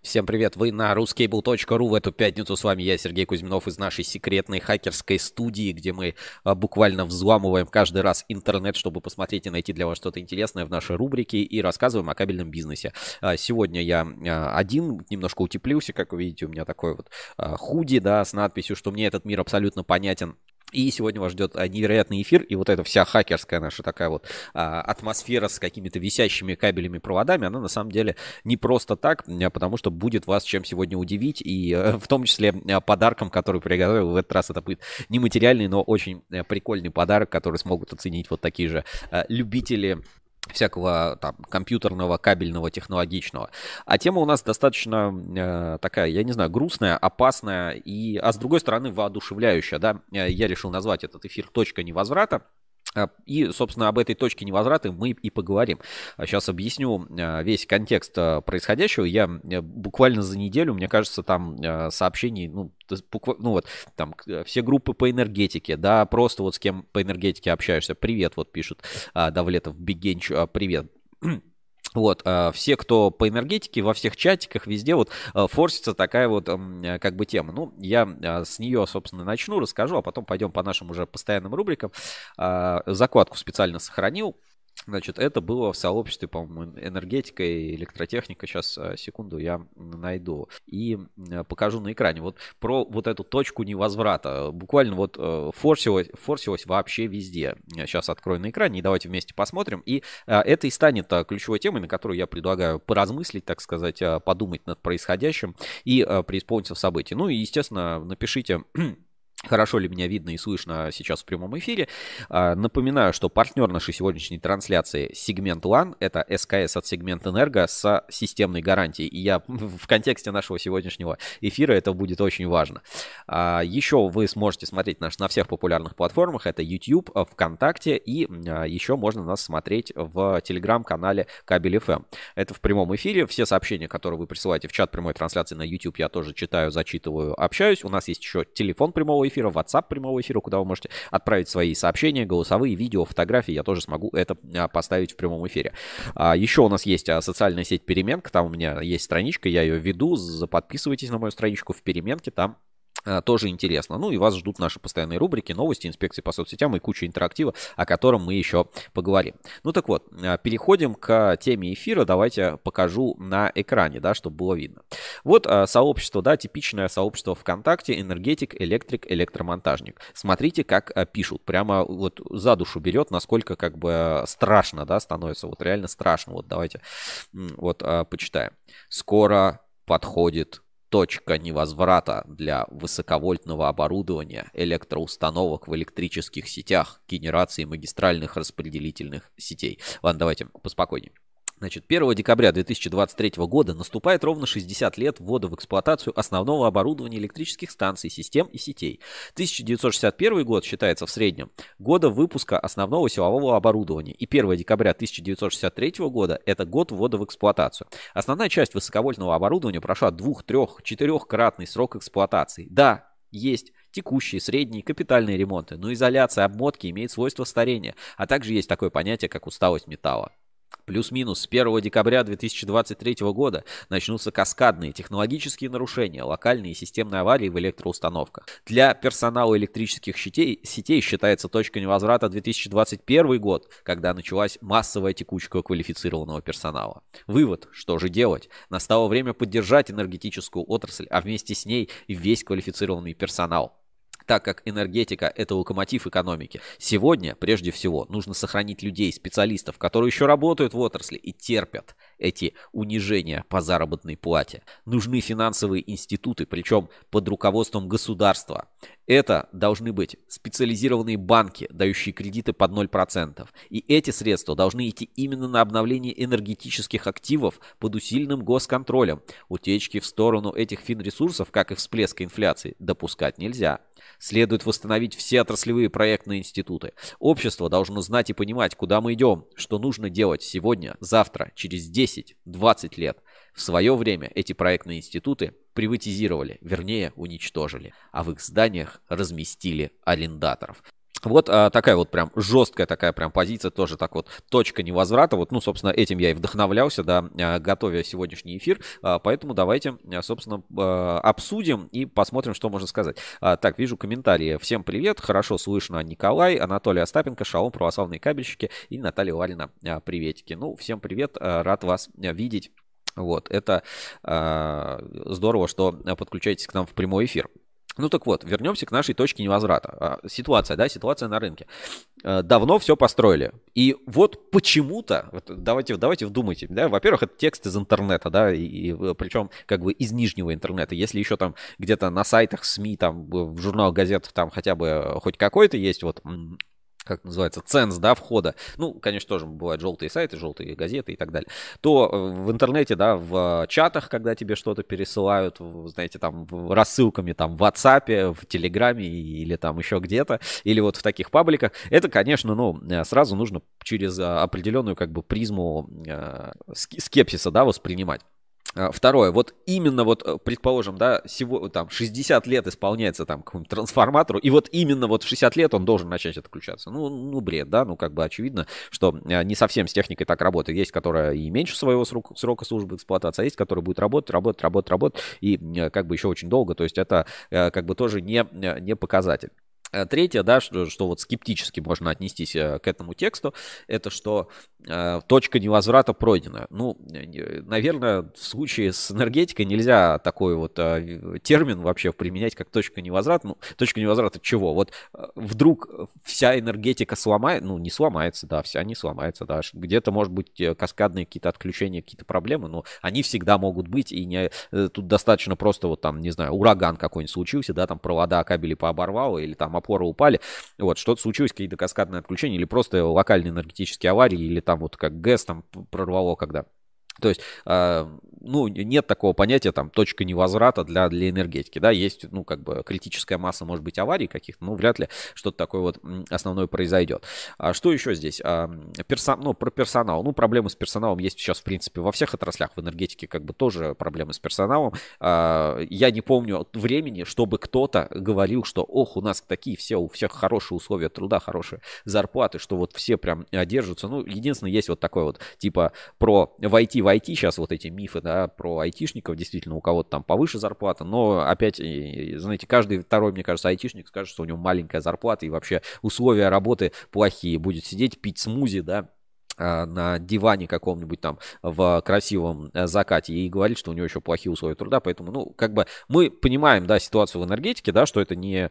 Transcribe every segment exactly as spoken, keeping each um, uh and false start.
Всем привет, вы на ruskable точка ру. В эту пятницу с вами я, Сергей Кузьминов, из нашей секретной хакерской студии, где мы а, буквально взламываем каждый раз интернет, чтобы посмотреть и найти для вас что-то интересное в нашей рубрике, и рассказываем о кабельном бизнесе. А, сегодня я а, один, немножко утеплился, как вы видите, у меня такой вот а, худи, да, с надписью, что мне этот мир абсолютно понятен. И сегодня вас ждет невероятный эфир, и вот эта вся хакерская наша такая вот а, атмосфера с какими-то висящими кабелями, проводами, она на самом деле не просто так, потому что будет вас чем сегодня удивить, и а, в том числе а, подарком, который приготовил в этот раз, это будет нематериальный, но очень а, прикольный подарок, который смогут оценить вот такие же а, любители всякого там компьютерного, кабельного, технологичного. А тема у нас достаточно э, такая, я не знаю, грустная, опасная, и, а с другой стороны воодушевляющая, да. Я решил назвать этот эфир «Точка невозврата». И, собственно, об этой точке невозврата мы и поговорим. Сейчас объясню весь контекст происходящего. Я буквально за неделю, мне кажется, там сообщений, ну, ну вот, там все группы по энергетике, да, просто вот с кем по энергетике общаешься. Привет, вот пишут Давлетов, Бигенч, привет. Вот, все, кто по энергетике, во всех чатиках, везде вот форсится такая вот как бы тема. Ну, я с нее, собственно, начну, расскажу, а потом пойдем по нашим уже постоянным рубрикам. Закладку специально сохранил. Значит, это было в сообществе, по-моему, энергетика и электротехника. Сейчас, секунду, я найду и покажу на экране. Вот про вот эту точку невозврата. Буквально вот форсилось, форсилось вообще везде. Сейчас открою на экране и давайте вместе посмотрим. И это и станет ключевой темой, на которую я предлагаю поразмыслить, так сказать, подумать над происходящим и преисполниться в событии. Ну и, естественно, напишите... Хорошо ли меня видно и слышно сейчас в прямом эфире. Напоминаю, что партнер нашей сегодняшней трансляции Segment One — это эс ка эс от Segment Энерго с системной гарантией. И я в контексте нашего сегодняшнего эфира это будет очень важно. Еще вы сможете смотреть нас на всех популярных платформах. Это YouTube, ВКонтакте, и еще можно нас смотреть в телеграм-канале Кабель эф эм. Это в прямом эфире. Все сообщения, которые вы присылаете в чат прямой трансляции на YouTube, я тоже читаю, зачитываю, общаюсь. У нас есть еще телефон прямого эфира, WhatsApp прямого эфира, куда вы можете отправить свои сообщения, голосовые, видео, фотографии. Я тоже смогу это поставить в прямом эфире. Еще у нас есть социальная сеть Переменка. Там у меня есть страничка, я ее веду. Подписывайтесь на мою страничку в Переменке. Там тоже интересно. Ну и вас ждут наши постоянные рубрики, новости, инспекции по соцсетям и куча интерактива, о котором мы еще поговорим. Ну так вот, переходим к теме эфира. Давайте покажу на экране, да, чтобы было видно. Вот сообщество, да, типичное сообщество ВКонтакте: энергетик, электрик, электромонтажник. Смотрите, как пишут. Прямо вот за душу берет, насколько как бы страшно, да, становится. Вот реально страшно. Вот давайте вот почитаем. Скоро подходит точка невозврата для высоковольтного оборудования, электроустановок в электрических сетях, генерации магистральных распределительных сетей. Ладно, давайте поспокойнее. Значит, первого декабря две тысячи двадцать третьего года наступает ровно шестьдесят лет ввода в эксплуатацию основного оборудования электрических станций, систем и сетей. тысяча девятьсот шестьдесят первый год считается в среднем года выпуска основного силового оборудования. И первого декабря тысяча девятьсот шестьдесят третьего года это год ввода в эксплуатацию. Основная часть высоковольтного оборудования прошла двух-, трех-, четырехкратный срок эксплуатации. Да, есть текущие, средние, капитальные ремонты, но изоляция обмотки имеет свойство старения, а также есть такое понятие, как усталость металла. Плюс-минус с первого декабря две тысячи двадцать третьего года начнутся каскадные технологические нарушения, локальные и системные аварии в электроустановках. Для персонала электрических сетей, сетей считается точка невозврата две тысячи двадцать первый год, когда началась массовая текучка квалифицированного персонала. Вывод: что же делать? Настало время поддержать энергетическую отрасль, а вместе с ней и весь квалифицированный персонал. Так как энергетика – это локомотив экономики, сегодня, прежде всего, нужно сохранить людей, специалистов, которые еще работают в отрасли и терпят эти унижения по заработной плате. Нужны финансовые институты, причем под руководством государства. Это должны быть специализированные банки, дающие кредиты под ноль процентов. И эти средства должны идти именно на обновление энергетических активов под усиленным госконтролем. Утечки в сторону этих финресурсов, как и всплеска инфляции, допускать нельзя. Следует восстановить все отраслевые проектные институты. Общество должно знать и понимать, куда мы идем, что нужно делать сегодня, завтра, через десять-двадцать лет. В свое время эти проектные институты приватизировали, вернее, уничтожили, а в их зданиях разместили арендаторов. Вот а, такая вот прям жесткая такая прям позиция, тоже так вот точка невозврата. Вот, ну, собственно, этим я и вдохновлялся, да, а, готовя сегодняшний эфир. А, поэтому давайте, а, собственно, а, обсудим и посмотрим, что можно сказать. А, так, вижу комментарии. Всем привет, хорошо слышно Николай, Анатолий Остапенко, Шалом, православные кабельщики и Наталья Варина. А, приветики. Ну, всем привет, а, рад вас а, видеть. Вот, это а, здорово, что подключаетесь к нам в прямой эфир. Ну так вот, вернемся к нашей точке невозврата. Ситуация, да, ситуация на рынке. Давно все построили. И вот почему-то, вот давайте, давайте вдумайте, да, во-первых, это текст из интернета, да, и, и причем как бы из нижнего интернета. Если еще там где-то на сайтах СМИ, там в журналах, газетах там хотя бы хоть какой-то есть вот... как называется, ценз, да, входа, ну, конечно, тоже бывают желтые сайты, желтые газеты и так далее, то в интернете, да, в чатах, когда тебе что-то пересылают, знаете, там, рассылками, там, в WhatsApp, в Телеграме или там еще где-то, или вот в таких пабликах, это, конечно, ну, сразу нужно через определенную, как бы, призму скепсиса, да, воспринимать. Второе, вот именно вот, предположим, да, всего там шестьдесят лет исполняется там какому-нибудь трансформатору, и вот именно вот в шестьдесят лет он должен начать отключаться. Ну, ну, бред, да, ну, как бы очевидно, что не совсем с техникой так работает. Есть, которая и меньше своего срока, срока службы эксплуатации, а есть, которая будет работать, работать, работать, работать, и как бы еще очень долго, то есть это как бы тоже не, не показатель. Третье, да, что, что вот скептически можно отнестись к этому тексту, это что э, точка невозврата пройдена. Ну, наверное, в случае с энергетикой нельзя такой вот э, термин вообще применять, как точка невозврата. Ну, точка невозврата чего? Вот э, вдруг вся энергетика сломает, ну, не сломается, да, вся не сломается, да. Где-то, может быть, каскадные какие-то отключения, какие-то проблемы, но они всегда могут быть, и не, э, тут достаточно просто вот там, не знаю, ураган какой-нибудь случился, да, там провода, кабели пооборвало, или там опоры упали, вот, что-то случилось, какие-то каскадные отключения, или просто локальные энергетические аварии, или там вот как ГЭС там прорвало когда. То есть, э, ну, нет такого понятия, там, точка невозврата для, для энергетики, да, есть, ну, как бы критическая масса, может быть, аварий каких-то, но вряд ли что-то такое вот основное произойдет. А что еще здесь? А, персон, ну, про персонал. Ну, проблемы с персоналом есть сейчас, в принципе, во всех отраслях, в энергетике как бы тоже проблемы с персоналом. А, я не помню времени, чтобы кто-то говорил, что, ох, у нас такие все, у всех хорошие условия труда, хорошие зарплаты, что вот все прям держатся. Ну, единственное, есть вот такой вот, типа, про в ай ти, в ай ти сейчас вот эти мифы, да, про айтишников, действительно, у кого-то там повыше зарплата, но опять, знаете, каждый второй, мне кажется, айтишник скажет, что у него маленькая зарплата и вообще условия работы плохие, будет сидеть, пить смузи, да, на диване каком-нибудь там в красивом закате и говорит, что у него еще плохие условия труда, поэтому, ну, как бы мы понимаем, да, ситуацию в энергетике, да, что это не,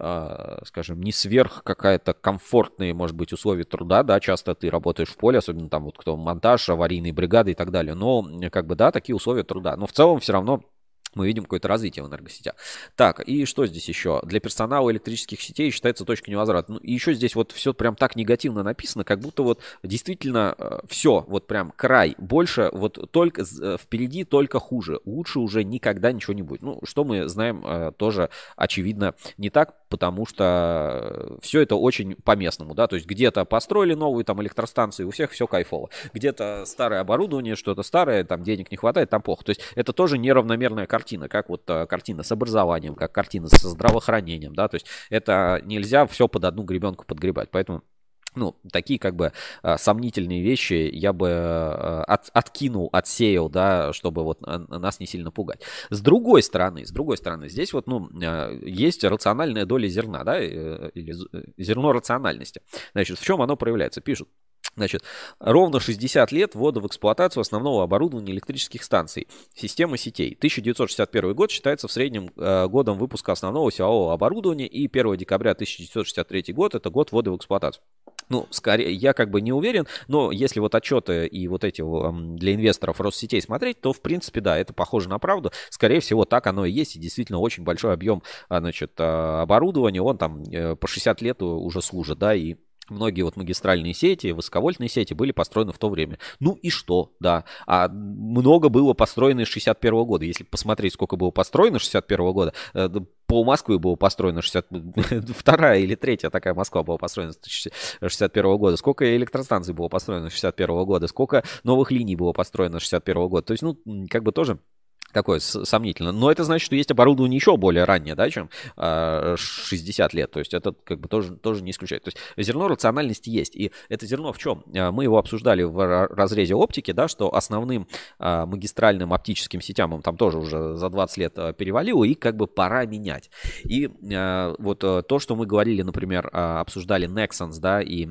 скажем, не сверх какая-то комфортные, может быть, условия труда, да, часто ты работаешь в поле, особенно там вот кто монтаж, аварийные бригады и так далее, но, как бы, да, такие условия труда, но в целом все равно мы видим какое-то развитие в энергосетях. Так, и что здесь еще? Для персонала электрических сетей считается точка невозврата. Ну, и еще здесь вот все прям так негативно написано, как будто вот действительно э, все, вот прям край. Больше вот только э, впереди только хуже. Лучше уже никогда ничего не будет. Ну, что мы знаем, э, тоже очевидно не так, потому что все это очень по-местному, да, то есть где-то построили новые там электростанции, у всех все кайфово. Где-то старое оборудование, что-то старое, там денег не хватает, там плохо. То есть это тоже неравномерная картина. Картина, как вот а, картина с образованием, как картина со здравоохранением, да, то есть это нельзя все под одну гребенку подгребать, поэтому, ну, такие как бы а, сомнительные вещи я бы а, от, откинул, отсеял, да, чтобы вот а, нас не сильно пугать. С другой стороны, с другой стороны, здесь вот, ну, а, есть рациональная доля зерна, да, или зерно рациональности. Значит, в чем оно проявляется? Пишут. Значит, ровно шестьдесят лет ввода в эксплуатацию основного оборудования электрических станций, системы сетей. тысяча девятьсот шестьдесят первый год считается в среднем э, годом выпуска основного силового оборудования, и первого декабря тысяча девятьсот шестьдесят третий год это год ввода в эксплуатацию. Ну, скорее, я как бы не уверен, но если вот отчеты и вот эти э, для инвесторов Россетей смотреть, то, в принципе, да, это похоже на правду. Скорее всего, так оно и есть, и действительно очень большой объем, значит, оборудования, он там э, по шестьдесят лет уже служит, да, и многие вот магистральные сети, высоковольтные сети были построены в то время. Ну и что, да. А много было построено с шестьдесят первого года. Если посмотреть, сколько было построено с шестьдесят первого года, пол Москвы было построено шестьдесят... Вторая или третья такая Москва была построена с шестьдесят первого года. Сколько электростанций было построено с шестьдесят первого года. Сколько новых линий было построено с шестьдесят первого года. То есть, ну, как бы тоже... Какое сомнительно. Но это значит, что есть оборудование еще более раннее, да, чем э, шестьдесят лет. То есть это как бы тоже, тоже не исключает. То есть зерно рациональности есть. И это зерно в чем? Мы его обсуждали в разрезе оптики, да, что основным э, магистральным оптическим сетям там тоже уже за двадцать лет перевалило, и как бы пора менять. И э, вот э, то, что мы говорили, например, э, обсуждали Nexans, да, и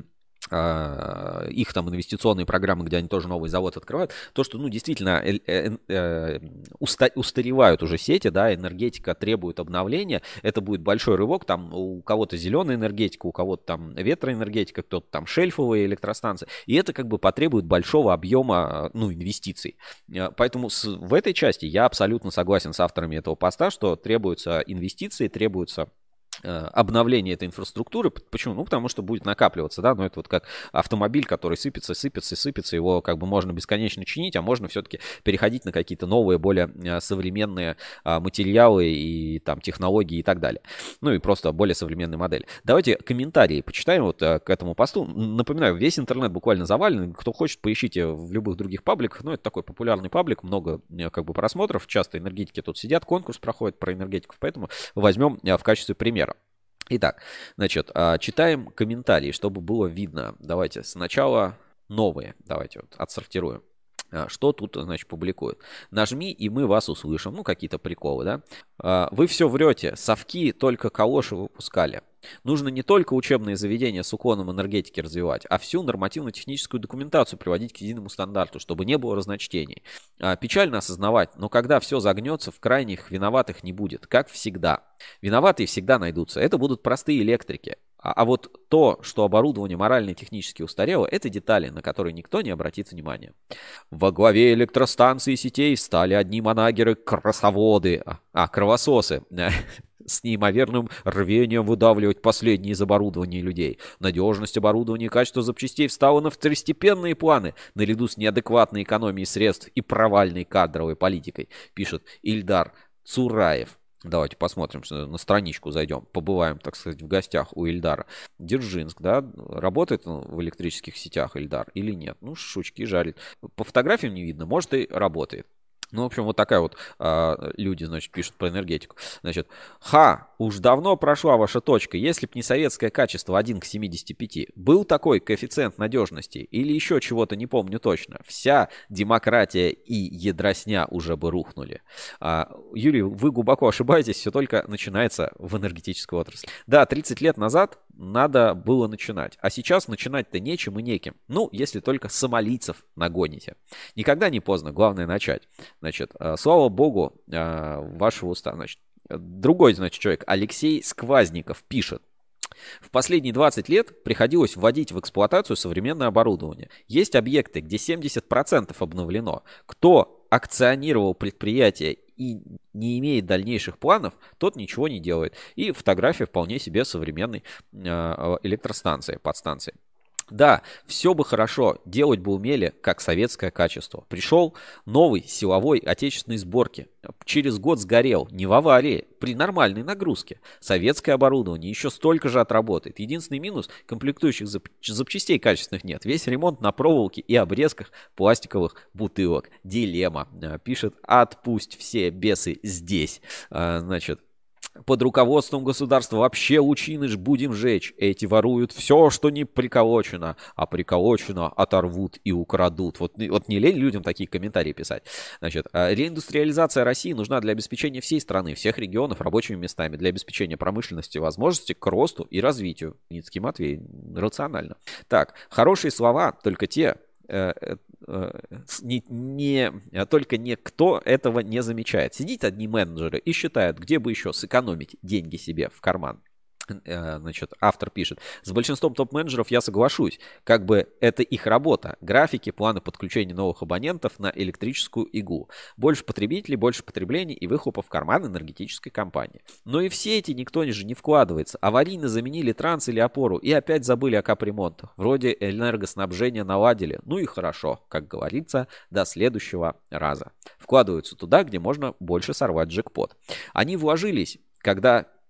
их там инвестиционные программы, где они тоже новый завод открывают, то, что, ну, действительно э, э, э, уста- устаревают уже сети, да, энергетика требует обновления, это будет большой рывок, там у кого-то зеленая энергетика, у кого-то там ветроэнергетика, кто-то там шельфовые электростанции, и это как бы потребует большого объема, ну, инвестиций. Поэтому с, в этой части я абсолютно согласен с авторами этого поста, что требуются инвестиции, требуются обновление этой инфраструктуры. Почему? Ну, потому что будет накапливаться, да, но это вот как автомобиль, который сыпется, сыпется, сыпется, его как бы можно бесконечно чинить, а можно все-таки переходить на какие-то новые, более современные материалы и там технологии и так далее. Ну и просто более современные модели. Давайте комментарии почитаем вот к этому посту. Напоминаю, весь интернет буквально завален. Кто хочет, поищите в любых других пабликах. Ну, это такой популярный паблик, много как бы просмотров, часто энергетики тут сидят, конкурс проходит про энергетиков, поэтому возьмем в качестве примера. Итак, значит, читаем комментарии, чтобы было видно. Давайте сначала новые. Давайте вот отсортируем. Что тут, значит, публикуют? Нажми, и мы вас услышим. Ну, какие-то приколы, да? Вы все врете. Совки только калоши выпускали. Нужно не только учебные заведения с уклоном энергетики развивать, а всю нормативно-техническую документацию приводить к единому стандарту, чтобы не было разночтений. Печально осознавать, но когда все загнется, в крайних виноватых не будет, как всегда. Виноватые всегда найдутся. Это будут простые электрики. А, а вот то, что оборудование морально и технически устарело, это детали, на которые никто не обратит внимания. Во главе электростанций и сетей стали одни манагеры-красоводы, а, а кровососы, с неимоверным рвением выдавливать последние из оборудования людей. Надежность оборудования и качество запчастей встало на второстепенные планы, наряду с неадекватной экономией средств и провальной кадровой политикой, пишет Ильдар Цураев. Давайте посмотрим, на страничку зайдем, побываем, так сказать, в гостях у Ильдара. Дзержинск, да, работает он в электрических сетях, Ильдар, или нет? Ну, шучки жарит. По фотографиям не видно, может, и работает. Ну, в общем, вот такая вот а, люди, значит, пишут про энергетику. Значит, ха, уж давно прошла ваша точка. Если б не советское качество один к семидесяти пяти, был такой коэффициент надежности или еще чего-то, не помню точно, вся демократия и ядросня уже бы рухнули. А, Юрий, вы глубоко ошибаетесь, все только начинается в энергетической отрасли. Да, тридцать лет назад надо было начинать, а сейчас начинать-то нечем и неким. Ну, если только сомалийцев нагоните. Никогда не поздно, главное начать. Значит, слава богу, вашего уста. Значит, другой, значит, человек, Алексей Сквазников, пишет. В последние двадцать лет приходилось вводить в эксплуатацию современное оборудование. Есть объекты, где семьдесят процентов обновлено. Кто акционировал предприятие и не имеет дальнейших планов, тот ничего не делает. И фотография вполне себе современной электростанции, подстанции. Да, все бы хорошо, делать бы умели, как советское качество. Пришел новый силовой отечественной сборки. Через год сгорел, не в аварии, при нормальной нагрузке. Советское оборудование еще столько же отработает. Единственный минус – комплектующих зап- запчастей качественных нет. Весь ремонт на проволоке и обрезках пластиковых бутылок. Дилемма. Пишет, отпусть все бесы здесь. Значит, под руководством государства вообще лучины ж будем жечь. Эти воруют все, что не приколочено, а приколочено оторвут и украдут. Вот, вот не лень людям такие комментарии писать. Значит, реиндустриализация России нужна для обеспечения всей страны, всех регионов рабочими местами, для обеспечения промышленности, возможности к росту и развитию. Ницкий Матвей, рационально. Так, хорошие слова, только те... Не, не, только никто этого не замечает. Сидят одни менеджеры и считают, где бы еще сэкономить деньги себе в карман. Значит, автор пишет, с большинством топ-менеджеров я соглашусь, как бы это их работа, графики, планы подключения новых абонентов на электрическую иглу, больше потребителей, больше потреблений и выхлопа в карман энергетической компании. Но и все эти никто же не вкладывается, аварийно заменили транс или опору и опять забыли о капремонтах, вроде энергоснабжения наладили, ну и хорошо, как говорится, до следующего раза. Вкладываются туда, где можно больше сорвать джекпот. Они вложились, когда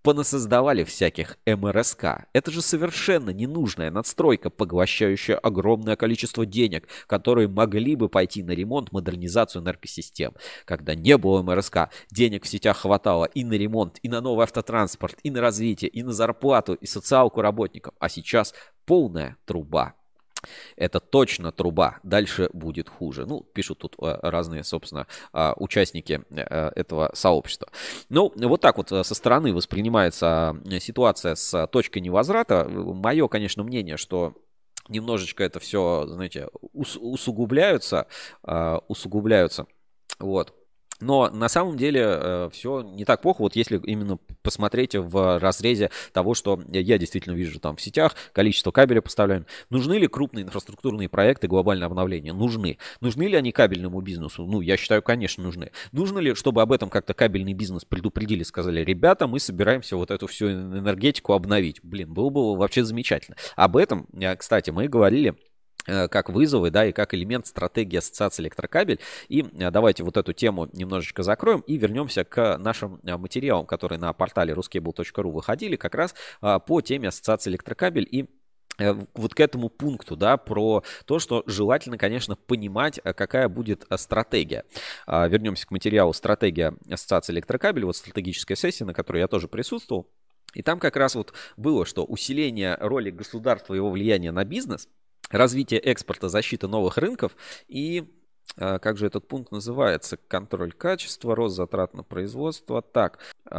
понасоздавали всяких эм эр эс ка. Это же совершенно ненужная надстройка, поглощающая огромное количество денег, которые могли бы пойти на ремонт, модернизацию энергосистем. Когда не было эм эр эс ка, денег в сетях хватало и на ремонт, и на новый автотранспорт, и на развитие, и на зарплату, и социалку работникам. А сейчас полная труба. Это точно труба. Дальше будет хуже. Ну, пишут тут разные, собственно, участники этого сообщества. Ну, вот так вот со стороны воспринимается ситуация с точкой невозврата. Мое, конечно, мнение, что немножечко это все, знаете, усугубляются, усугубляются. Вот. Но на самом деле э, все не так плохо, вот если именно посмотреть в разрезе того, что я действительно вижу там в сетях, количество кабеля поставляем. Нужны ли крупные инфраструктурные проекты, глобальное обновление? Нужны. Нужны ли они кабельному бизнесу? Ну, я считаю, конечно, нужны. Нужно ли, чтобы об этом как-то кабельный бизнес предупредили, сказали, ребята, мы собираемся вот эту всю энергетику обновить? Блин, было бы вообще замечательно. Об этом, кстати, мы говорили как вызовы, да, и как элемент стратегии ассоциации электрокабель. И давайте вот эту тему немножечко закроем и вернемся к нашим материалам, которые на портале ruskable точка ру выходили как раз по теме ассоциации электрокабель и вот к этому пункту, да, про то, что желательно, конечно, понимать, какая будет стратегия. Вернемся к материалу «Стратегия ассоциации электрокабель», вот стратегическая сессия, на которой я тоже присутствовал. И там как раз вот было, что усиление роли государства и его влияния на бизнес, развитие экспорта, защита новых рынков и, как же этот пункт называется, контроль качества, рост затрат на производство, так,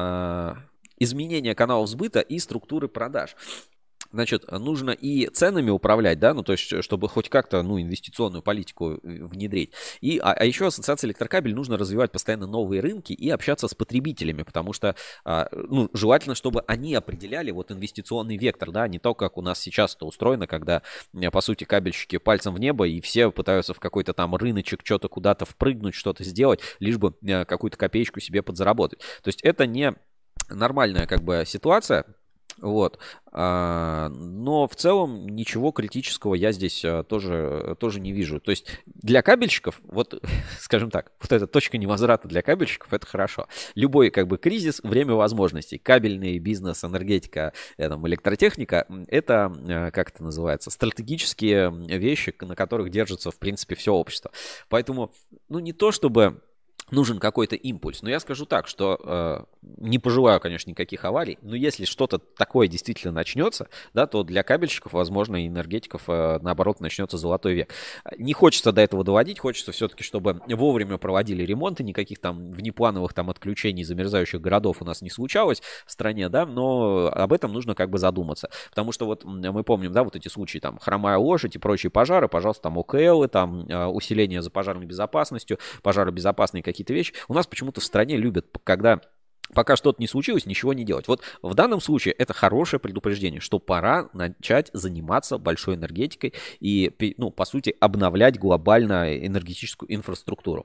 изменение каналов сбыта и структуры продаж. Значит, нужно и ценами управлять, да, ну, то есть, чтобы хоть как-то, ну, инвестиционную политику внедрить. И, а, а еще ассоциация электрокабель нужно развивать постоянно новые рынки и общаться с потребителями, потому что, а, ну, желательно, чтобы они определяли вот инвестиционный вектор, да, не то, как у нас сейчас это устроено, когда, по сути, кабельщики пальцем в небо, и все пытаются в какой-то там рыночек что-то куда-то впрыгнуть, что-то сделать, лишь бы какую-то копеечку себе подзаработать. То есть, это не нормальная, как бы, ситуация. Вот. Но в целом ничего критического я здесь тоже, тоже не вижу. То есть для кабельщиков, вот, скажем так, вот эта точка невозврата для кабельщиков, это хорошо. Любой как бы кризис, время возможностей. Кабельный бизнес, энергетика, там, электротехника, это, как это называется, стратегические вещи, на которых держится, в принципе, все общество. Поэтому, ну, не то чтобы нужен какой-то импульс. Но я скажу так, что э, не пожелаю, конечно, никаких аварий, но если что-то такое действительно начнется, да, то для кабельщиков, возможно, и энергетиков, э, наоборот, начнется золотой век. Не хочется до этого доводить, хочется все-таки, чтобы вовремя проводили ремонты, никаких там внеплановых там отключений замерзающих городов у нас не случалось в стране, да, но об этом нужно как бы задуматься. Потому что вот мы помним, да, вот эти случаи, там, хромая лошадь и прочие пожары, пожалуйста, там, о ка элы, там, усиление за пожарной безопасностью, пожаробезопасные какие-то вещи. У нас почему-то в стране любят, когда пока что-то не случилось, ничего не делать. Вот в данном случае это хорошее предупреждение, что пора начать заниматься большой энергетикой и, ну, по сути, обновлять глобально энергетическую инфраструктуру.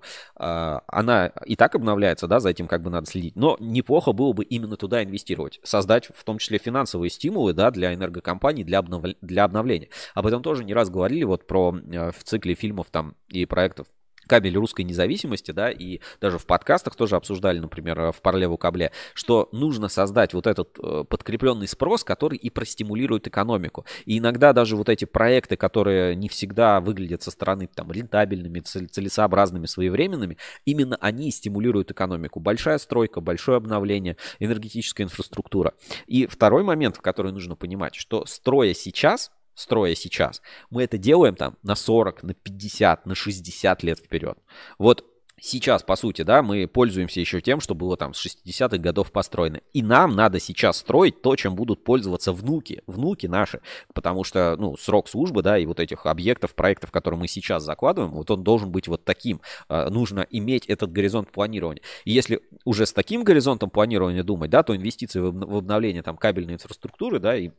Она и так обновляется, да, за этим как бы надо следить, но неплохо было бы именно туда инвестировать, создать в том числе финансовые стимулы, да, для энергокомпаний, для, обнов... для обновления. Об этом тоже не раз говорили вот про в цикле фильмов там и проектов «Кабель русской независимости», да, и даже в подкастах тоже обсуждали, например, в «Парлеву кабле», что нужно создать вот этот э, подкрепленный спрос, который и простимулирует экономику. И иногда даже вот эти проекты, которые не всегда выглядят со стороны там рентабельными, целесообразными, своевременными, именно они стимулируют экономику. Большая стройка, большое обновление, энергетическая инфраструктура. И второй момент, который нужно понимать, что строя сейчас, строя сейчас, мы это делаем там на сорок, на пятьдесят, на шестьдесят лет вперед. Вот сейчас, по сути, да, мы пользуемся еще тем, что было там с шестидесятых годов построено. И нам надо сейчас строить то, чем будут пользоваться внуки, внуки наши. Потому что, ну, срок службы, да, и вот этих объектов, проектов, которые мы сейчас закладываем, вот он должен быть вот таким. Нужно иметь этот горизонт планирования. И если уже с таким горизонтом планирования думать, да, то инвестиции в обновление там кабельной инфраструктуры, да, и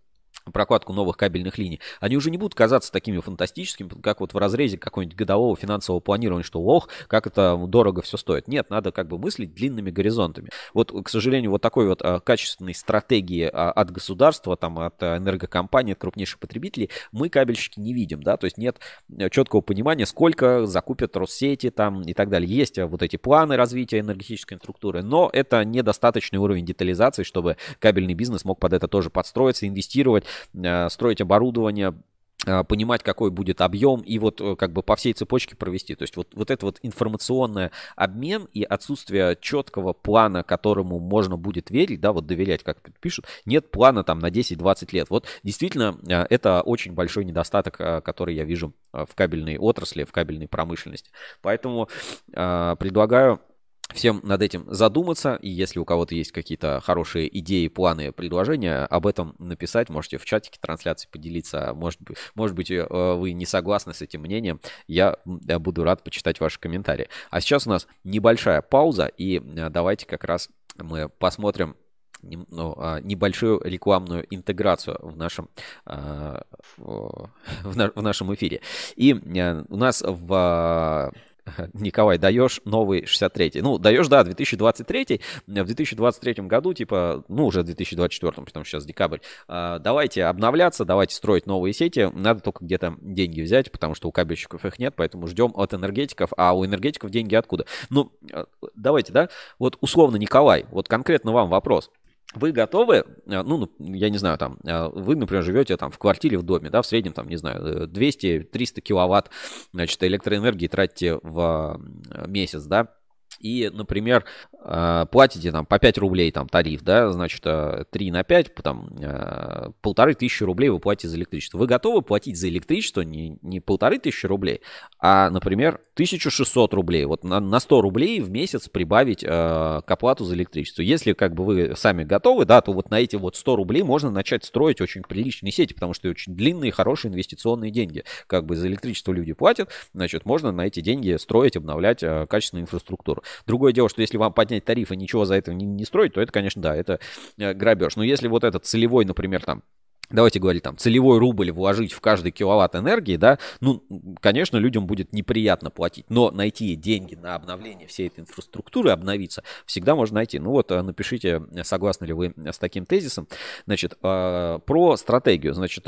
прокладку новых кабельных линий, они уже не будут казаться такими фантастическими, как вот в разрезе какого-нибудь годового финансового планирования, что ох, как это дорого все стоит. Нет, надо как бы мыслить длинными горизонтами. Вот, к сожалению, вот такой вот а, качественной стратегии а, от государства, там, от а, энергокомпаний, от крупнейших потребителей мы, кабельщики, не видим, да, то есть нет четкого понимания, сколько закупят Россети там и так далее. Есть вот эти планы развития энергетической инфраструктуры, но это недостаточный уровень детализации, чтобы кабельный бизнес мог под это тоже подстроиться, инвестировать, строить оборудование, понимать, какой будет объем, и вот как бы по всей цепочке провести. То есть вот, вот это вот информационный обмен и отсутствие четкого плана, которому можно будет верить, да, вот доверять, как пишут, нет плана там на десять-двадцать лет. Вот действительно это очень большой недостаток, который я вижу в кабельной отрасли, в кабельной промышленности. Поэтому э, предлагаю всем над этим задуматься, и если у кого-то есть какие-то хорошие идеи, планы, предложения, об этом написать, можете в чатике трансляции поделиться, может быть, может быть вы не согласны с этим мнением, я буду рад почитать ваши комментарии. А сейчас у нас небольшая пауза, и давайте как раз мы посмотрим ну, небольшую рекламную интеграцию в нашем, в нашем эфире. И у нас в... Николай, даешь новый шестьдесят третий. Ну, даешь, да, две тысячи двадцать третий. В две тысячи двадцать третьем году, типа, ну, уже в две тысячи двадцать четвёртом, потому что сейчас декабрь. Давайте обновляться, давайте строить новые сети. Надо только где-то деньги взять, потому что у кабельщиков их нет, поэтому ждем от энергетиков. А у энергетиков деньги откуда? Ну, давайте, да, вот условно, Николай, вот конкретно вам вопрос. Вы готовы, ну, я не знаю, там, вы, например, живете там в квартире, в доме, да, в среднем, там, не знаю, двести-триста киловатт, значит, электроэнергии тратите в месяц, да, и, например, платите там по пять рублей там тариф, да, значит, три на пять, там, полторы тысячи рублей вы платите за электричество. Вы готовы платить за электричество не, не полторы тысячи рублей, а, например, тысяча шестьсот рублей, вот на, на сто рублей в месяц прибавить э, к оплату за электричество. Если как бы вы сами готовы, да, то вот на эти вот сто рублей можно начать строить очень приличные сети, потому что очень длинные, хорошие инвестиционные деньги. Как бы за электричество люди платят, значит, можно на эти деньги строить, обновлять э, качественную инфраструктуру. Другое дело, что если вам поднять тариф и ничего за это не, не строить, то это, конечно, да, это э, грабеж. Но если вот этот целевой, например, там, давайте говорить, там, целевой рубль вложить в каждый киловатт энергии, да, ну, конечно, людям будет неприятно платить, но найти деньги на обновление всей этой инфраструктуры, обновиться, всегда можно найти. Ну вот, напишите, согласны ли вы с таким тезисом. Значит, про стратегию, значит,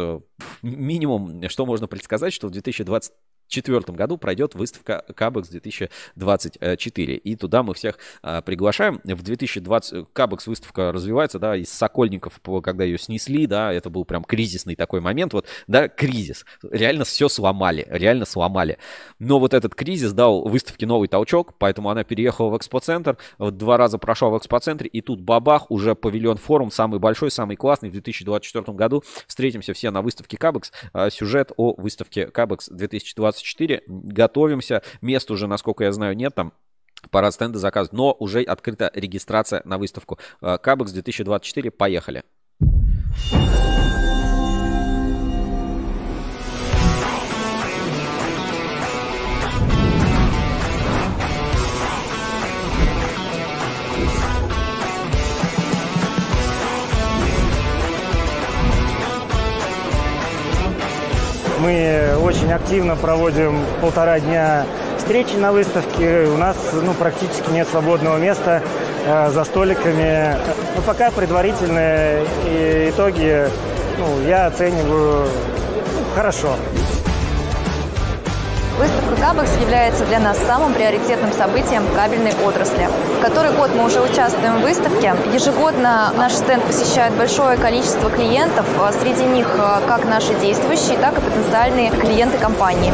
минимум, что можно предсказать, что в две тысячи двадцать В две тысячи двадцать четвёртом году пройдет выставка Кабекс две тысячи двадцать четыре. И туда мы всех а, приглашаем. В две тысячи двадцатом Кабекс выставка развивается, да, из Сокольников, когда ее снесли, да, это был прям кризисный такой момент. Вот, да, кризис. Реально все сломали, реально сломали. Но вот этот кризис дал выставке новый толчок, поэтому она переехала в экспоцентр, два раза прошла в экспоцентре, и тут бабах, уже павильон форум, самый большой, самый классный в две тысячи двадцать четвёртом году. Встретимся все на выставке Кабекс. Сюжет о выставке Кабекс две тысячи двадцать четыре. Готовимся. Мест уже, насколько я знаю, нет там. Пора стенды заказывать. Но уже открыта регистрация на выставку Кабекс две тысячи двадцать четыре. Поехали. Мы очень активно проводим полтора дня встречи на выставке. У нас ну, практически нет свободного места э, за столиками. Но пока предварительные итоги ну, я оцениваю ну, хорошо. Выставка Кабекс является для нас самым приоритетным событием в кабельной отрасли. В который год мы уже участвуем в выставке. Ежегодно наш стенд посещает большое количество клиентов. Среди них как наши действующие, так и потенциальные клиенты компании.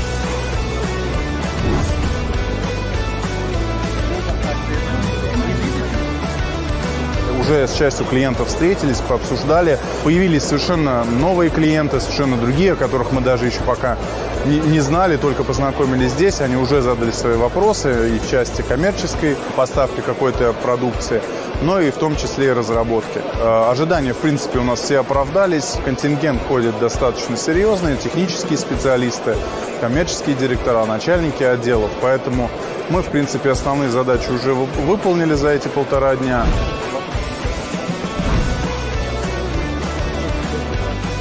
Уже с частью клиентов встретились, пообсуждали. Появились совершенно новые клиенты, совершенно другие, о которых мы даже еще пока не, не знали, только познакомились здесь. Они уже задали свои вопросы и в части коммерческой поставки какой-то продукции, но и в том числе и разработки. Ожидания, в принципе, у нас все оправдались. Контингент ходит достаточно серьезный, технические специалисты, коммерческие директора, начальники отделов. Поэтому мы, в принципе, основные задачи уже выполнили за эти полтора дня.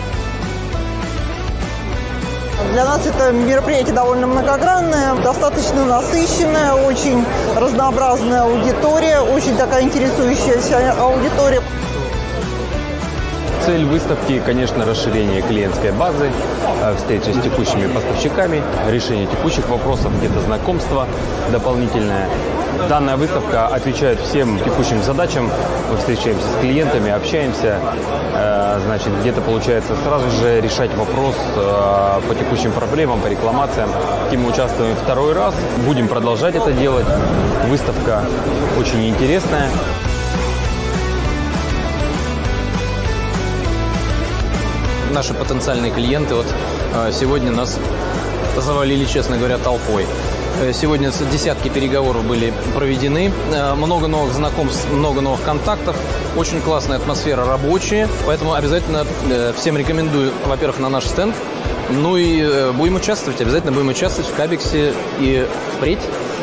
Для нас это мероприятие довольно многогранное, достаточно насыщенное, очень разнообразная аудитория, очень такая интересующаяся аудитория. Цель выставки, конечно, расширение клиентской базы, встреча с текущими поставщиками, решение текущих вопросов, где-то знакомство дополнительное. Данная выставка отвечает всем текущим задачам. Мы встречаемся с клиентами, общаемся. Значит, где-то получается сразу же решать вопрос по текущим проблемам, по рекламациям. И мы участвуем второй раз. Будем продолжать это делать. Выставка очень интересная. Наши потенциальные клиенты вот сегодня нас завалили, честно говоря, толпой. Сегодня десятки переговоров были проведены, много новых знакомств, много новых контактов, очень классная атмосфера рабочая, поэтому обязательно всем рекомендую, во-первых, на наш стенд, ну и будем участвовать, обязательно будем участвовать в Кабексе и впредь.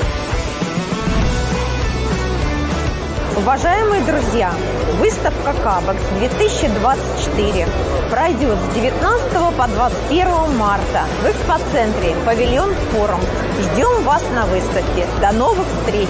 Уважаемые друзья, выставка Кабекс две тысячи двадцать четыре пройдет с девятнадцатого по двадцать первое марта в экспоцентре «Павильон Форум». Ждем вас на выставке. До новых встреч!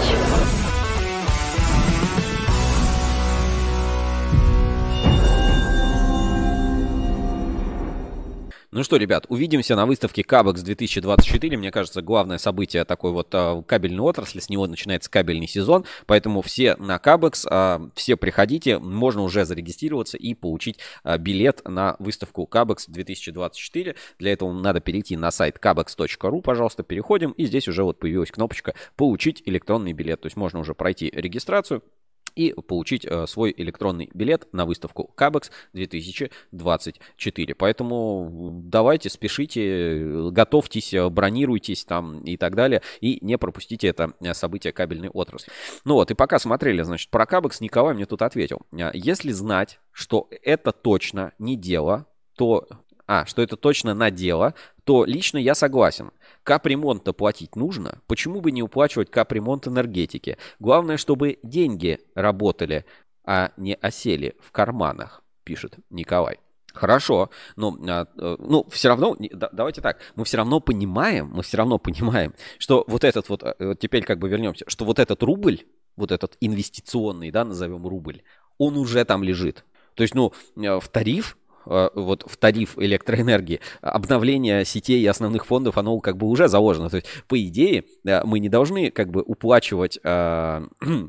Ну что, ребят, увидимся на выставке Кабекс две тысячи двадцать четыре. Мне кажется, главное событие такой вот а, кабельной отрасли. С него начинается кабельный сезон. Поэтому все на Кабекс, а, все приходите. Можно уже зарегистрироваться и получить а, билет на выставку Кабекс две тысячи двадцать четыре. Для этого надо перейти на сайт кабекс точка ру. Пожалуйста, переходим. И здесь уже вот появилась кнопочка «Получить электронный билет». То есть можно уже пройти регистрацию и получить э, свой электронный билет на выставку Кабекс две тысячи двадцать четыре. Поэтому давайте, спешите, готовьтесь, бронируйтесь там и так далее. И не пропустите это событие кабельной отрасли. Ну вот, и пока смотрели, значит, про Кабекс, Николай мне тут ответил. Если знать, что это точно не дело, то... А, что это точно на дело, то лично я согласен. Капремонт-то платить нужно. Почему бы не уплачивать капремонт энергетики? Главное, чтобы деньги работали, а не осели в карманах, пишет Николай. Хорошо, но ну, все равно, давайте так, мы все равно понимаем, мы все равно понимаем, что вот этот вот, теперь как бы вернемся, что вот этот рубль, вот этот инвестиционный, да, назовем рубль, он уже там лежит. То есть, ну, в тариф, вот в тариф электроэнергии, обновление сетей и основных фондов, оно как бы уже заложено. То есть, по идее, мы не должны как бы уплачивать, э,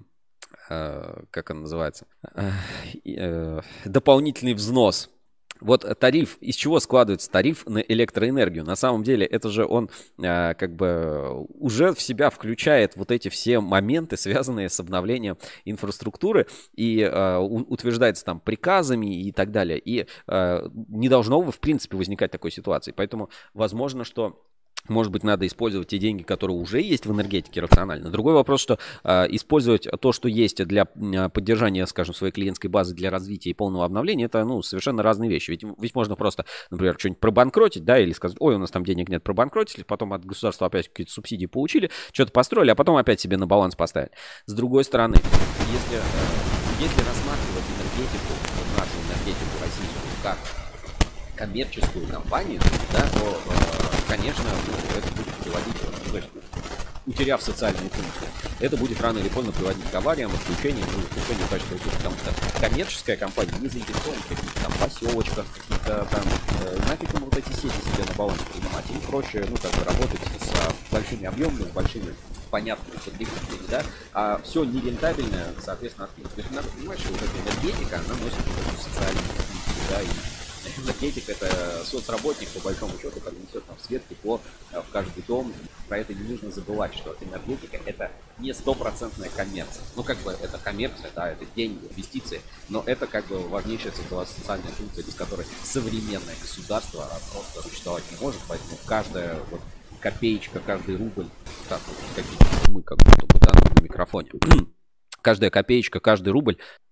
э, как он называется, э, э, дополнительный взнос. Вот тариф, из чего складывается тариф на электроэнергию? На самом деле это же он а, как бы уже в себя включает вот эти все моменты, связанные с обновлением инфраструктуры, и а, утверждается там приказами и так далее. И а, не должно в принципе возникать такой ситуации. Поэтому возможно, что... Может быть, надо использовать те деньги, которые уже есть в энергетике, рационально. Другой вопрос, что э, использовать то, что есть для э, поддержания, скажем, своей клиентской базы для развития и полного обновления, это, ну, совершенно разные вещи. Ведь, ведь можно просто, например, что-нибудь пробанкротить, да, или сказать, ой, у нас там денег нет, пробанкротили, потом от государства опять какие-то субсидии получили, что-то построили, а потом опять себе на баланс поставили. С другой стороны, если, э, если рассматривать энергетику, вот нашу энергетику российскую, как коммерческую компанию, да, то, э, конечно, это будет приводить, то есть, утеряв социальную функцию, это будет рано или поздно приводить к авариям, отключениям, ухудшению качества ресурсов, потому что коммерческая компания не заинтересована в каких-то там поселочках, каких-то там, э, нафиг им вот эти сети себе на баланс принимать, им проще, ну, как бы работать с большими объемами, с большими понятными потребителями, да, а все нерентабельное, соответственно, открыто. То есть надо понимать, что вот эта энергетика, она носит вот эту социальную функцию, да, и энергетик — это соцработник, по большому счету, который несет там свет, тепло в каждый дом. Про это не нужно забывать, что энергетика — это не стопроцентная коммерция. Ну, как бы это коммерция, да, это деньги, инвестиции, но это как бы важнейшая социальная функция, без которой современное государство просто существовать не может, поэтому каждая вот копеечка, каждый рубль, так вот, какие-то мы как будто бы, да, на микрофоне, каждая копеечка, каждый рубль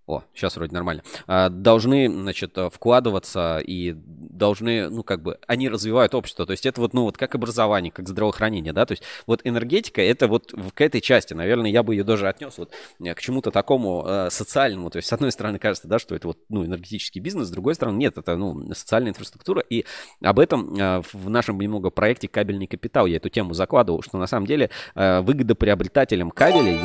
О, сейчас вроде нормально. А, должны, значит, вкладываться и должны, ну, как бы, они развивают общество. То есть это вот, ну, вот как образование, как здравоохранение, да. То есть вот энергетика, это вот к этой части, наверное, я бы ее даже отнес вот к чему-то такому э, социальному. То есть с одной стороны кажется, да, что это вот, ну, энергетический бизнес, с другой стороны нет, это, ну, социальная инфраструктура. И об этом э, в нашем немного проекте «Кабельный капитал» я эту тему закладывал, что на самом деле э, выгодоприобретателям кабелей...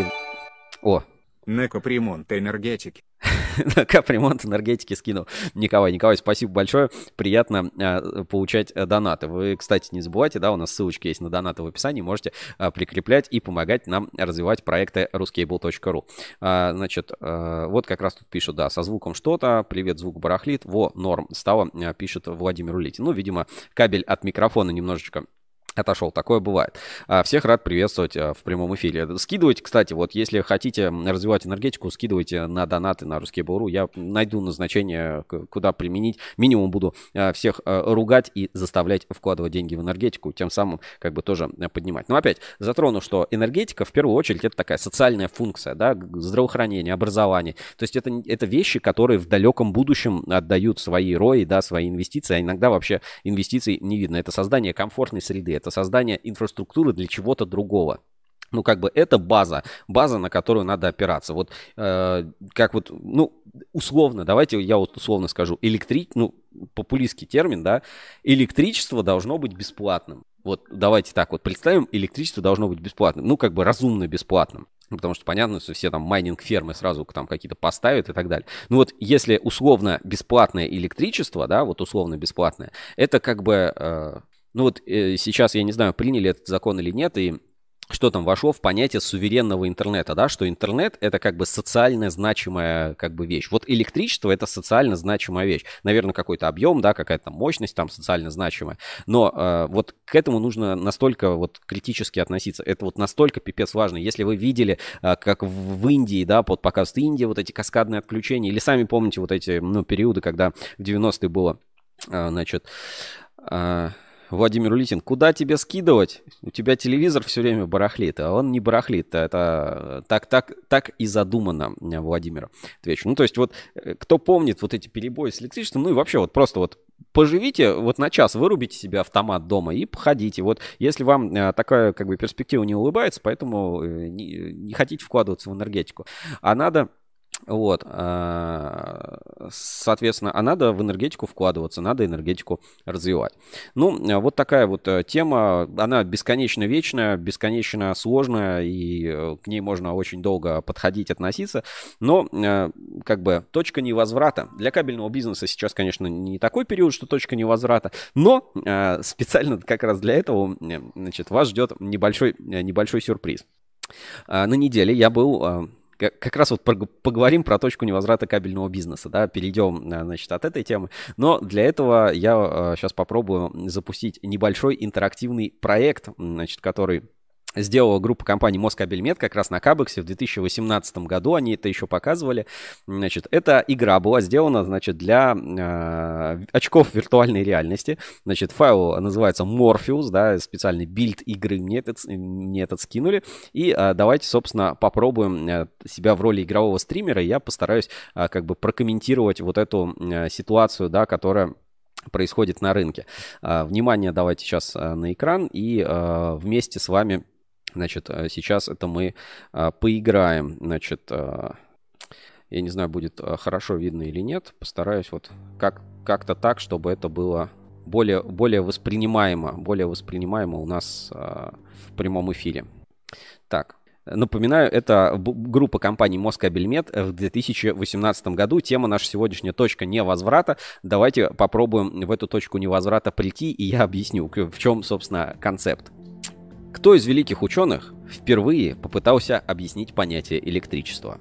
О, на капремонт энергетики. На капремонт энергетики скинул Николай. Николай, спасибо большое. Приятно а, получать а, донаты. Вы, кстати, не забывайте, да, у нас ссылочки есть на донаты в описании. Можете а, прикреплять и помогать нам развивать проекты ruskable точка ру. А, значит, а, вот как раз тут пишут, да, со звуком что-то. Привет, звук барахлит. Во, норм стало, а, пишет Владимир Улитин. Ну, видимо, кабель от микрофона немножечко отошел. Такое бывает. Всех рад приветствовать в прямом эфире. Скидывайте, кстати, вот если хотите развивать энергетику, скидывайте на донаты на ruskable точка ру. Я найду назначение, куда применить. Минимум буду всех ругать и заставлять вкладывать деньги в энергетику, тем самым как бы тоже поднимать. Но опять затрону, что энергетика в первую очередь это такая социальная функция, да, здравоохранение, образование. То есть это, это вещи, которые в далеком будущем отдают свои рои, да, свои инвестиции, а иногда вообще инвестиций не видно. Это создание комфортной среды, это создание инфраструктуры для чего-то другого. Ну, как бы это база, база, на которую надо опираться. Вот э, как вот, ну, условно, давайте я вот условно скажу, электри... ну, популистский термин, да, электричество должно быть бесплатным. Вот давайте так вот представим, электричество должно быть бесплатным, ну, как бы разумно бесплатным. Потому что понятно, что все там майнинг-фермы сразу там какие-то поставят и так далее. Ну вот если условно бесплатное электричество, да, вот условно бесплатное, это как бы... Э, Ну вот э, сейчас, я не знаю, приняли этот закон или нет, и что там вошло в понятие суверенного интернета, да, что интернет это как бы социально значимая как бы вещь. Вот электричество это социально значимая вещь. Наверное, какой-то объем, да, какая-то мощность там социально значимая. Но э, вот к этому нужно настолько вот критически относиться. Это вот настолько пипец важно. Если вы видели, э, как в Индии, да, под показ Индии вот эти каскадные отключения, или сами помните вот эти, ну, периоды, когда в девяностые было, э, значит... Э, Владимир Улитин, куда тебе скидывать? У тебя телевизор все время барахлит, а он не барахлит. Это так, так, так и задумано, Владимир. Отвечу. Ну, то есть вот кто помнит вот эти перебои с электричеством, ну и вообще вот просто вот поживите вот на час, вырубите себе автомат дома и походите. Вот если вам такая как бы перспектива не улыбается, поэтому не, не хотите вкладываться в энергетику, а надо... Вот, соответственно, а надо в энергетику вкладываться, надо энергетику развивать. Ну, вот такая вот тема, она бесконечно вечная, бесконечно сложная, и к ней можно очень долго подходить, относиться, но как бы точка невозврата. Для кабельного бизнеса сейчас, конечно, не такой период, что точка невозврата, но специально как раз для этого, значит, вас ждет небольшой, небольшой сюрприз. На неделе я был... Как раз вот поговорим про точку невозврата кабельного бизнеса, да, перейдем, значит, от этой темы. Но для этого я сейчас попробую запустить небольшой интерактивный проект, значит, который сделала группа компаний Москабельмет как раз на Кабексе в две тысячи восемнадцатом году, они это еще показывали. Значит, эта игра была сделана, значит, для э, очков виртуальной реальности. Значит, файл называется Morpheus, да, специальный билд игры мне этот, мне этот скинули. И э, давайте, собственно, попробуем э, себя в роли игрового стримера. Я постараюсь э, как бы прокомментировать вот эту э, ситуацию, да, которая происходит на рынке. Э, внимание, давайте сейчас э, на экран и э, вместе с вами... Значит, сейчас это мы а, поиграем. Значит, а, я не знаю, будет а, хорошо видно или нет. Постараюсь вот как, как-то так, чтобы это было более, более воспринимаемо. Более воспринимаемо у нас а, в прямом эфире. Так, напоминаю, это группа компаний Москабельмет в две тысячи восемнадцатом году. Тема наша сегодняшняя точка невозврата. Давайте попробуем в эту точку невозврата прийти, и я объясню, в чем, собственно, концепт. Кто из великих ученых впервые попытался объяснить понятие электричества?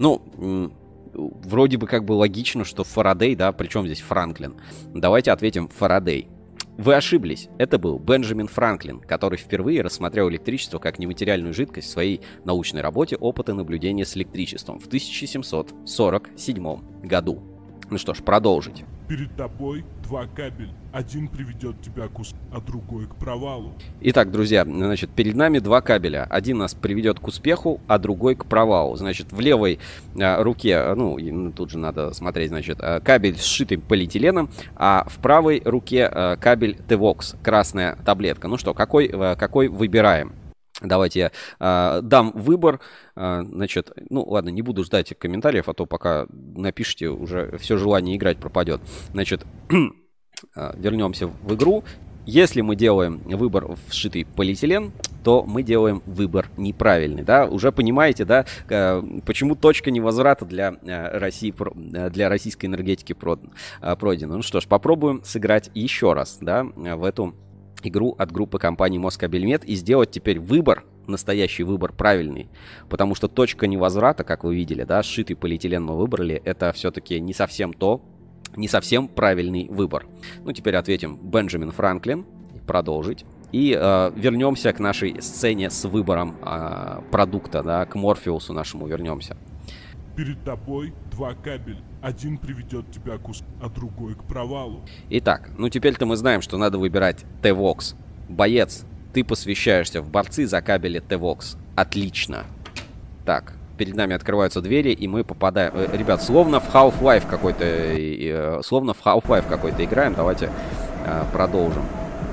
Ну, вроде бы как бы логично, что Фарадей, да, причем здесь Франклин. Давайте ответим Фарадей. Вы ошиблись. Это был Бенджамин Франклин, который впервые рассмотрел электричество как нематериальную жидкость в своей научной работе «Опыты наблюдения с электричеством» в тысяча семьсот сорок седьмом году. Ну что ж, продолжить. Перед тобой два кабеля. Один приведет тебя к успеху, а другой к провалу. Итак, друзья, значит, перед нами два кабеля. Один нас приведет к успеху, а другой к провалу. Значит, в левой а, руке, ну, тут же надо смотреть, значит, кабель сшитый полиэтиленом, а в правой руке а, кабель T-Vox, красная таблетка. Ну что, какой, какой выбираем? Давайте я э, дам выбор. Э, значит, ну ладно, не буду ждать комментариев, а то пока напишите, уже все желание играть пропадет. Значит, э, вернемся в игру. Если мы делаем выбор в сшитый полиэтилен, то мы делаем выбор неправильный, да? Уже понимаете, да, э, почему точка невозврата для э, России, для российской энергетики пройдена. Ну что ж, попробуем сыграть еще раз, да, в эту игру от группы компании Москабельмет и сделать теперь выбор, настоящий выбор правильный, потому что точка невозврата, как вы видели, да, сшитый полиэтилен мы выбрали, это все-таки не совсем то, не совсем правильный выбор. Ну, теперь ответим Бенджамин Франклин, продолжить, и э, вернемся к нашей сцене с выбором э, продукта, да, к Морфеусу нашему вернемся. Перед тобой два кабеля. Один приведет тебя к успеху, а другой к провалу. Итак, ну теперь-то мы знаем, что надо выбирать T-Vox. Боец, ты посвящаешься в борцы за кабели T-Vox. Отлично. Так, перед нами открываются двери, и мы попадаем... Ребят, словно в Half-Life какой-то... Словно в Half-Life какой-то играем. Давайте э, продолжим.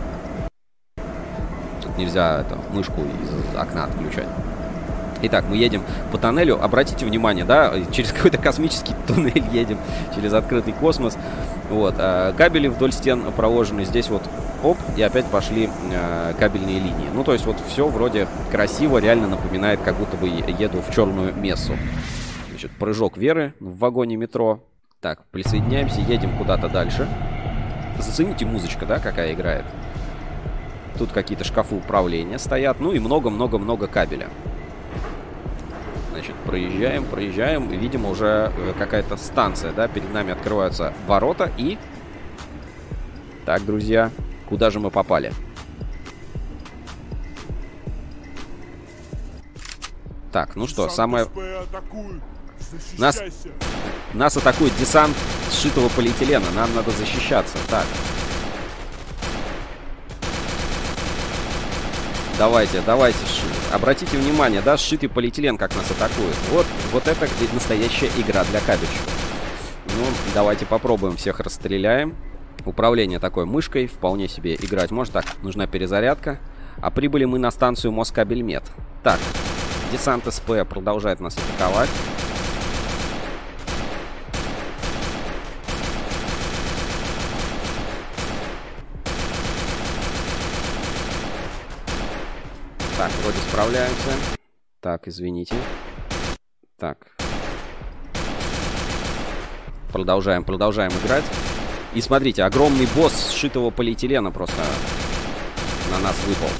Тут нельзя это, мышку из окна отключать. Итак, мы едем по тоннелю. Обратите внимание, да, через какой-то космический туннель едем, через открытый космос. Вот, а кабели вдоль стен проложены. Здесь вот, оп, и опять пошли а, кабельные линии. Ну, то есть вот все вроде красиво, реально напоминает, как будто бы еду в черную мессу. Значит, прыжок веры в вагоне метро. Так, присоединяемся, едем куда-то дальше. Зацените музычка, да, какая играет. Тут какие-то шкафы управления стоят. Ну и много-много-много кабеля. Значит, проезжаем, проезжаем. Видимо, уже какая-то станция, да? Перед нами открываются ворота и... Так, друзья, куда же мы попали? Так, ну что, самое... Нас... Нас атакует десант сшитого полиэтилена. Нам надо защищаться. Так. Давайте, давайте. Обратите внимание, да, сшитый полиэтилен как нас атакует. Вот, вот это настоящая игра для кабельщиков. Ну, давайте попробуем, всех расстреляем. Управление такой мышкой вполне себе играть можно. Так, нужна перезарядка. А прибыли мы на станцию Москабельмет. Так, десант СП продолжает нас атаковать. Так, вроде справляемся. Так, извините. Так. Продолжаем, продолжаем играть. И смотрите, огромный босс сшитого полиэтилена просто на нас выпал.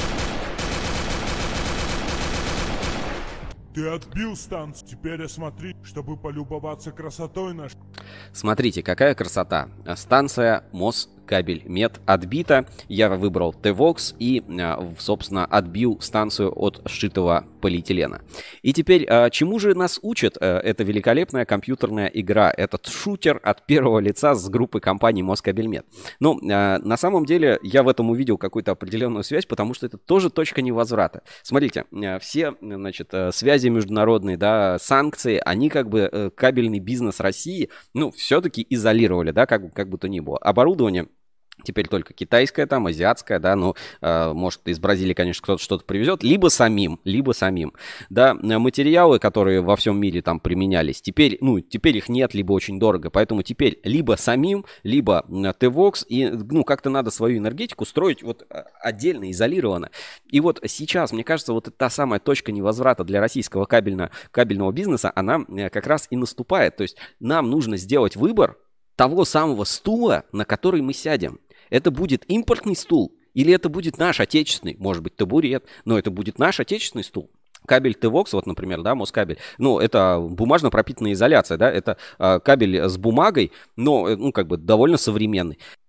Ты отбил станцию. Теперь осмотри, чтобы полюбоваться красотой нашей. Смотрите, какая красота. Станция Москабельмет отбита. Я выбрал T-Vox и, собственно, отбил станцию от сшитого полиэтилена. И теперь, чему же нас учит эта великолепная компьютерная игра? Этот шутер от первого лица с группы компании Москабельмет. Ну, на самом деле, я в этом увидел какую-то определенную связь, потому что это тоже точка невозврата. Смотрите, все, значит, связи международные, да, санкции, они как бы кабельный бизнес России, ну, все-таки изолировали, да, как, как бы то ни было. Оборудование теперь только китайское, там, азиатское, да, ну, э, может, из Бразилии, конечно, кто-то что-то привезет, либо самим, либо самим, да, материалы, которые во всем мире там применялись, теперь, ну, теперь их нет, либо очень дорого, поэтому теперь либо самим, либо T-Vox, и, ну, как-то надо свою энергетику строить вот отдельно, изолированно. И вот сейчас, мне кажется, вот та самая точка невозврата для российского кабельного, кабельного бизнеса, она как раз и наступает, то есть нам нужно сделать выбор того самого стула, на который мы сядем. Это будет импортный стул или это будет наш отечественный, может быть, табурет, но это будет наш отечественный стул. Кабель T-Vox, вот, например, да, Москабель, ну, это бумажно пропитанная изоляция, да, это э, кабель с бумагой, но, ну, как бы довольно современный.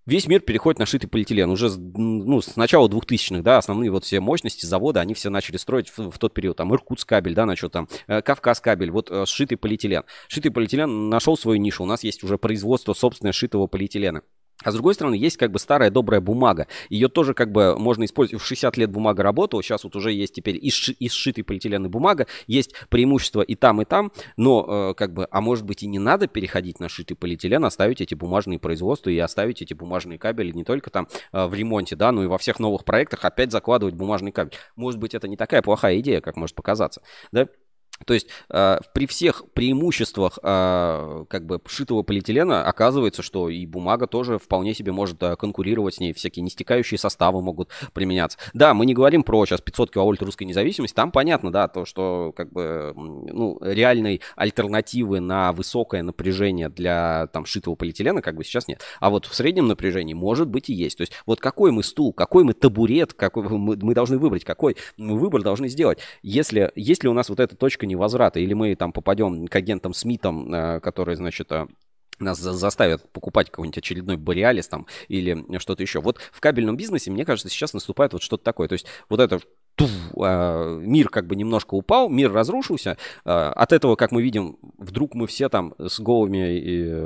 Весь мир переходит на шитый полиэтилен. Уже ну, с начала двухтысячных, да, основные вот все мощности завода, они все начали строить в, в тот период. Там Иркутск кабель, да, начал там э, Кавказ кабель, вот э, сшитый полиэтилен. Шитый полиэтилен нашел свою нишу. У нас есть уже производство собственное шитого полиэтилена. А с другой стороны, есть как бы старая добрая бумага. Ее тоже как бы можно использовать. В шестьдесят лет бумага работала. Сейчас вот уже есть теперь и, сши, и сшитый полиэтилен и бумага. Есть преимущества и там, и там. Но э, как бы, а может быть и не надо переходить на шитый полиэтилен, оставить эти бумажные производства и оставить эти бумажные кабели не только там э, в ремонте, да, но и во всех новых проектах опять закладывать бумажный кабель. Может быть, это не такая плохая идея, как может показаться, да? То есть э, при всех преимуществах э, как бы шитого полиэтилена оказывается, что и бумага тоже вполне себе может э, конкурировать с ней. Всякие нестекающие составы могут применяться. Да, мы не говорим про сейчас пятьсот киловольт русской независимости. Там понятно, да, то, что как бы ну, реальной альтернативы на высокое напряжение для там шитого полиэтилена как бы сейчас нет. А вот в среднем напряжении может быть и есть. То есть вот какой мы стул, какой мы табурет, какой мы, мы должны выбрать, какой мы выбор должны сделать. Если, если у нас вот эта точка невозврата, или мы там попадем к агентам Смитам, которые, значит, нас заставят покупать какой-нибудь очередной Borealis там или что-то еще. Вот в кабельном бизнесе, мне кажется, сейчас наступает вот что-то такое. То есть вот это туф, э, мир как бы немножко упал, мир разрушился. Э, от этого, как мы видим, вдруг мы все там с голыми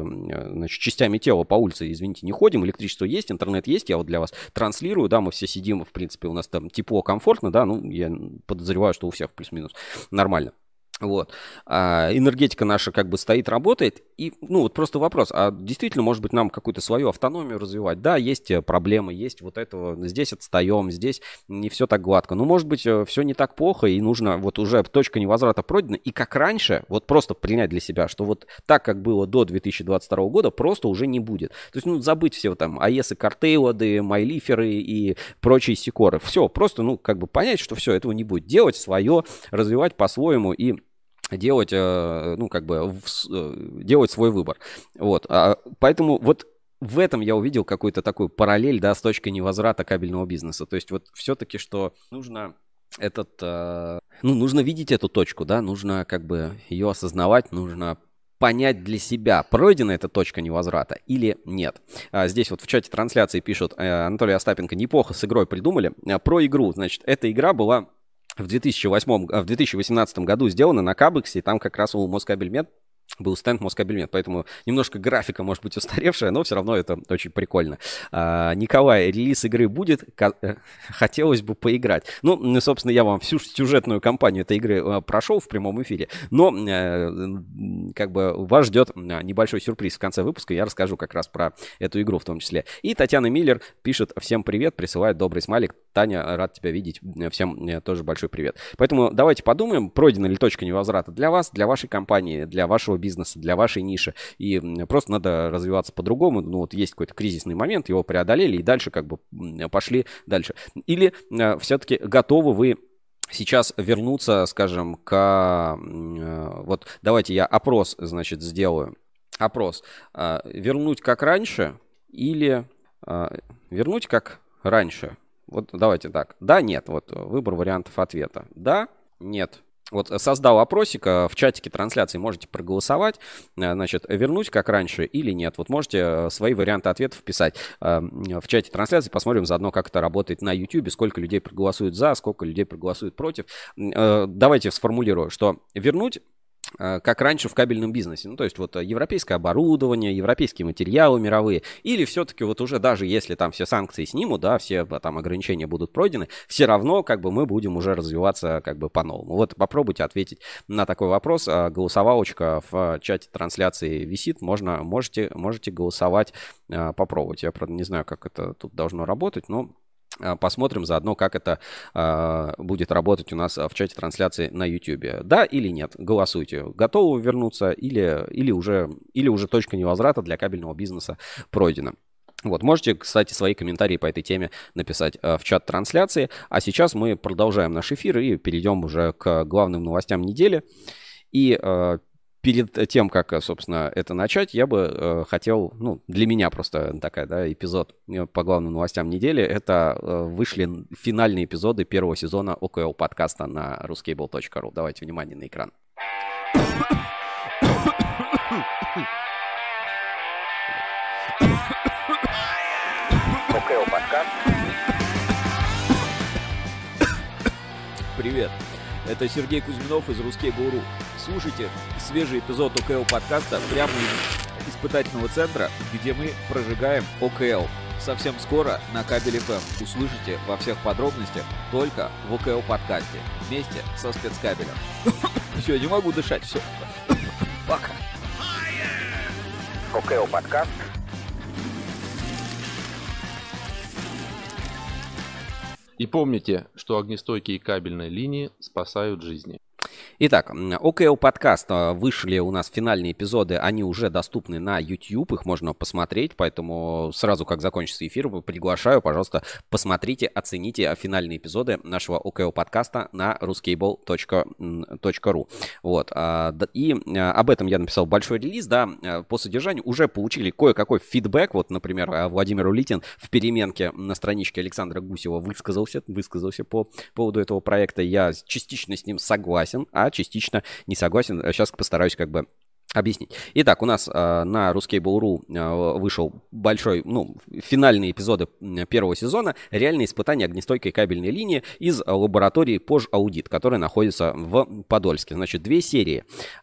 э, значит, частями тела по улице, извините, не ходим. Электричество есть, интернет есть, я вот для вас транслирую, да, мы все сидим, в принципе, у нас там тепло, комфортно, да, ну, я подозреваю, что у всех плюс-минус нормально. Вот. А энергетика наша как бы стоит, работает. И, ну, вот просто вопрос, а действительно, может быть, нам какую-то свою автономию развивать? Да, есть проблемы, есть вот этого, здесь отстаем, здесь не все так гладко. Но, может быть, все не так плохо, и нужно вот уже точка невозврата пройдена. И как раньше, вот просто принять для себя, что вот так, как было до две тысячи двадцать второго года, просто уже не будет. То есть, ну, забыть все там АЭСы, Картейлоды, Майлиферы и прочие Сикоры. Все, просто, ну, как бы понять, что все, этого не будет. Делать свое, развивать по-своему и делать, ну, как бы, делать свой выбор. Вот. Поэтому вот в этом я увидел какую-то такую параллель, да, с точкой невозврата кабельного бизнеса. То есть вот все-таки, что нужно этот, ну, нужно видеть эту точку, да, нужно как бы ее осознавать, нужно понять для себя, пройдена эта точка невозврата или нет. Здесь вот в чате трансляции пишут, Анатолий Остапенко, неплохо с игрой придумали. Про игру, значит, эта игра была в две тысячи восьмом, в две тысячи восемнадцатом году сделана на Кабексе, и там как раз у Москабельмет был стенд Москабельмет, поэтому немножко графика может быть устаревшая, но все равно это очень прикольно. А, Николай, релиз игры будет? Хотелось бы поиграть. Ну, собственно, я вам всю сюжетную кампанию этой игры прошел в прямом эфире, но как бы вас ждет небольшой сюрприз в конце выпуска, я расскажу как раз про эту игру в том числе. И Татьяна Миллер пишет: всем привет, присылает добрый смайлик. Таня, рад тебя видеть. Всем тоже большой привет. Поэтому давайте подумаем, пройдена ли точка невозврата для вас, для вашей компании, для вашего бизнеса, для вашей ниши. И просто надо развиваться по-другому. Ну, вот есть какой-то кризисный момент, его преодолели и дальше как бы пошли дальше. Или э, все-таки готовы вы сейчас вернуться, скажем, к... Э, вот давайте я опрос, значит, сделаю. Опрос. Э, вернуть как раньше или э, вернуть как раньше? Вот давайте так. Да, нет. Вот выбор вариантов ответа. Да, нет. Вот создал опросик, в чатике трансляции можете проголосовать, значит, вернуть как раньше или нет. Вот можете свои варианты ответов писать в чате трансляции, посмотрим заодно, как это работает на YouTube, сколько людей проголосуют за, сколько людей проголосуют против. Давайте сформулирую, что вернуть как раньше в кабельном бизнесе. Ну, то есть вот европейское оборудование, европейские материалы мировые, или все-таки вот уже даже если там все санкции снимут, да, все там ограничения будут пройдены, все равно как бы мы будем уже развиваться как бы по-новому. Вот попробуйте ответить на такой вопрос. Голосовалочка в чате трансляции висит, можно, можете, можете голосовать, попробовать. Я, правда, не знаю, как это тут должно работать, но посмотрим заодно, как это э, будет работать у нас в чате трансляции на YouTube. Да или нет? Голосуйте. Готовы вернуться или, или, уже, или уже точка невозврата для кабельного бизнеса пройдена. Вот, можете, кстати, свои комментарии по этой теме написать э, в чат трансляции. А сейчас мы продолжаем наш эфир и перейдем уже к главным новостям недели. И э, перед тем, как, собственно, это начать, я бы э, хотел, ну, для меня просто такая, да, эпизод по главным новостям недели. Это э, вышли финальные эпизоды первого сезона ОКЛ подкаста на ruskable точка ру. Давайте внимание на экран. ОКО подкаст. Привет, это Сергей Кузьминов из Ruskable.ru. Слушайте свежий эпизод ОКО подкаста прямо из испытательного центра, где мы прожигаем ОКЛ. Совсем скоро на Кабель эф эм услышите во всех подробностях только в ОКО подкасте вместе со спецкабелем. Все, не могу дышать, все. Пока. ОКО подкаст. И помните, что огнестойкие кабельные линии спасают жизни. Итак, ОКО подкаст, вышли у нас финальные эпизоды, они уже доступны на YouTube, их можно посмотреть, поэтому сразу как закончится эфир, приглашаю, пожалуйста, посмотрите, оцените финальные эпизоды нашего ОКО подкаста на ruskable точка ру. Вот, и об этом я написал большой релиз, да, по содержанию уже получили кое-какой фидбэк, вот, например, Владимир Улитин в переменке на страничке Александра Гусева высказался, высказался по поводу этого проекта, я частично с ним согласен, а частично не согласен. Сейчас постараюсь как бы объяснить. Итак, у нас э, на Ruskable.ru э, вышел большой, ну, финальные эпизоды первого сезона «Реальные испытания огнестойкой кабельной линии» из лаборатории Пожаудит, которая находится в Подольске. Значит, две серии.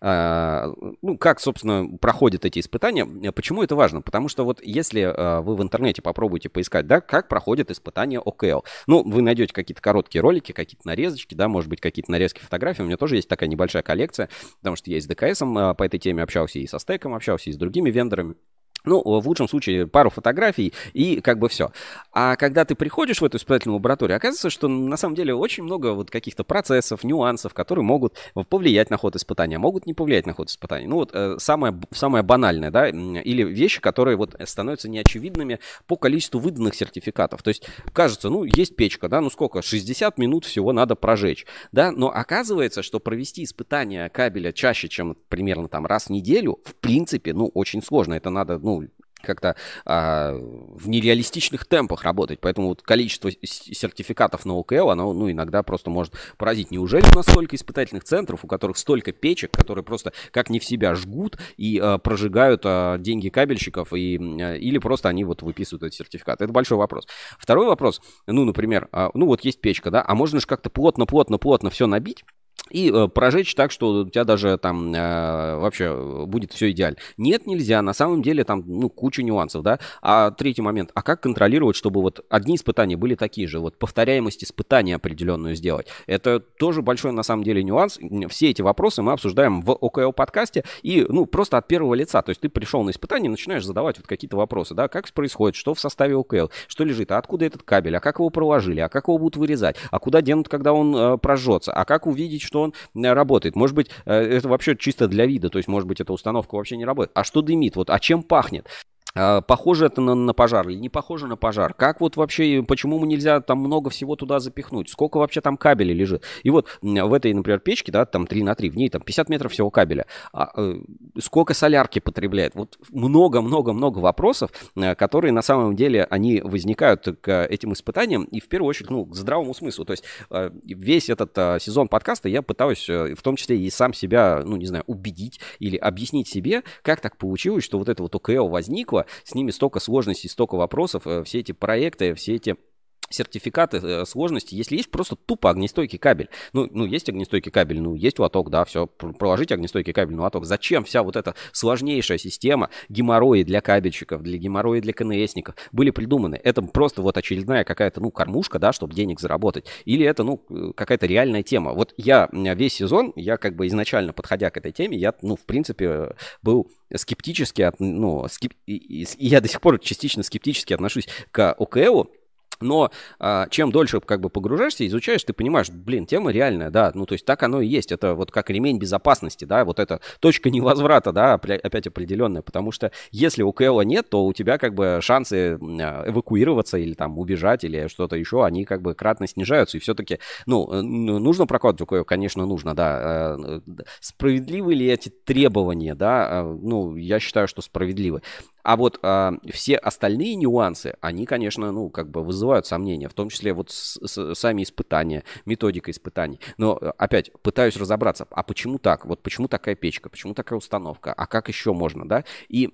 Э, ну, как, собственно, проходят эти испытания? Почему это важно? Потому что вот если э, вы в интернете попробуете поискать, да, как проходят испытания ОКЛ, ну, вы найдете какие-то короткие ролики, какие-то нарезочки, да, может быть, какие-то нарезки фотографий. У меня тоже есть такая небольшая коллекция, потому что я и с ДКСом э, по этой теме общался, и со Стеком общался, и с другими вендорами. Ну, в лучшем случае, пару фотографий, и как бы все. А когда ты приходишь в эту испытательную лабораторию, оказывается, что на самом деле очень много вот каких-то процессов, нюансов, которые могут повлиять на ход испытания, могут не повлиять на ход испытания. Ну, вот э, самое, самое банальное, да, или вещи, которые вот становятся неочевидными по количеству выданных сертификатов. То есть, кажется, ну, есть печка, да, ну сколько, шестьдесят минут всего надо прожечь, да, но оказывается, что провести испытание кабеля чаще, чем примерно там раз в неделю, в принципе, ну, очень сложно. Это надо, ну, как-то а, в нереалистичных темпах работать. Поэтому вот количество сертификатов на ОКЛ, оно, ну, иногда просто может поразить. Неужели у нас столько испытательных центров, у которых столько печек, которые просто как не в себя жгут и а, прожигают а, деньги кабельщиков, и, а, или просто они вот выписывают эти сертификаты? Это большой вопрос. Второй вопрос, ну, например, а, ну, вот есть печка, да, а можно же как-то плотно-плотно-плотно все набить и э, прожечь так, что у тебя даже там э, вообще будет все идеально. Нет, нельзя. На самом деле там, ну, куча нюансов, да. А третий момент. А как контролировать, чтобы вот одни испытания были такие же? Вот повторяемость испытаний определенную сделать. Это тоже большой на самом деле нюанс. Все эти вопросы мы обсуждаем в ОКО подкасте и, ну, просто от первого лица. То есть ты пришел на испытание и начинаешь задавать вот какие-то вопросы, да. Как происходит, что в составе ОКЛ, что лежит, а откуда этот кабель, а как его проложили, а как его будут вырезать, а куда денут, когда он э, прожжется, а как увидеть, что он работает. Может быть, это вообще чисто для вида, то есть, может быть, эта установка вообще не работает. А что дымит? Вот, а чем пахнет? Похоже это на, на пожар или не похоже на пожар? Как вот вообще, почему нельзя там много всего туда запихнуть? Сколько вообще там кабелей лежит? И вот в этой, например, печке, да, там три на три, в ней там пятьдесят метров всего кабеля. А, э, сколько солярки потребляет? Вот много-много-много вопросов, которые на самом деле, они возникают к этим испытаниям и в первую очередь, ну, к здравому смыслу. То есть э, весь этот э, сезон подкаста я пытаюсь э, в том числе и сам себя, ну, не знаю, убедить или объяснить себе, как так получилось, что вот это вот ОКЛ возникло, с ними столько сложностей, столько вопросов, все эти проекты, все эти сертификаты, сложности, если есть просто тупо огнестойкий кабель. Ну, ну, есть огнестойкий кабель, ну, есть лоток, да, все, проложите огнестойкий кабель на лоток. Зачем вся вот эта сложнейшая система, геморрои для кабельщиков, для геморрои для КНСников были придуманы? Это просто вот очередная какая-то, ну, кормушка, да, чтобы денег заработать. Или это, ну, какая-то реальная тема. Вот я весь сезон, я как бы изначально, подходя к этой теме, я, ну, в принципе, был скептически, ну, скеп... и я до сих пор частично скептически отношусь к ОКЛу. Но а, чем дольше как бы погружаешься, изучаешь, ты понимаешь, блин, тема реальная, да, ну то есть так оно и есть, это вот как ремень безопасности, да, вот эта точка невозврата, да, опять определенная, потому что если ОКЛа нет, то у тебя как бы шансы эвакуироваться или там убежать или что-то еще, они как бы кратно снижаются, и все-таки, ну, нужно прокладывать ОКЛ, конечно, нужно, да, справедливы ли эти требования, да, ну, я считаю, что справедливы. А вот а, все остальные нюансы, они, конечно, ну, как бы вызывают сомнения, в том числе вот с, с, сами испытания, методика испытаний. Но опять пытаюсь разобраться, а почему так? Вот почему такая печка, почему такая установка, а как еще можно, да? И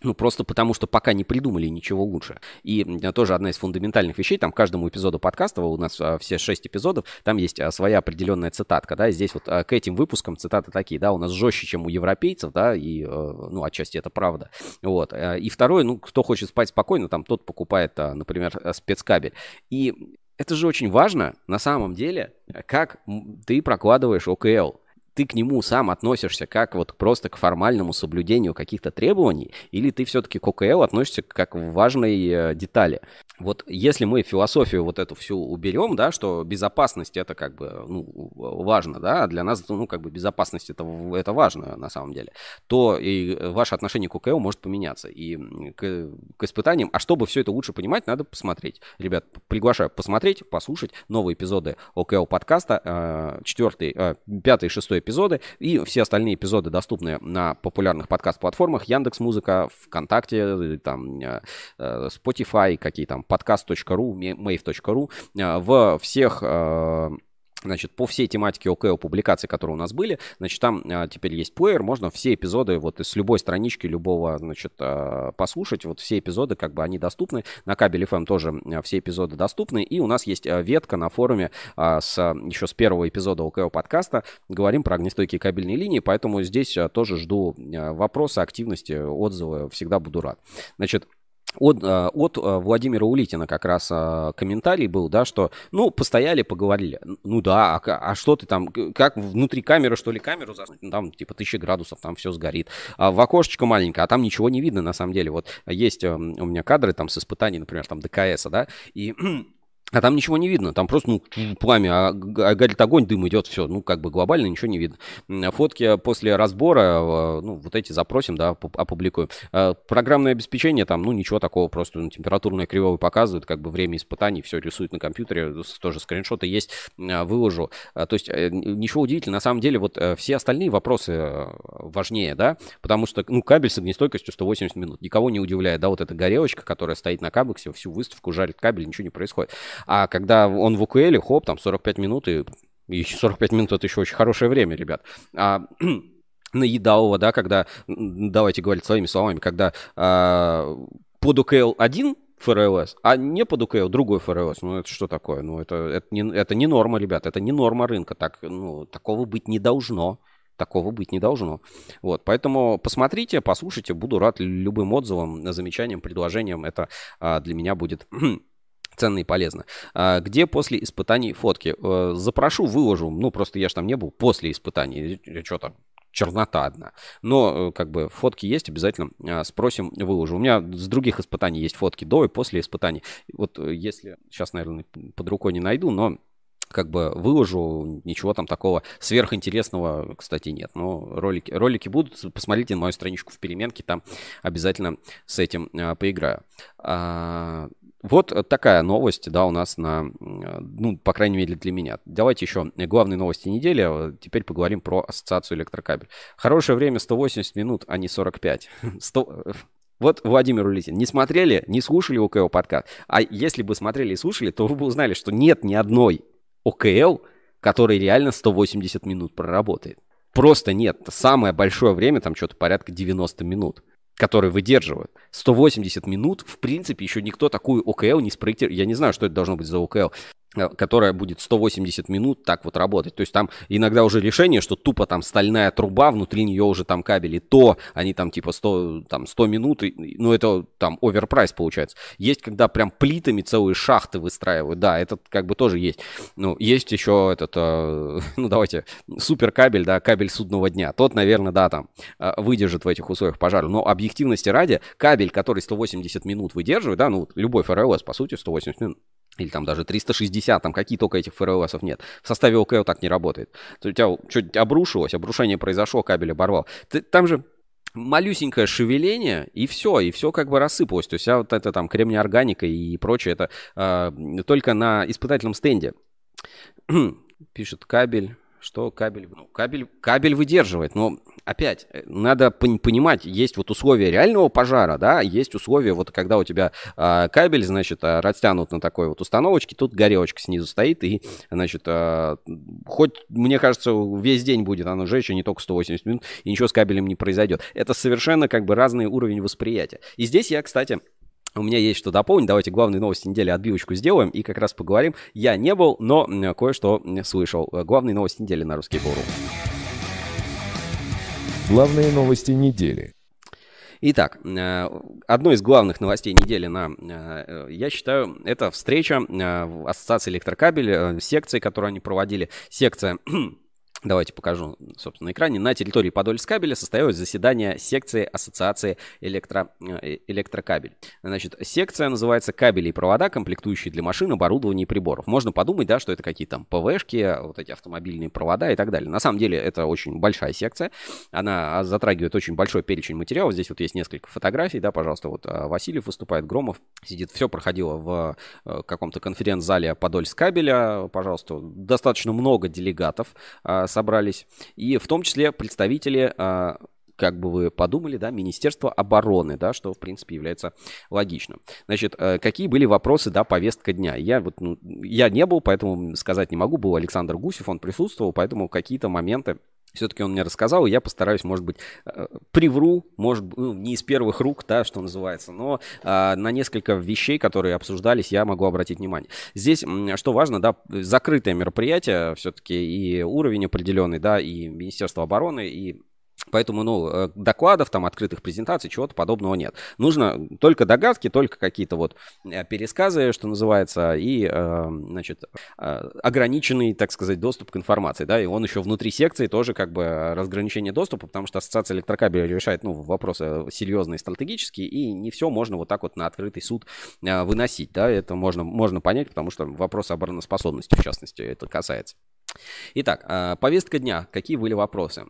Ну, просто потому, что пока не придумали ничего лучше. И тоже одна из фундаментальных вещей, там, каждому эпизоду подкаста, у нас а, все шесть эпизодов, там есть а, своя определенная цитатка, да, и здесь вот а, к этим выпускам цитаты такие, да, у нас жестче, чем у европейцев, да, и, а, ну, отчасти это правда, вот. А, и второе, ну, кто хочет спать спокойно, там, тот покупает, а, например, спецкабель. И это же очень важно, на самом деле, как ты прокладываешь о ка эл. Ты к нему сам относишься как вот просто к формальному соблюдению каких-то требований, или ты все-таки к о ка эл относишься как к важной э, детали? Вот если мы философию вот эту всю уберем, да, что безопасность это как бы, ну, важно, да, для нас, ну, как бы безопасность это, это важно на самом деле, то и ваше отношение к о ка эл может поменяться. И к, к испытаниям, а чтобы все это лучше понимать, надо посмотреть. Ребят, приглашаю посмотреть, послушать новые эпизоды о ка эл подкаста, э, четвертый, э, пятый и шестой эпизоды, и все остальные эпизоды доступны на популярных подкаст-платформах: Яндекс.Музыка, ВКонтакте, там, Spotify, какие там, подкаст точка ру, мейв точка ру, в всех, значит, по всей тематике о ка эл публикаций, которые у нас были, значит, там а, теперь есть плеер, можно все эпизоды вот с любой странички, любого, значит, а, послушать, вот все эпизоды, как бы, они доступны, на Кабель эф эм тоже а, все эпизоды доступны, и у нас есть а, ветка на форуме а, с, еще с первого эпизода о ка эл подкаста, говорим про огнестойкие кабельные линии, поэтому здесь а, тоже жду а, вопросы, активности, отзывы, всегда буду рад. Значит, От, от Владимира Улитина как раз комментарий был, да, что, ну, постояли, поговорили. Ну да, а, а что ты там, как внутри камеры, что ли, камеру засунуть? Ну, там типа тысяча градусов, там все сгорит. А в окошечко маленькое, а там ничего не видно на самом деле. Вот есть у меня кадры там с испытаний, например, там ДКСа, да, и... А там ничего не видно, там просто, ну, пламя, а, а горит огонь, дым идет, все, ну, как бы глобально ничего не видно. Фотки после разбора, ну, вот эти запросим, да, опубликуем. Программное обеспечение, там, ну, ничего такого, просто ну, температурная кривая показывает, как бы время испытаний, все рисует на компьютере, тоже скриншоты есть, выложу. То есть ничего удивительного, на самом деле, вот все остальные вопросы важнее, да, потому что, ну, кабель с огнестойкостью сто восемьдесят минут, никого не удивляет, да, вот эта горелочка, которая стоит на кабексе, всю выставку жарит кабель, ничего не происходит. А когда он в о ка эл, хоп, там сорок пять минут, и, и сорок пять минут это еще очень хорошее время, ребят. А на Едалово, да, когда, давайте говорить своими словами, когда а, под о ка эл один эф эр эл эс, а не под о ка эл другой эф эр эл эс, ну это что такое? Ну это, это, не, это не норма, ребят, это не норма рынка, так, ну, такого быть не должно. Такого быть не должно. Вот, поэтому посмотрите, послушайте, буду рад любым отзывам, замечаниям, предложениям. Это а, для меня будет... ценно и полезно. А, где после испытаний фотки? А, запрошу, выложу. Ну, просто я же там не был после испытаний. Что там? Чернота одна. Но, как бы, фотки есть, обязательно а, спросим, выложу. У меня с других испытаний есть фотки до и после испытаний. Вот если... Сейчас, наверное, под рукой не найду, но... как бы выложу, ничего там такого сверхинтересного, кстати, нет. Но ролики, ролики будут, посмотрите на мою страничку в переменке, там обязательно с этим а, поиграю. А, вот такая новость, да, у нас на, ну, по крайней мере для меня. Давайте еще главные новости недели, теперь поговорим про ассоциацию электрокабель. Хорошее время сто восемьдесят минут, а не сорок пять. сто... Вот Владимир Улитин. Не смотрели, не слушали о ка эл подкаст. А если бы смотрели и слушали, то вы бы узнали, что нет ни одной о ка эл, который реально сто восемьдесят минут проработает. Просто нет. Самое большое время, там что-то порядка девяносто минут, которые выдерживают. сто восемьдесят минут, в принципе, еще никто такую о ка эл не спроектировал. Я не знаю, что это должно быть за о ка эл, которая будет сто восемьдесят минут так вот работать. То есть там иногда уже решение, что тупо там стальная труба, внутри нее уже там кабели, то они там типа сто, там сто минут, ну это там оверпрайс получается. Есть, когда прям плитами целые шахты выстраивают, да, это как бы тоже есть. Ну, есть еще этот, э, ну давайте, суперкабель, да, кабель судного дня. Тот, наверное, да, там э, выдержит в этих условиях пожар. Но объективности ради, кабель, который сто восемьдесят минут выдерживает, да, ну любой эф эр эл эс, по сути, сто восемьдесят минут, или там даже триста шестьдесят, там какие только этих эф эр эл эсов нет. В составе о ка эл так не работает. То есть у тебя что-нибудь обрушилось, обрушение произошло, кабель оборвал. Ты, там же малюсенькое шевеление, и все, и все как бы рассыпалось. То есть вся вот это там кремния органика и прочее, это э, только на испытательном стенде. Пишет кабель. что кабель, ну, кабель, кабель выдерживает, но опять надо понимать, есть вот условия реального пожара, да, есть условия, вот когда у тебя а, кабель, значит, а, растянут на такой вот установочке, тут горелочка снизу стоит, и, значит, а, хоть, мне кажется, весь день будет оно жечь, и не только сто восемьдесят минут, и ничего с кабелем не произойдет. Это совершенно как бы разный уровень восприятия. И здесь я, кстати... У меня есть что дополнить. Давайте главные новости недели отбивочку сделаем и как раз поговорим. Я не был, но кое-что слышал. Главные новости недели на Ruskable.ru. Главные новости недели. Итак, одной из главных новостей недели, на, я считаю, это встреча Ассоциации электрокабель, секции, которую они проводили. Секция... Давайте покажу, собственно, на экране. На территории Подольскабеля состоялось заседание секции Ассоциации электро... электрокабель. Значит, секция называется «Кабели и провода, комплектующие для машин, оборудования и приборов». Можно подумать, да, что это какие-то там ПВшки, вот эти автомобильные провода и так далее. На самом деле это очень большая секция. Она затрагивает очень большой перечень материалов. Здесь вот есть несколько фотографий, да, пожалуйста. Вот Васильев выступает, Громов сидит. Все проходило в каком-то конференц-зале Подольскабеля. Пожалуйста, достаточно много делегатов собрались, и в том числе представители, как бы вы подумали, да, Министерства обороны, да, что, в принципе, является логичным. Значит, какие были вопросы, да, повестка дня? Я вот, ну, я не был, поэтому сказать не могу. Был Александр Гусев, он присутствовал, поэтому какие-то моменты все-таки он мне рассказал, и я постараюсь, может быть, привру, может, ну, не из первых рук, да, что называется, но а, на несколько вещей, которые обсуждались, я могу обратить внимание. Здесь, что важно, да, закрытое мероприятие, все-таки и уровень определенный, да, и Министерство обороны, и... Поэтому, ну, докладов, там, открытых презентаций, чего-то подобного нет. Нужно только догадки, только какие-то вот пересказы, что называется, и, э, значит, ограниченный, так сказать, доступ к информации, да, и он еще внутри секции тоже как бы разграничение доступа, потому что Ассоциация электрокабеля решает, ну, вопросы серьезные, стратегические, и не все можно вот так вот на открытый суд выносить, да, это можно, можно понять, потому что вопросы обороноспособности, в частности, это касается. Итак, повестка дня. Какие были вопросы?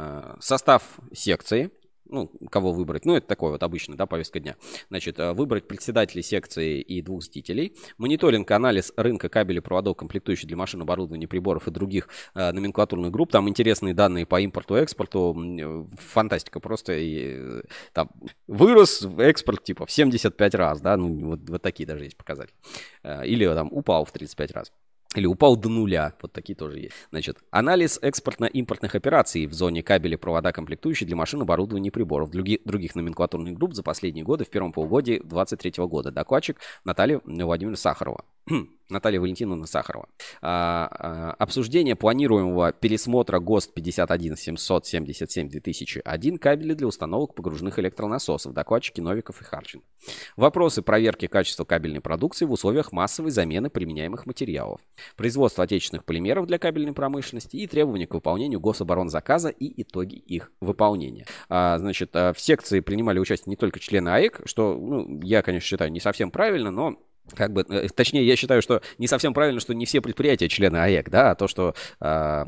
Состав секции. Ну, кого выбрать? Ну, это такой вот обычный, да, повестка дня. Значит, выбрать председателей секции и двух зрителей. Мониторинг, анализ рынка кабелей, проводов, комплектующих для машин, оборудования, приборов и других э, номенклатурных групп. Там интересные данные по импорту, экспорту. Фантастика просто. И, там, вырос экспорт типа в семьдесят пять раз, да, ну, вот, вот такие даже есть показатели. Или там упал в тридцать пять раз. Или упал до нуля. Вот такие тоже есть. Значит, анализ экспортно-импортных операций в зоне кабелей, провода, комплектующие для машин, оборудования и приборов других, других номенклатурных групп за последние годы в первом полугодии две тысячи двадцать третьего года. Докладчик Наталья Владимировна Сахарова. Наталья Валентиновна Сахарова. А, а, обсуждение планируемого пересмотра ГОСТ пятьдесят один семьсот семьдесят семь две тысячи один кабелей для установок погружных электронасосов. Докладчики Новиков и Харченко. Вопросы проверки качества кабельной продукции в условиях массовой замены применяемых материалов. Производство отечественных полимеров для кабельной промышленности и требования к выполнению гособоронзаказа и итоги их выполнения. А, значит, в секции принимали участие не только члены АЭК, что, ну, я, конечно, считаю не совсем правильно, но как бы, точнее, я считаю, что не совсем правильно, что не все предприятия члены АЭК, да, а то, что э,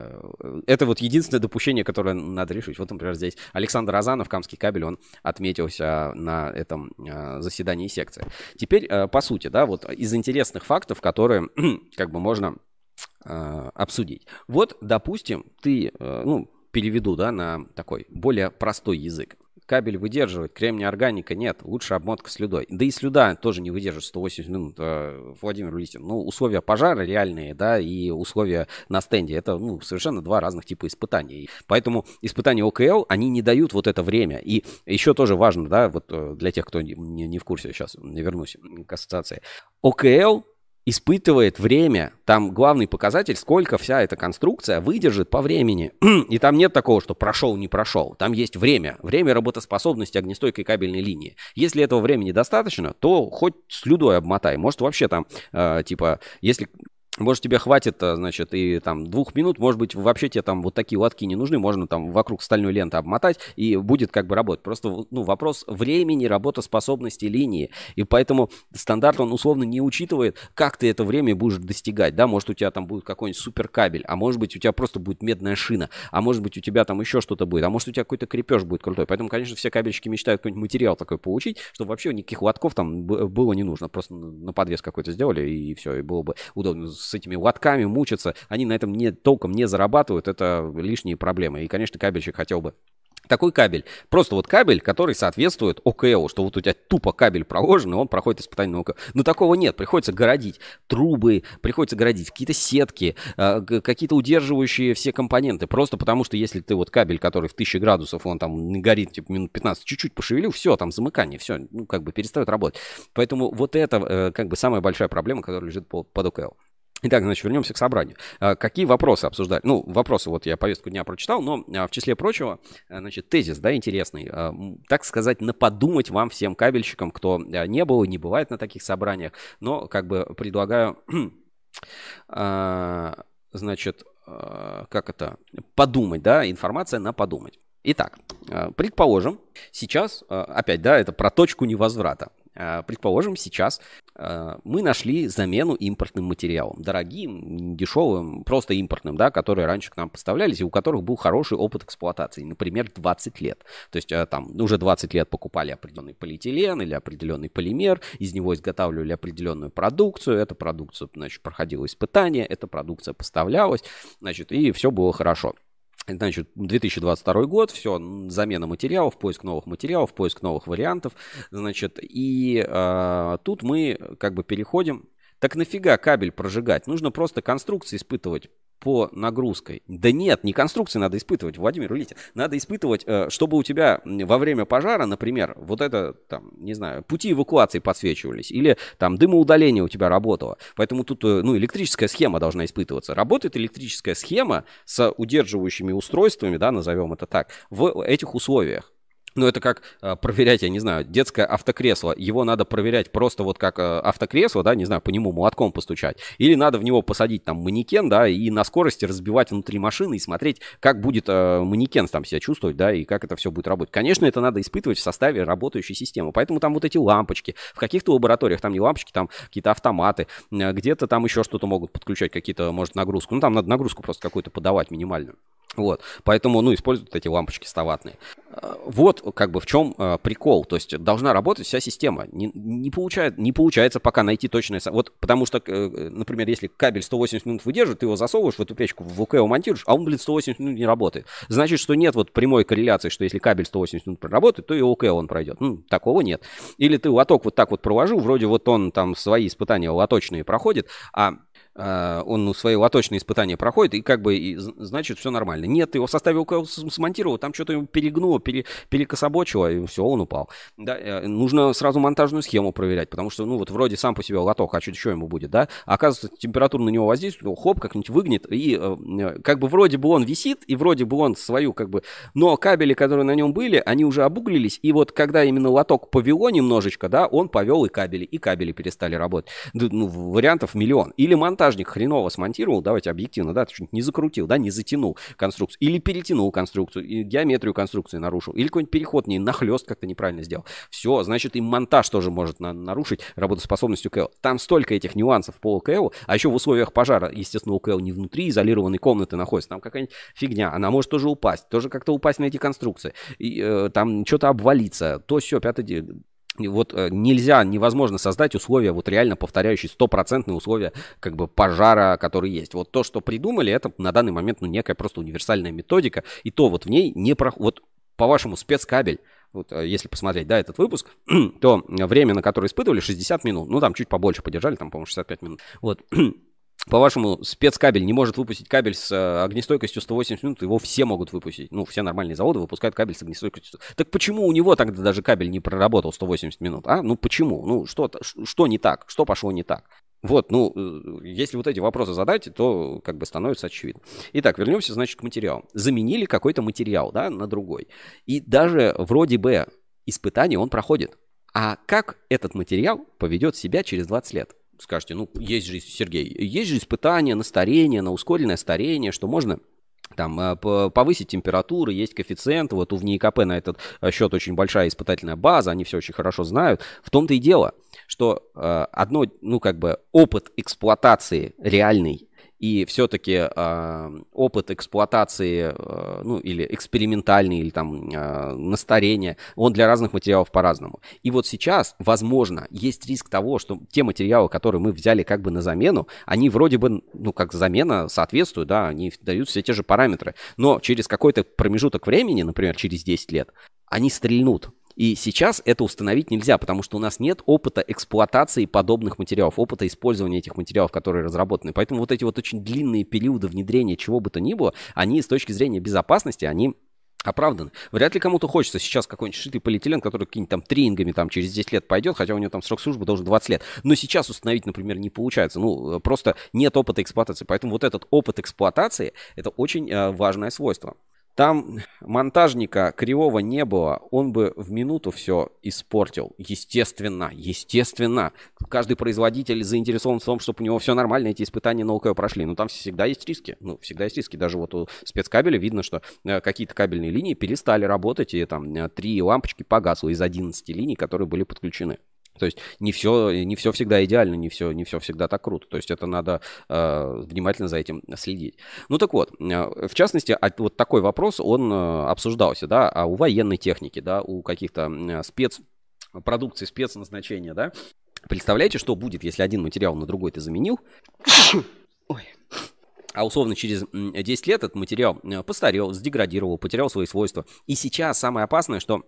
э, это вот единственное допущение, которое надо решить. Вот, например, здесь Александр Розанов, Камский кабель, он отметился на этом э, заседании секции. Теперь, э, по сути, да, вот из интересных фактов, которые как бы можно э, обсудить. Вот, допустим, ты, э, ну, переведу, да, на такой более простой язык. Кабель выдерживает, кремния органика нет, лучше обмотка слюдой. Да и слюда тоже не выдержит сто восемьдесят минут, э, Владимир Листин. Ну, условия пожара реальные, да, и условия на стенде, это, ну, совершенно два разных типа испытаний. Поэтому испытания ОКЛ, они не дают вот это время. И еще тоже важно, да, вот для тех, кто не, не в курсе, сейчас вернусь к ассоциации. ОКЛ испытывает время, там главный показатель, сколько вся эта конструкция выдержит по времени. И там нет такого, что прошел, не прошел. Там есть время. Время работоспособности огнестойкой кабельной линии. Если этого времени достаточно, то хоть слюдой обмотай. Может вообще там, э, типа, если... Может, тебе хватит, значит, и там двух минут, может быть, вообще тебе там вот такие лотки не нужны, можно там вокруг стальной ленты обмотать, и будет как бы работать. Просто, ну, вопрос времени, работоспособности линии, и поэтому стандарт, он условно не учитывает, как ты это время будешь достигать, да, может, у тебя там будет какой-нибудь суперкабель, а может быть, у тебя просто будет медная шина, а может быть, у тебя там еще что-то будет, а может, у тебя какой-то крепеж будет крутой. Поэтому, конечно, все кабельщики мечтают какой-нибудь материал такой получить, чтобы вообще никаких лотков там было не нужно, просто на подвес какой-то сделали, и все, и было бы удобно. с этими лотками мучатся, они на этом не, толком не зарабатывают, это лишние проблемы. И, конечно, кабельщик хотел бы такой кабель, просто вот кабель, который соответствует ОКЛ, что вот у тебя тупо кабель проложен, и он проходит испытание на ОКЛ. Но такого нет, приходится городить трубы, приходится городить какие-то сетки, какие-то удерживающие все компоненты, просто потому что если ты вот кабель, который в тысячу градусов, он там горит типа минут пятнадцать, чуть-чуть пошевелил, все, там замыкание, все, ну как бы перестает работать. Поэтому вот это как бы самая большая проблема, которая лежит под ОКЛ. Итак, значит, вернемся к собранию. Какие вопросы обсуждали? Ну, вопросы, вот я повестку дня прочитал, но в числе прочего, значит, тезис, да, интересный. Так сказать, на подумать вам всем кабельщикам, кто не был и не бывает на таких собраниях, но как бы предлагаю, значит, как это, подумать, да, информация на подумать. Итак, предположим, сейчас, опять, да, это про точку невозврата. Предположим, сейчас мы нашли замену импортным материалом, дорогим, дешевым, просто импортным, да, которые раньше к нам поставлялись и у которых был хороший опыт эксплуатации, например, двадцать лет. То есть там уже двадцать лет покупали определенный полиэтилен или определенный полимер, из него изготавливали определенную продукцию, эта продукция, значит, проходила испытания, эта продукция поставлялась, значит, и все было хорошо. Значит, две тысячи двадцать второй год, все, замена материалов, поиск новых материалов, поиск новых вариантов, значит, и э, тут мы как бы переходим. Так нафига кабель прожигать? Нужно просто конструкции испытывать по нагрузкой. Да нет, не конструкции надо испытывать, Владимир Улитин. Надо испытывать, чтобы у тебя во время пожара, например, вот это, там, не знаю, пути эвакуации подсвечивались, или там дымоудаление у тебя работало. Поэтому тут, ну, электрическая схема должна испытываться. Работает электрическая схема с удерживающими устройствами, да, назовем это так, в этих условиях. Ну, это как э, проверять, я не знаю, детское автокресло. Его надо проверять просто вот как э, автокресло, да, не знаю, по нему молотком постучать. Или надо в него посадить там манекен, да, и на скорости разбивать внутри машины и смотреть, как будет э, манекен там себя чувствовать, да, и как это все будет работать. Конечно, это надо испытывать в составе работающей системы. Поэтому там вот эти лампочки. В каких-то лабораториях там не лампочки, там какие-то автоматы. Э, где-то там еще что-то могут подключать, какие-то, может, нагрузку. Ну, там надо нагрузку просто какую-то подавать минимальную. Вот, поэтому, ну, используют эти лампочки стоватные. Вот, как бы, в чем э, прикол. То есть должна работать вся система. Не, не, получает, не получается пока найти точное... Вот, потому что, э, например, если кабель сто восемьдесят минут выдерживает, ты его засовываешь в эту печку, в ОКЛ монтируешь, а он, блин, сто восемьдесят минут не работает. Значит, что нет вот прямой корреляции, что если кабель сто восемьдесят минут проработает, то и ОКЛ он пройдет. Ну, такого нет. Или ты лоток вот так вот проложил, вроде вот он там свои испытания лоточные проходит, а... он ну, свои лоточные испытания проходит, и как бы, и, значит, все нормально. Нет, ты его в составе ОКЛ смонтировал, там что-то ему перегнуло, пере, перекособочило, и все, он упал. Да, нужно сразу монтажную схему проверять, потому что, ну, вот вроде сам по себе лоток, а что еще ему будет, да? А оказывается, температура на него воздействует, хоп, как-нибудь выгнет, и как бы вроде бы он висит, и вроде бы он свою, как бы, но кабели, которые на нем были, они уже обуглились, и вот когда именно лоток повело немножечко, да, он повел и кабели, и кабели перестали работать. Ну, вариантов миллион. Или монтаж монтажник хреново смонтировал, давайте объективно, да, что-нибудь не закрутил, да, не затянул конструкцию, или перетянул конструкцию, и геометрию конструкции нарушил, или какой-нибудь переход не нахлест как-то неправильно сделал. Все, значит, и монтаж тоже может на- нарушить работоспособность ОКЛ. Там столько этих нюансов по ОКЛ, а еще в условиях пожара, естественно, ОКЛ не внутри изолированной комнаты находится, там какая-нибудь фигня, она может тоже упасть, тоже как-то упасть на эти конструкции, и э, там что-то обвалиться, то все, пятое. Вот нельзя, невозможно создать условия, вот реально повторяющие стопроцентные условия как бы пожара, которые есть. Вот то, что придумали, это на данный момент ну, некая просто универсальная методика, и то вот в ней не проходит, вот по-вашему спецкабель, вот если посмотреть, да, этот выпуск, то время, на которое испытывали, шестьдесят минут, ну там чуть побольше подержали, там, по-моему, шестьдесят пять минут, вот. По-вашему, спецкабель не может выпустить кабель с огнестойкостью сто восемьдесят минут, его все могут выпустить. Ну, все нормальные заводы выпускают кабель с огнестойкостью. Так почему у него тогда даже кабель не проработал сто восемьдесят минут, а? Ну, почему? Ну, что, что не так? Что пошло не так? Вот, ну, если вот эти вопросы задать, то как бы становится очевидно. Итак, вернемся, значит, к материалу. Заменили какой-то материал, да, на другой. И даже вроде бы испытание он проходит. А как этот материал поведет себя через двадцать лет? Скажете, ну, есть же, Сергей, есть же испытания на старение, на ускоренное старение, что можно там повысить температуру, есть коэффициент, вот у ВНИИКП на этот счет очень большая испытательная база, они все очень хорошо знают. В том-то и дело, что одно, ну, как бы опыт эксплуатации реальный и все-таки э, опыт эксплуатации, э, ну, или экспериментальный, или там э, на старение, он для разных материалов по-разному. И вот сейчас, возможно, есть риск того, что те материалы, которые мы взяли как бы на замену, они вроде бы, ну, как замена соответствуют, да, они дают все те же параметры, но через какой-то промежуток времени, например, через десять лет, они стрельнут. И сейчас это установить нельзя, потому что у нас нет опыта эксплуатации подобных материалов, опыта использования этих материалов, которые разработаны. Поэтому вот эти вот очень длинные периоды внедрения чего бы то ни было, они с точки зрения безопасности, они оправданы. Вряд ли кому-то хочется сейчас какой-нибудь шитый полиэтилен, который какими-то там трингами там через десять лет пойдет, хотя у него там срок службы должен двадцать лет. Но сейчас установить, например, не получается. Ну, просто нет опыта эксплуатации. Поэтому вот этот опыт эксплуатации – это очень э, важное свойство. Там монтажника кривого не было, он бы в минуту все испортил. Естественно, естественно. Каждый производитель заинтересован в том, чтобы у него все нормально, эти испытания на ОК прошли. Но там всегда есть риски. Ну, всегда есть риски. Даже вот у спецкабеля видно, что какие-то кабельные линии перестали работать, и там три лампочки погасло из одиннадцати линий, которые были подключены. То есть не все, не все всегда идеально, не все, не все всегда так круто. То есть это надо э, внимательно за этим следить. Ну так вот, э, в частности, вот такой вопрос, он э, обсуждался, да, а у военной техники, да, у каких-то э, спецпродукций, спецназначения, да. Представляете, что будет, если один материал на другой ты заменил? Ой. А условно через десять лет этот материал постарел, сдеградировал, потерял свои свойства. И сейчас самое опасное, что...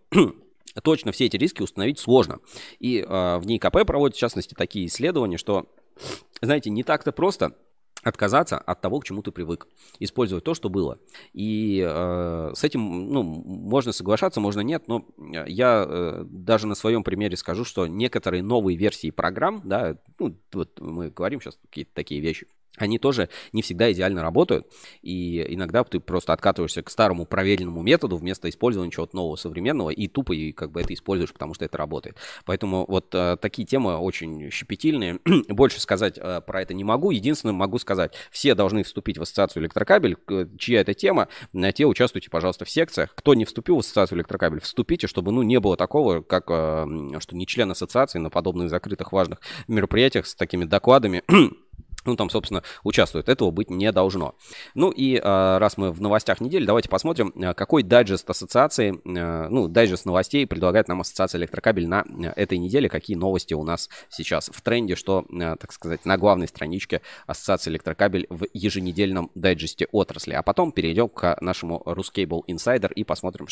Точно все эти риски установить сложно. И э, в НИИКП проводят, в частности, такие исследования, что, знаете, не так-то просто отказаться от того, к чему ты привык, использовать то, что было. И э, с этим, ну, можно соглашаться, можно нет, но я э, даже на своем примере скажу, что некоторые новые версии программ, да, ну, вот мы говорим сейчас какие-то такие вещи, они тоже не всегда идеально работают, и иногда ты просто откатываешься к старому проверенному методу вместо использования чего-то нового, современного, и тупо и как бы это используешь, потому что это работает. Поэтому вот а, такие темы очень щепетильные. Больше сказать а, про это не могу. Единственное, могу сказать, все должны вступить в ассоциацию электрокабель. Чья это тема, те участвуйте, пожалуйста, в секциях. Кто не вступил в ассоциацию электрокабель, вступите, чтобы, ну, не было такого, как, а, что не член ассоциации на подобных закрытых важных мероприятиях с такими докладами ну, там, собственно, участвует. Этого быть не должно. Ну и раз мы в новостях недели, давайте посмотрим, какой дайджест ассоциации, ну, дайджест новостей предлагает нам ассоциация электрокабель на этой неделе, какие новости у нас сейчас в тренде, что, так сказать, на главной страничке ассоциации электрокабель в еженедельном дайджесте отрасли. А потом перейдем к нашему Ruscable Insider и посмотрим,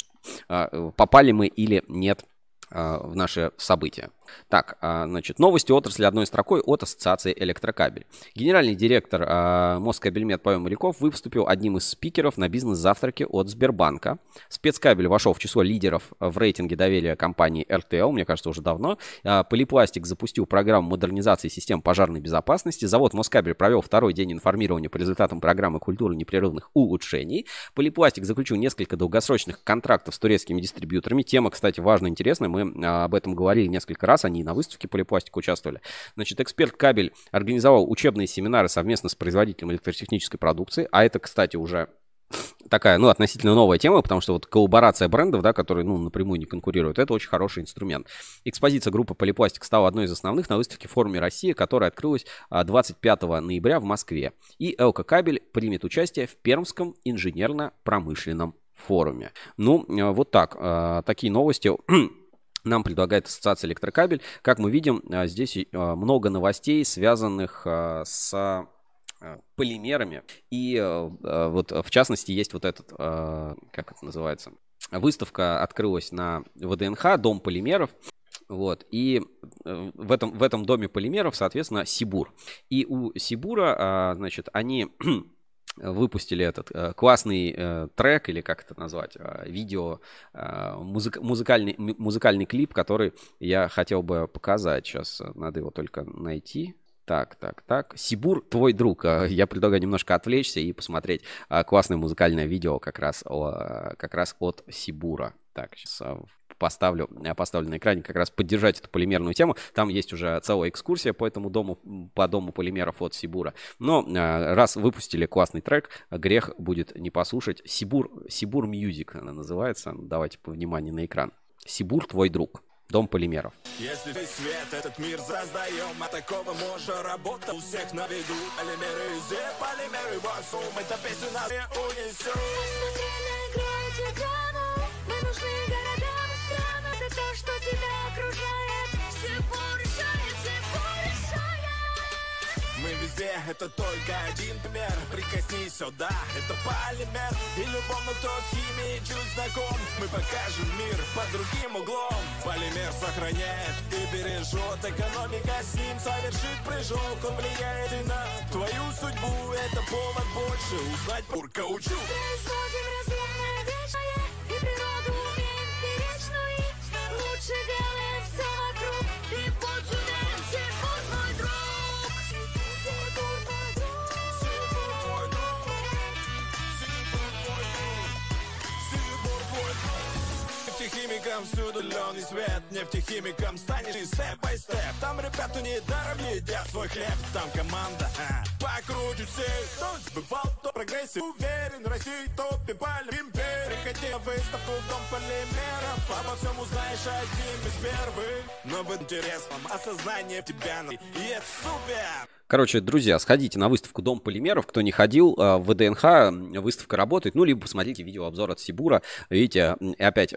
попали мы или нет в наши события. Так, значит, новости отрасли одной строкой от Ассоциации Электрокабель. Генеральный директор Москабельмет Павел Моряков выступил одним из спикеров на бизнес-завтраке от Сбербанка. Спецкабель вошел в число лидеров в рейтинге доверия компании эр тэ эл, мне кажется, уже давно. Полипластик запустил программу модернизации систем пожарной безопасности. Завод Москабель провел второй день информирования по результатам программы культуры непрерывных улучшений. Полипластик заключил несколько долгосрочных контрактов с турецкими дистрибьюторами. Тема, кстати, важная, интересная. Мы об этом говорили несколько раз. Они на выставке Полипластик участвовали. Значит, эксперт Кабель организовал учебные семинары совместно с производителем электротехнической продукции. А это, кстати, уже такая, ну, относительно новая тема, потому что вот коллаборация брендов, да, которые, ну, напрямую не конкурируют, это очень хороший инструмент. Экспозиция группы Полипластик стала одной из основных на выставке форуме России, которая открылась двадцать пятого ноября в Москве. И эл ка Кабель примет участие в Пермском инженерно-промышленном форуме. Ну, вот так. Такие новости нам предлагает Ассоциация Электрокабель. Как мы видим, здесь много новостей, связанных с полимерами. И вот в частности есть вот этот, как это называется, выставка открылась на вэ дэ эн ха, Дом полимеров. Вот, и в этом, в этом доме полимеров, соответственно, Сибур. И у Сибура, значит, они выпустили этот э, классный э, трек, или как это назвать, э, видео, э, музык, музыкальный, музыкальный клип, который я хотел бы показать. Сейчас надо его только найти. Так, так, так. Сибур, твой друг. Я предлагаю немножко отвлечься и посмотреть э, классное музыкальное видео как раз, о, как раз от Сибура. Так, сейчас поставлю, поставлю на экране как раз поддержать эту полимерную тему. Там есть уже целая экскурсия по этому дому, по дому полимеров от Сибура. Но раз выпустили классный трек, грех будет не послушать. Сибур, Сибур Music она называется. Давайте по вниманию на экран. Сибур, твой друг. Дом полимеров. Если весь свет этот мир создаем, а такого можно работа у всех на виду. Полимеры, зе, полимеры, васум, эта песня нас не унесет. Посмотрели, играет экрану, мы нужны городам и странам. Это то, что тебя окружает, всего решает, всего решает. Мы везде, это только один пример. Прикоснись сюда, это полимер. И любому, кто с химией чуть знаком, мы покажем мир под другим углом. Полимер сохраняет и бережет. Экономика с ним совершит прыжок. Он влияет и на твою судьбу. Это повод больше узнать про каучук. Производим разумное, вечное, и природу умеем беречь, ну и лучше делаем все вокруг. И будь уверен, Сибур твой друг. Сибур твой друг. Сибур твой друг. Сибур твой друг. Сибур твой друг. Нефтехимикам всюду зеленый свет. Нефтехимикам станешь и степ-бай-степ. Там ребята недаром едят свой хлеб. Там команда а, покруче всех. Кто сбывал, то прогрессив. Уверен, в России топе полимер. Приходи на выставку в Дом полимеров. Обо всем узнаешь одним из первых. Но в интересном осознании тебя. И это супер. Короче, друзья, сходите на выставку Дом полимеров. Кто не ходил, в ВДНХ выставка работает. Ну, либо посмотрите видеообзор от Сибура. Видите, опять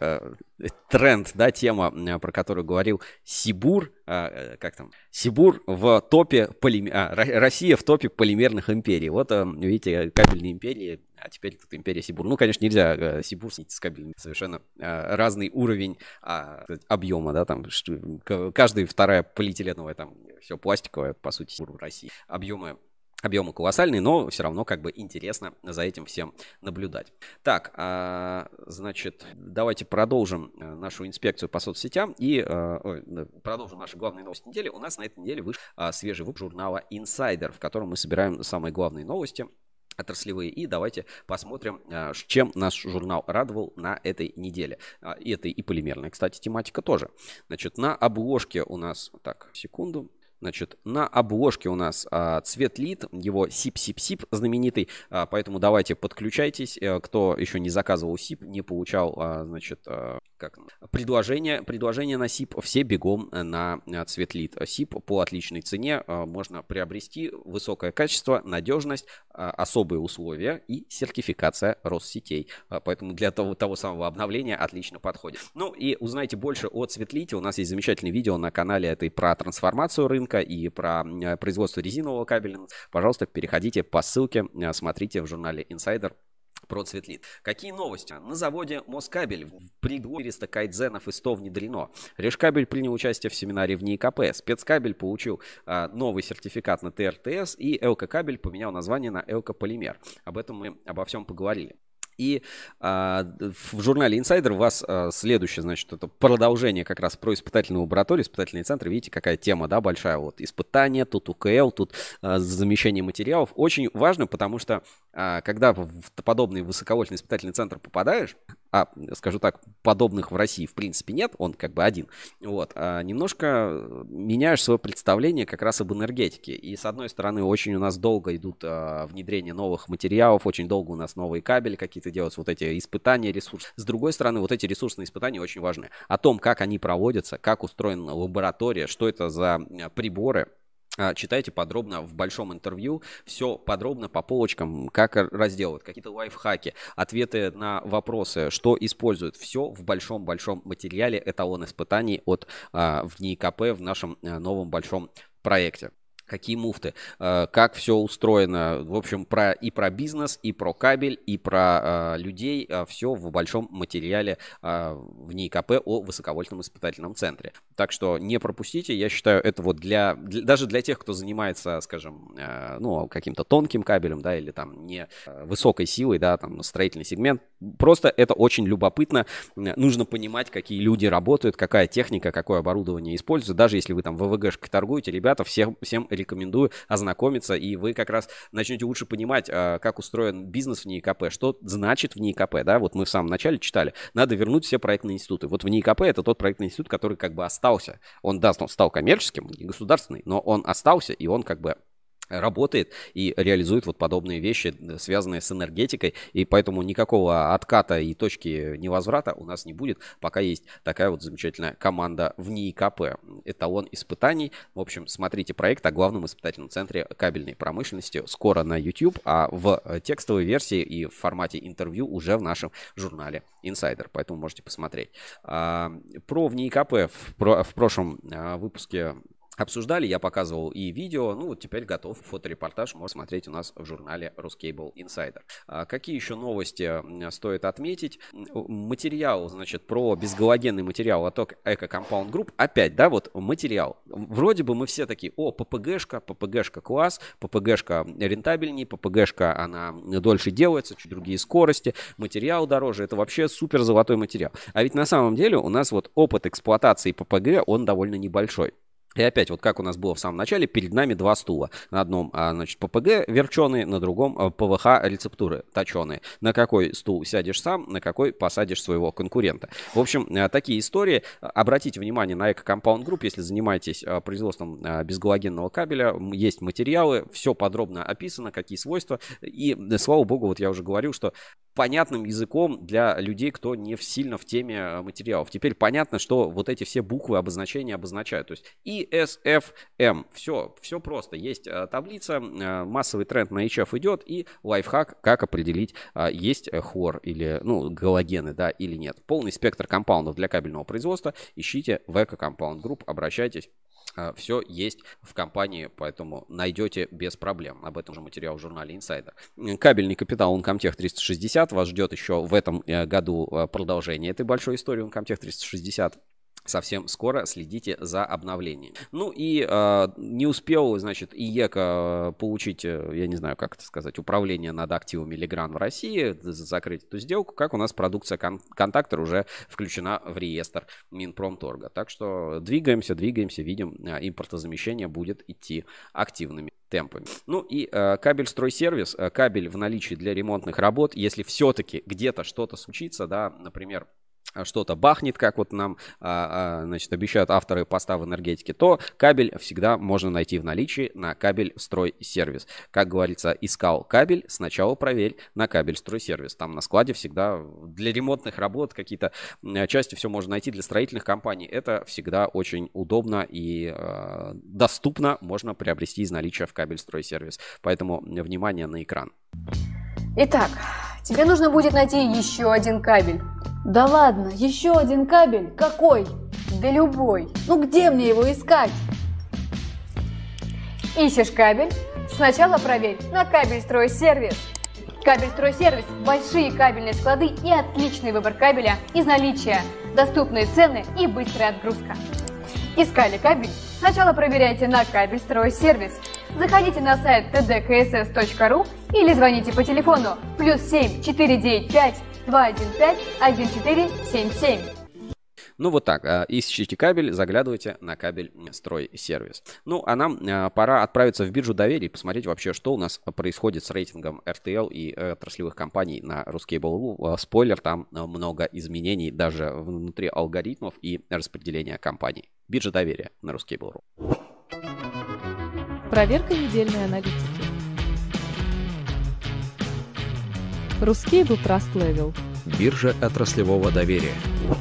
тренд, да, тема, про которую говорил Сибур. Как там? Сибур в топе полимер... а, Россия в топе полимерных империй. Вот, видите, кабельные империи. А теперь тут империя Сибур. Ну, конечно, нельзя Сибур снить с кабельными. Совершенно а, разный уровень а, объема, да, там каждая вторая полиэтиленовая, там все пластиковое, по сути, Сибур в России. Объемы Объемы колоссальные, но все равно как бы интересно за этим всем наблюдать. Так, а, значит, давайте продолжим нашу инспекцию по соцсетям и а, ой, продолжим наши главные новости недели. У нас на этой неделе вышел а, свежий выпуск журнала Insider, в котором мы собираем самые главные новости отраслевые. И давайте посмотрим, чем наш журнал радовал на этой неделе. И это и полимерная, кстати, тематика тоже. Значит, на обложке у нас... Так, секунду. Значит, на обложке у нас а, цвет-лид, его сип-сип-сип знаменитый, а, поэтому давайте подключайтесь, а, кто еще не заказывал сип, не получал, а, значит, а, как, предложение, предложение на сип, все бегом на цвет-лид. сип по отличной цене а, можно приобрести, высокое качество, надежность, а, особые условия и сертификация Россетей, а, поэтому для того, того самого обновления отлично подходит. Ну и узнайте больше о цвет-лите, у нас есть замечательное видео на канале, это и про трансформацию рынка, и про производство резинового кабеля. Пожалуйста, переходите по ссылке, смотрите в журнале Insider про цвет-лид. Какие новости? На заводе Москабель в преддверии четыреста кайдзенов и сто внедрено. Решкабель принял участие в семинаре в НИИКП. Спецкабель получил а, новый сертификат на ТРТС, и ЛК-кабель поменял название на ЛК-полимер. Об этом мы обо всем поговорили. И а, в журнале Insider у вас а, следующее, значит, это продолжение как раз про испытательную лабораторию, испытательный центр. Видите, какая тема, да, большая. Вот испытания, тут УКЛ, тут а, замещение материалов. Очень важно, потому что а, когда в подобный высоковольтный испытательный центр попадаешь, а, скажу так, подобных в России в принципе нет, он как бы один, вот, а, немножко меняешь свое представление как раз об энергетике. И с одной стороны, очень у нас долго идут а, внедрение новых материалов, очень долго у нас новые кабели какие-то делаются, вот эти испытания, ресурсы. С другой стороны, вот эти ресурсные испытания очень важны. О том, как они проводятся, как устроена лаборатория, что это за приборы, читайте подробно в большом интервью, все подробно по полочкам, как разделывают, какие-то лайфхаки, ответы на вопросы, что используют. Все в большом-большом материале «Эталон испытаний» от а, в НИИКП в нашем а, новом большом проекте. Какие муфты, как все устроено, в общем, про, и про бизнес, и про кабель, и про э, людей, э, все в большом материале э, в НИИКП о высоковольтном испытательном центре. Так что не пропустите, я считаю, это вот для, для даже для тех, кто занимается, скажем, э, ну, каким-то тонким кабелем, да, или там не э, высокой силой, да, там строительный сегмент, просто это очень любопытно, нужно понимать, какие люди работают, какая техника, какое оборудование используется, даже если вы там в ВВГшкой торгуете, ребята, всем, всем рекомендую ознакомиться, и вы как раз начнете лучше понимать, как устроен бизнес в НИИКП, что значит в НИИКП, да, вот мы в самом начале читали, надо вернуть все проектные институты. Вот в НИИКП это тот проектный институт, который как бы остался, он, да, он стал коммерческим, не государственный, но он остался, и он как бы работает и реализует вот подобные вещи, связанные с энергетикой, и поэтому никакого отката и точки невозврата у нас не будет, пока есть такая вот замечательная команда в НИИКП, эталон испытаний. В общем, смотрите проект о главном испытательном центре кабельной промышленности скоро на YouTube, а в текстовой версии и в формате интервью уже в нашем журнале Insider, поэтому можете посмотреть. Про в НИИКП в, в прошлом выпуске обсуждали, я показывал и видео, ну вот теперь готов фоторепортаж, можно смотреть у нас в журнале Ruscable Insider. А какие еще новости стоит отметить? Материал, значит, про безгалогенный материал от Eco Compound Group. Опять, да, вот материал. Вроде бы мы все такие, о, ППГшка, ППГшка класс, ППГшка рентабельней, ППГшка она дольше делается, чуть другие скорости, материал дороже, это вообще супер золотой материал. А ведь на самом деле у нас вот опыт эксплуатации ППГ, он довольно небольшой. И опять, вот как у нас было в самом начале, перед нами два стула. На одном, значит, ППГ верченые, на другом ПВХ рецептуры точеные. На какой стул сядешь сам, на какой посадишь своего конкурента. В общем, такие истории. Обратите внимание на Eco Compound Group, если занимаетесь производством безгалогенного кабеля. Есть материалы, все подробно описано, какие свойства. И, слава богу, вот я уже говорил, что понятным языком для людей, кто не сильно в теме материалов. Теперь понятно, что вот эти все буквы обозначения обозначают. То есть и эс эф эм. Все, все просто. Есть таблица, массовый тренд на эйч эф идет, и лайфхак, как определить, есть хлор или, ну, галогены, да, или нет. Полный спектр компаундов для кабельного производства ищите в Eco Compound Group, обращайтесь. Все есть в компании, поэтому найдете без проблем. Об этом же материал в журнале Insider. Кабельный капитал Uncomtech триста шестьдесят. Вас ждет еще в этом году продолжение этой большой истории Uncomtech триста шестьдесят. Совсем скоро следите за обновлением. Ну и э, не успел, значит, ИЕКО получить, я не знаю, как это сказать, управление над активами Legrand в России, закрыть эту сделку, как у нас продукция кон- Контактор уже включена в реестр Минпромторга. Так что двигаемся, двигаемся, видим, импортозамещение будет идти активными темпами. Ну и э, кабель стройсервис, э, кабель в наличии для ремонтных работ, если все-таки где-то что-то случится, да, например, что-то бахнет, как вот нам, а, а, значит, обещают авторы поста в энергетике, то кабель всегда можно найти в наличии на кабель стройсервис. Как говорится, искал кабель, сначала проверь на кабель стройсервис. Там на складе всегда для ремонтных работ какие-то части все можно найти, для строительных компаний. Это всегда очень удобно и э, доступно, можно приобрести из наличия в кабель стройсервис. Поэтому внимание на экран. Итак, тебе нужно будет найти еще один кабель. Да ладно, еще один кабель? Какой? Да любой. Ну где мне его искать? Ищешь кабель? Сначала проверь на кабель стройсервис. Кабель стройсервис – большие кабельные склады и отличный выбор кабеля из наличия, доступные цены и быстрая отгрузка. Искали кабель? Сначала проверяйте на кабель стройсервис. Заходите на сайт тэ дэ ка эс эс точка ру или звоните по телефону плюс семь четыре девять пять два один пять один четыре семь семь. Ну вот так, ищите кабель, заглядывайте на кабель стройсервис. Ну а нам пора отправиться в биржу доверия и посмотреть вообще, что у нас происходит с рейтингом эр тэ эл и отраслевых компаний на Ruscable. Спойлер, там много изменений даже внутри алгоритмов и распределения компаний. Биржа доверия на Ruscable.ru. Проверка недельной аналитики. Ruscable Trust Level. Биржа отраслевого доверия.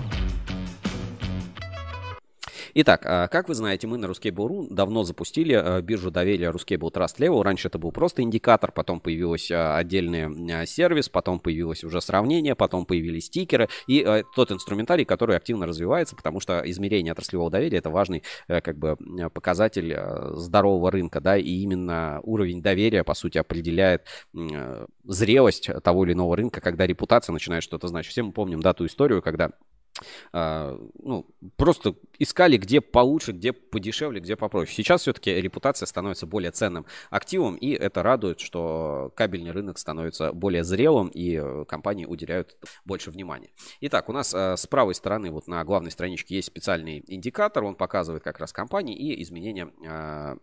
Итак, как вы знаете, мы на Ruscable точка ру давно запустили биржу доверия Ruscable Trust Level. Раньше это был просто индикатор, потом появился отдельный сервис, потом появилось уже сравнение, потом появились стикеры и тот инструментарий, который активно развивается, потому что измерение отраслевого доверия — это важный как бы показатель здорового рынка, да, и именно уровень доверия, по сути, определяет зрелость того или иного рынка, когда репутация начинает что-то значить. Все мы помним, да, ту историю, когда Uh, ну, просто искали, где получше, где подешевле, где попроще. Сейчас все-таки репутация становится более ценным активом, и это радует, что кабельный рынок становится более зрелым, и компании уделяют больше внимания. Итак, у нас uh, с правой стороны вот на главной страничке есть специальный индикатор, он показывает как раз компании и изменения uh,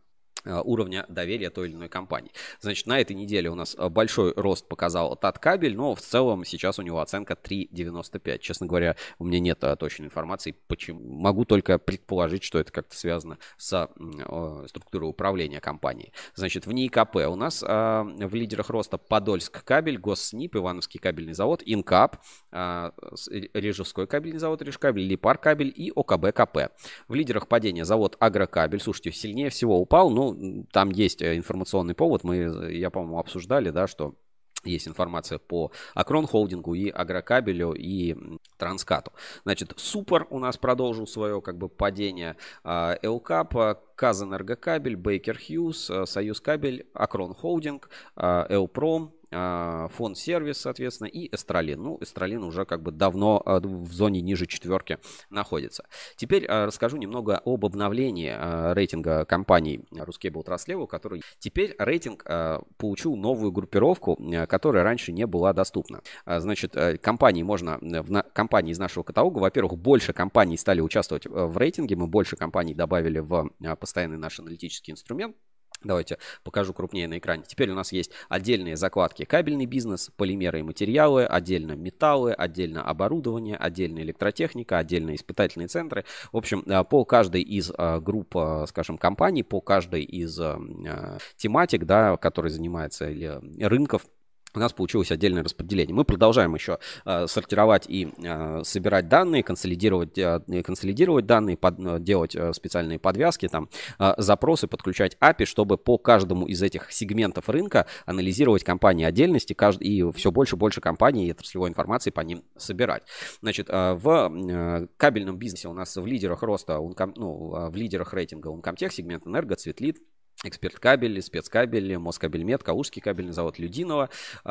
уровня доверия той или иной компании. Значит, на этой неделе у нас большой рост показал Таткабель, но в целом сейчас у него оценка три девяносто пять. Честно говоря, у меня нет точной информации, почему. Могу только предположить, что это как-то связано с э, структурой управления компанией. Значит, в НИИКП у нас э, в лидерах роста Подольск кабель, Госснип, Ивановский кабельный завод, Инкап, э, Рижевской кабельный завод, Рижкабель, Липар кабель и ОКБ КП. В лидерах падения завод Агрокабель. Слушайте, сильнее всего упал, ну, там есть информационный повод, мы, я, по-моему, обсуждали, да, что есть информация по Акрон Холдингу и Агрокабелю и Транскату. Значит, Супер у нас продолжил свое как бы падение. Элкап, Казэнергокабель, Бейкер Хьюз, Союз Кабель, Акрон Холдинг, Элпром, Фонд Сервис, соответственно, и Эстралин. Ну, Эстралин уже как бы давно в зоне ниже четверки находится. Теперь расскажу немного об обновлении рейтинга компаний Ruscable Trust Level, который теперь рейтинг получил новую группировку, которая раньше не была доступна. Значит, компании можно, в компании из нашего каталога, во-первых, больше компаний стали участвовать в рейтинге, мы больше компаний добавили в постоянный наш аналитический инструмент. Давайте покажу крупнее на экране. Теперь у нас есть отдельные закладки: кабельный бизнес, полимеры и материалы, отдельно металлы, отдельно оборудование, отдельно электротехника, отдельно испытательные центры. В общем, по каждой из групп, скажем, компаний, по каждой из тематик, да, которые занимаются, или рынков, у нас получилось отдельное распределение. Мы продолжаем еще э, сортировать и э, собирать данные, консолидировать, э, консолидировать данные, под, делать э, специальные подвязки, там, э, запросы, подключать эй пи ай, чтобы по каждому из этих сегментов рынка анализировать компании отдельности кажд... и все больше и больше компаний и отраслевой информации по ним собирать. Значит, э, в э, кабельном бизнесе у нас в лидерах роста, унком... ну, в лидерах рейтинга Uncomtech, сегмент Энерго, Цветлит, Эксперт кабель, спецкабель, Москабельмет, Калужский кабельный завод Людиново,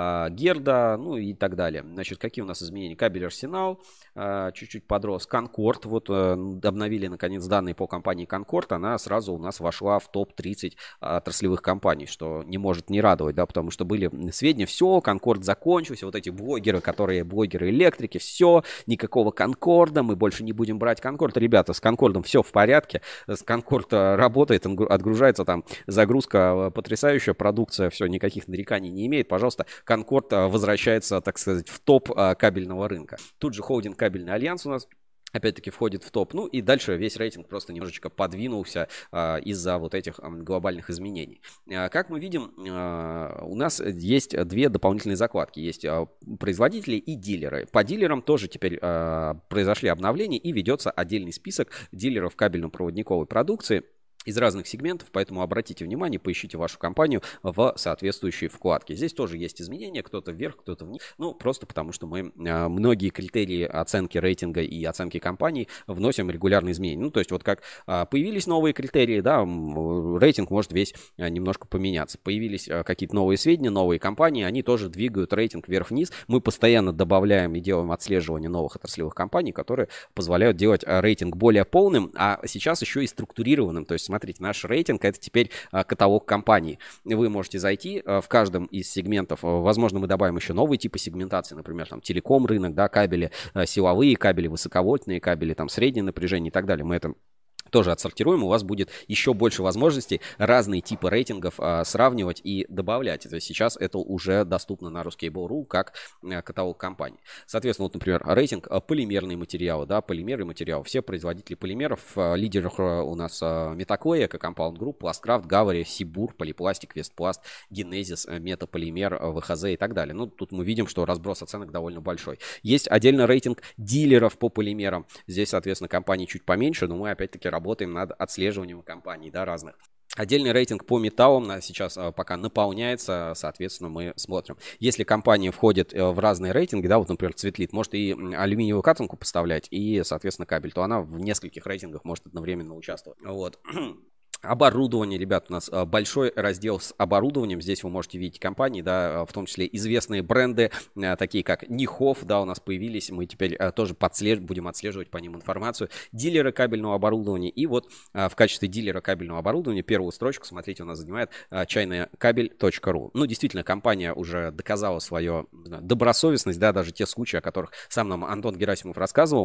Герда, ну и так далее. Значит, какие у нас изменения? Кабель Арсенал чуть-чуть подрос. Конкорд, вот обновили наконец данные по компании Конкорд, она сразу у нас вошла в топ тридцать отраслевых компаний, что не может не радовать, да, потому что были сведения, все, Конкорд закончился, вот эти блогеры, которые блогеры электрики, все, никакого Конкорда, мы больше не будем брать Конкорд. Ребята, с Конкордом все в порядке, с Конкорд работает, отгружается там. Загрузка потрясающая, продукция, все, никаких нареканий не имеет. Пожалуйста, Конкорд возвращается, так сказать, в топ кабельного рынка. Тут же холдинг Кабельный Альянс у нас опять-таки входит в топ. Ну и дальше весь рейтинг просто немножечко подвинулся а, из-за вот этих а, глобальных изменений. А, как мы видим, а, у нас есть две дополнительные закладки. Есть а, производители и дилеры. По дилерам тоже теперь а, произошли обновления и ведется отдельный список дилеров кабельно-проводниковой продукции из разных сегментов, поэтому обратите внимание, поищите вашу компанию в соответствующей вкладке. Здесь тоже есть изменения, кто-то вверх, кто-то вниз. Ну, просто потому что мы а, многие критерии оценки рейтинга и оценки компаний вносим регулярные изменения. Ну, то есть вот как а, появились новые критерии, да, рейтинг может весь а, немножко поменяться. Появились а, какие-то новые сведения, новые компании, они тоже двигают рейтинг вверх-вниз. Мы постоянно добавляем и делаем отслеживание новых отраслевых компаний, которые позволяют делать а, рейтинг более полным, а сейчас еще и структурированным. То есть смотрите, наш рейтинг — это теперь а, каталог компаний. Вы можете зайти а, в каждом из сегментов. Возможно, мы добавим еще новые типы сегментации, например, там телеком рынок, да, кабели а, силовые, кабели высоковольтные, кабели там среднее напряжение и так далее. Мы это тоже отсортируем, у вас будет еще больше возможностей разные типы рейтингов а, сравнивать и добавлять. То есть сейчас это уже доступно на Ruscable точка ру как а, каталог компаний. Соответственно, вот, например, рейтинг а, полимерные материалы, да, полимеры и материалы. Все производители полимеров, а, лидерах а, у нас а, Метаклей, Экокомпаунд Групп, Пласткрафт, Гавари, Сибур, Полипластик, Вестпласт, Генезис, Метаполимер, ВХЗ и так далее. Ну, тут мы видим, что разброс оценок довольно большой. Есть отдельно рейтинг дилеров по полимерам. Здесь, соответственно, компаний чуть поменьше, но мы опять-таки работаем работаем над отслеживанием компаний, да, разных. Отдельный рейтинг по металлам сейчас пока наполняется, соответственно, мы смотрим. Если компания входит в разные рейтинги, да, вот, например, Цветлит может и алюминиевую катанку поставлять, и, соответственно, кабель, то она в нескольких рейтингах может одновременно участвовать. Вот. Оборудование, ребят, у нас большой раздел с оборудованием. Здесь вы можете видеть компании, да, в том числе известные бренды, такие как Нихов, да, у нас появились. Мы теперь тоже подслеж... будем отслеживать по ним информацию. Дилеры кабельного оборудования. И вот в качестве дилера кабельного оборудования первую строчку, смотрите, у нас занимает чайная кабель точка ру. Ну, действительно, компания уже доказала свою добросовестность, да, даже те случаи, о которых сам нам Антон Герасимов рассказывал.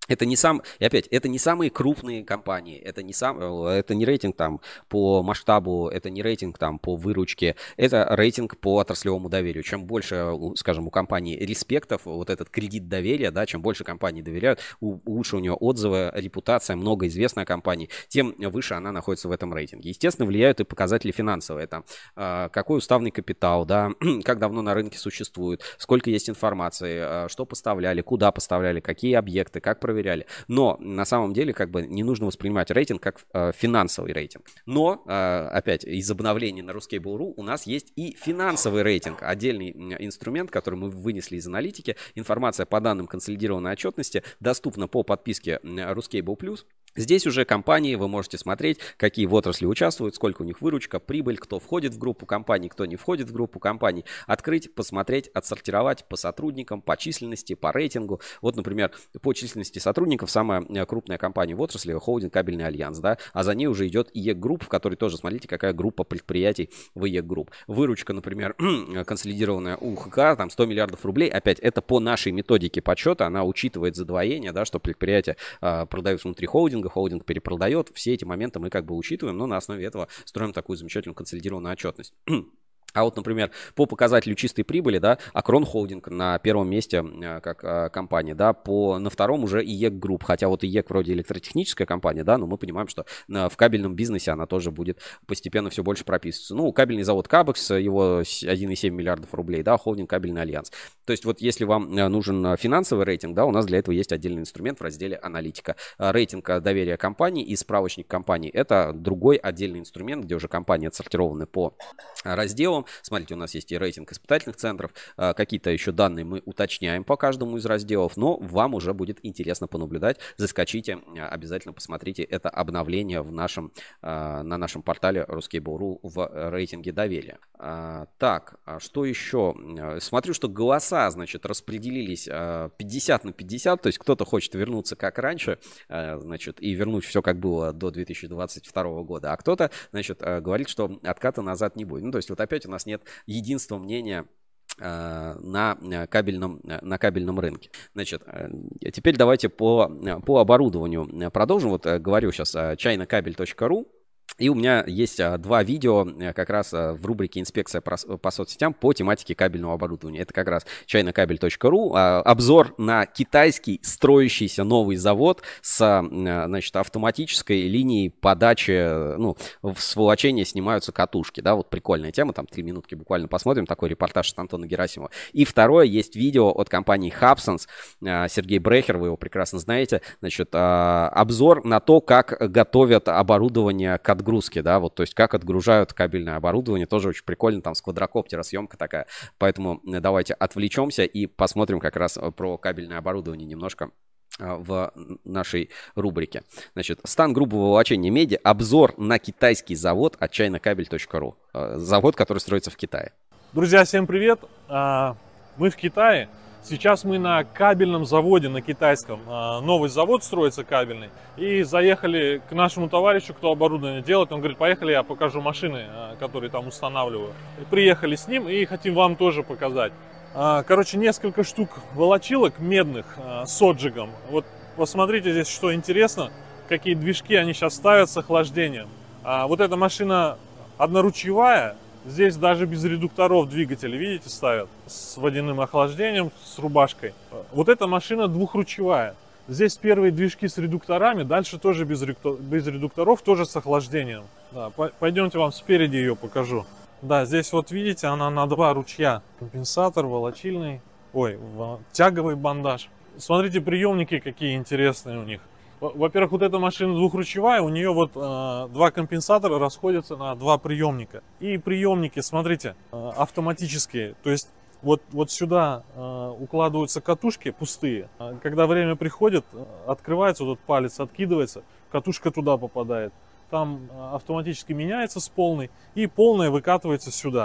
Это не сам, и опять, это не самые крупные компании, это не сам, это не рейтинг там по масштабу, это не рейтинг там по выручке, это рейтинг по отраслевому доверию. Чем больше, скажем, у компании респектов, вот этот кредит доверия, да, чем больше компании доверяют, у, лучше у нее отзывы, репутация, много известной компании, тем выше она находится в этом рейтинге. Естественно, влияют и показатели финансовые, там, э, какой уставный капитал, да, как давно на рынке существует, сколько есть информации, э, что поставляли, куда поставляли, какие объекты, как проверяли. Но на самом деле как бы не нужно воспринимать рейтинг как э, финансовый рейтинг. Но, э, опять, из обновлений на Ruscable точка ру у нас есть и финансовый рейтинг. Отдельный инструмент, который мы вынесли из аналитики. Информация по данным консолидированной отчетности доступна по подписке Ruscable плюс. Здесь уже компании, вы можете смотреть, какие в отрасли участвуют, сколько у них выручка, прибыль, кто входит в группу компаний, кто не входит в группу компаний. Открыть, посмотреть, отсортировать по сотрудникам, по численности, по рейтингу. Вот, например, по численности сотрудников самая крупная компания в отрасли — холдинг Кабельный Альянс, да, а за ней уже идет ИЕК Групп, в которой тоже, смотрите, какая группа предприятий в ИЕК Групп. Выручка, например, консолидированная у УХК, там сто миллиардов рублей. Опять, это по нашей методике подсчета, она учитывает задвоение, да, что предприятия э, продаются внутри холдинга, холдинг перепродает, все эти моменты мы как бы учитываем, но на основе этого строим такую замечательную консолидированную отчетность. А вот, например, по показателю чистой прибыли, да, Акрон Холдинг на первом месте э, как э, компания, да, по, на втором уже ИЕК Групп, хотя вот ИЕК вроде электротехническая компания, да, но мы понимаем, что э, в кабельном бизнесе она тоже будет постепенно все больше прописываться. Ну, кабельный завод Кабекс, его один и семь миллиардов рублей, да, холдинг Кабельный Альянс. То есть вот если вам нужен финансовый рейтинг, да, у нас для этого есть отдельный инструмент в разделе аналитика. Рейтинг доверия компании и справочник компаний — это другой отдельный инструмент, где уже компании отсортированы по разделам. Смотрите, у нас есть и рейтинг испытательных центров, какие-то еще данные мы уточняем по каждому из разделов, но вам уже будет интересно понаблюдать. Заскочите, обязательно посмотрите это обновление в нашем, на нашем портале Ruscable точка ру в рейтинге доверия. Так, что еще? Смотрю, что голоса, значит, распределились пятьдесят на пятьдесят, то есть кто-то хочет вернуться как раньше, значит, и вернуть все как было до две тысячи двадцать второго года, а кто-то, значит, говорит, что отката назад не будет. Ну, то есть вот опять у нас нет единства мнения на кабельном, на кабельном рынке. Значит, теперь давайте по, по оборудованию продолжим. Вот говорю сейчас чайна кабель точка ру. И у меня есть а, два видео как раз а, в рубрике «Инспекция по, по соцсетям» по тематике кабельного оборудования. Это как раз чайна кабель точка ру. А, обзор на китайский строящийся новый завод с а, значит, автоматической линией подачи, ну, в сволочение снимаются катушки. Да, вот прикольная тема, там три минутки буквально посмотрим, такой репортаж от Антона Герасимова. И второе, есть видео от компании Hubsense. А, Сергей Брехер, вы его прекрасно знаете. Значит, а, обзор на то, как готовят оборудование к отгрузки, да, вот, то есть как отгружают кабельное оборудование, тоже очень прикольно, там с квадрокоптера съемка такая, поэтому давайте отвлечемся и посмотрим как раз про кабельное оборудование немножко в нашей рубрике. Значит, стан грубого волочения меди, обзор на китайский завод от чайна кабель точка ру, завод, который строится в Китае. Друзья, всем привет, мы в Китае. Сейчас мы на кабельном заводе, на китайском. Новый завод строится кабельный. И заехали к нашему товарищу, кто оборудование делает. Он говорит, поехали, я покажу машины, которые там устанавливаю. Приехали с ним и хотим вам тоже показать. Короче, несколько штук волочилок медных с отжигом. Вот посмотрите здесь, что интересно, какие движки они сейчас ставят с охлаждением. Вот эта машина одноручьевая. Здесь даже без редукторов двигатели, видите, ставят с водяным охлаждением, с рубашкой. Вот эта машина двухручьевая. Здесь первые движки с редукторами, дальше тоже без редукторов, тоже с охлаждением. Да, пойдемте вам спереди ее покажу. Да, здесь вот видите, она на два ручья. Компенсатор, волочильный, ой, тяговый бандаж. Смотрите, приемники какие интересные у них. Во-первых, вот эта машина двухручьевая, у нее вот э, два компенсатора расходятся на два приемника. И приемники, смотрите, э, автоматические. То есть вот, вот сюда э, укладываются катушки пустые. Когда время приходит, открывается вот этот палец, откидывается, катушка туда попадает. Там автоматически меняется с полной, и полная выкатывается сюда.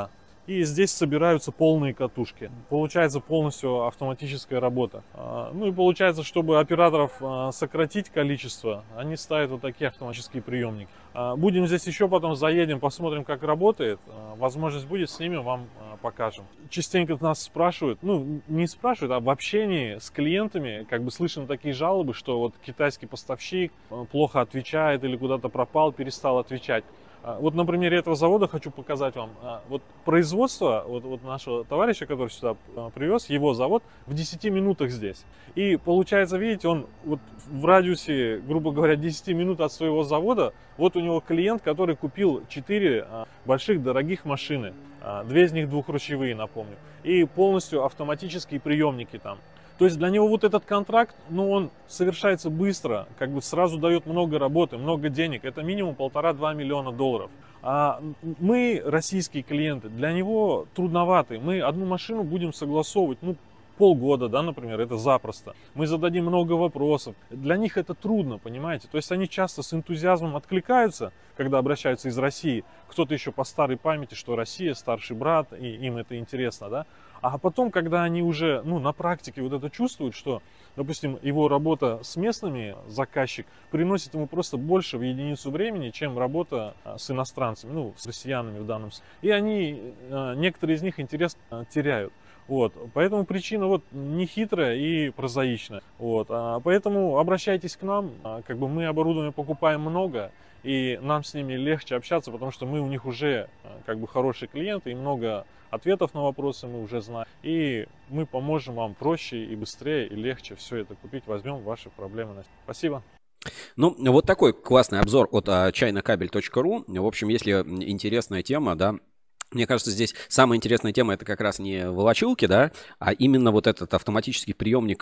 и здесь собираются полные катушки. Получается полностью автоматическая работа. Ну и получается, чтобы операторов сократить количество, они ставят вот такие автоматические приемники. Будем здесь еще потом заедем, посмотрим, как работает. Возможность будет, снимем, вам покажем. Частенько нас спрашивают, ну не спрашивают, а в общении с клиентами как бы слышны такие жалобы, что вот китайский поставщик плохо отвечает или куда-то пропал, перестал отвечать. Вот на примере этого завода хочу показать вам. Вот производство вот, вот нашего товарища, который сюда привез, его завод в десяти минутах здесь. И получается, видите, он вот в радиусе, грубо говоря, десяти минут от своего завода, вот у него клиент, который купил четыре больших дорогих машины. Две из них двухручевые, напомню. И полностью автоматические приемники там. То есть для него вот этот контракт, ну, он совершается быстро, как бы сразу дает много работы, много денег. Это минимум полтора-два миллиона долларов. А мы, российские клиенты, для него трудноваты. Мы одну машину будем согласовывать, ну, полгода, да, например, это запросто. Мы зададим много вопросов. Для них это трудно, понимаете? То есть они часто с энтузиазмом откликаются, когда обращаются из России. Кто-то еще по старой памяти, что Россия старший брат, и им это интересно, да? А потом, когда они уже, ну, на практике вот это чувствуют, что, допустим, его работа с местными, заказчик, приносит ему просто больше в единицу времени, чем работа с иностранцами, ну, с россиянами в данном случае. И они, некоторые из них интерес теряют. Вот, поэтому причина вот нехитрая и прозаичная. Вот, а поэтому обращайтесь к нам, как бы мы оборудование покупаем много, и нам с ними легче общаться, потому что мы у них уже как бы хорошие клиенты, и много ответов на вопросы мы уже знаем. И мы поможем вам проще и быстрее, и легче все это купить. Возьмем ваши проблемы на себя. Спасибо. Ну, вот такой классный обзор от чайна кабель точка ру. В общем, если интересная тема, да, мне кажется, здесь самая интересная тема — это как раз не волочилки, да, а именно вот этот автоматический приемник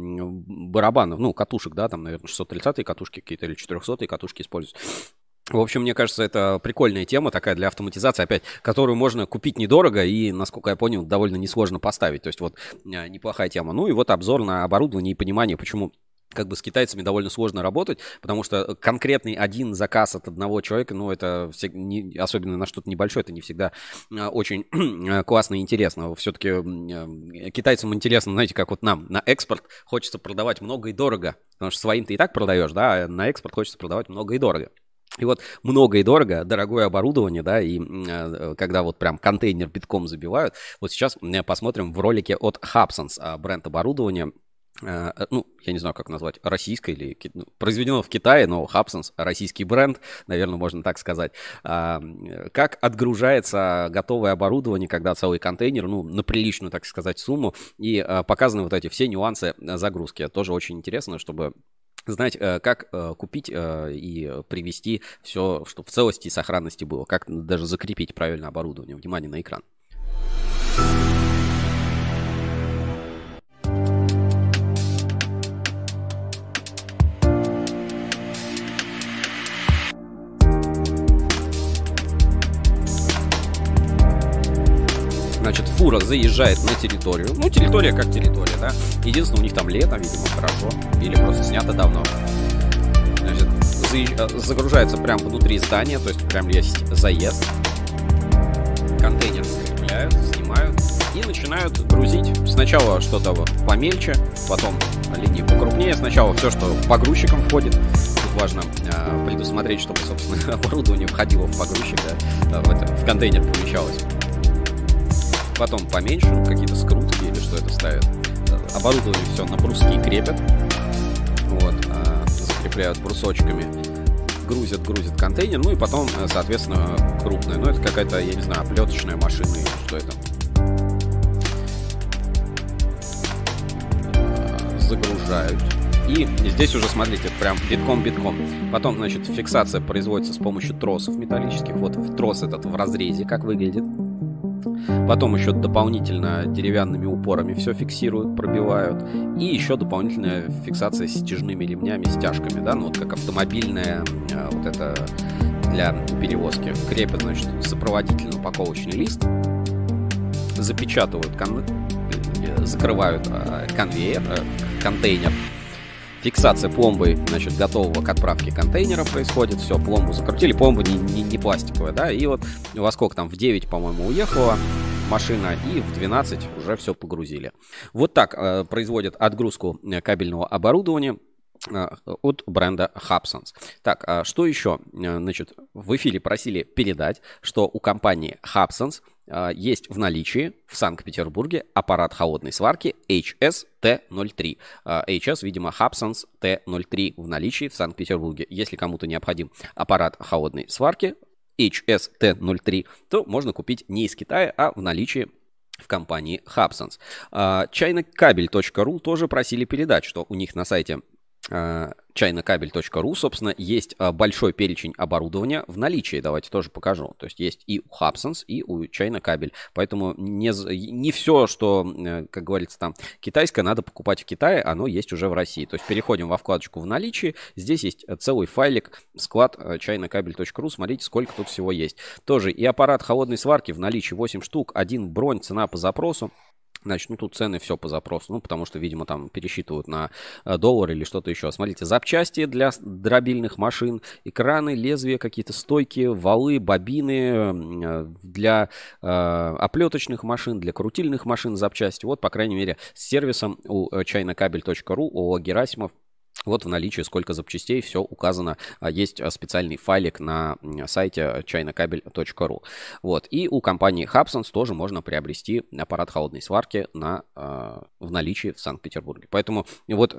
барабанов, ну, катушек, да, там, наверное, шестьсот тридцатые катушки какие-то или четырехсотые катушки используют. В общем, мне кажется, это прикольная тема такая для автоматизации, опять, которую можно купить недорого и, насколько я понял, довольно несложно поставить. То есть вот неплохая тема. Ну и вот обзор на оборудование и понимание, почему как бы с китайцами довольно сложно работать, потому что конкретный один заказ от одного человека, ну, это все, не, особенно на что-то небольшое, это не всегда очень классно и интересно. Все-таки китайцам интересно, знаете, как вот нам на экспорт хочется продавать много и дорого, потому что своим ты и так продаешь, да, а на экспорт хочется продавать много и дорого. И вот много и дорого, дорогое оборудование, да, и э, когда вот прям контейнер битком забивают, вот сейчас посмотрим в ролике от Hubsons, бренд оборудования. Ну, я не знаю, как назвать, российское или ну, произведено в Китае, но Hubsons, российский бренд, наверное, можно так сказать. Как отгружается готовое оборудование, когда целый контейнер, ну, на приличную, так сказать, сумму, и показаны вот эти все нюансы загрузки. Тоже очень интересно, чтобы знать, как купить и привести все, чтобы в целости и сохранности было, как даже закрепить правильно оборудование. Внимание на экран. Значит, фура заезжает на территорию. Ну, территория как территория, да. Единственное, у них там лето, видимо, хорошо. Или просто снято давно. Значит, заезж... загружается прямо внутри здания. То есть прям есть заезд. Контейнер скрепляют, снимают. И начинают грузить. Сначала что-то помельче, потом линии покрупнее. Сначала все, что погрузчиком входит. Тут важно э, предусмотреть, чтобы, собственно, оборудование входило в погрузчик, да, в, это, в контейнер помещалось. Потом поменьше, какие-то скрутки или что это ставят. Оборудование все на бруски крепят. Вот, закрепляют брусочками. Грузят, грузят контейнер. Ну и потом, соответственно, крупная. Ну это какая-то, я не знаю, оплеточная машина или что это. Загружают. И здесь уже, смотрите, прям битком-битком. Потом, значит, фиксация производится с помощью тросов металлических. Вот трос этот в разрезе, как выглядит. Потом еще дополнительно деревянными упорами все фиксируют, пробивают. И еще дополнительная фиксация с стяжными ремнями, стяжками, да, ну вот как автомобильная, вот это для перевозки. Крепят, значит, сопроводительно-упаковочный лист, запечатывают, кон... закрывают конвейер, контейнер. Фиксация пломбой, значит, готового к отправке контейнера происходит. Все, пломбу закрутили. Пломба не, не, не пластиковая, да. И вот во сколько там, в девять, по-моему, уехала. машина, и в двенадцать уже все погрузили. Вот так э, производят отгрузку кабельного оборудования от бренда Hubsense. Так, а что еще? Значит, в эфире просили передать, что у компании Hubsense есть в наличии в Санкт-Петербурге аппарат холодной сварки эйч эс тэ ноль три. эйч эс, видимо, Hubsense тэ ноль три в наличии в Санкт-Петербурге. Если кому-то необходим аппарат холодной сварки эйч эс тэ ноль три, то можно купить не из Китая, а в наличии в компании Hubsense. чайна кабель точка ру тоже просили передать, что у них на сайте чайна кабель точка ру, собственно, есть большой перечень оборудования в наличии. Давайте тоже покажу. То есть есть и у Hubsense, и у чайна кабель. Поэтому не, не все, что, как говорится, там китайское, надо покупать в Китае, оно есть уже в России. То есть переходим во вкладочку в наличии. Здесь есть целый файлик, склад чайна кабель точка ру. Смотрите, сколько тут всего есть. Тоже и аппарат холодной сварки в наличии восемь штук, один бронь, цена по запросу. Значит, ну тут цены все по запросу, ну потому что, видимо, там пересчитывают на доллар или что-то еще. Смотрите, запчасти для дробильных машин, экраны, лезвия, какие-то стойки, валы, бобины для э, оплеточных машин, для крутильных машин запчасти. Вот, по крайней мере, с сервисом у чайна кабель точка ру, ООО Герасимов. Вот в наличии сколько запчастей, все указано. Есть специальный файлик на сайте чайна кабель точка ру. Вот. И у компании Hubsense тоже можно приобрести аппарат холодной сварки на, в наличии в Санкт-Петербурге. Поэтому вот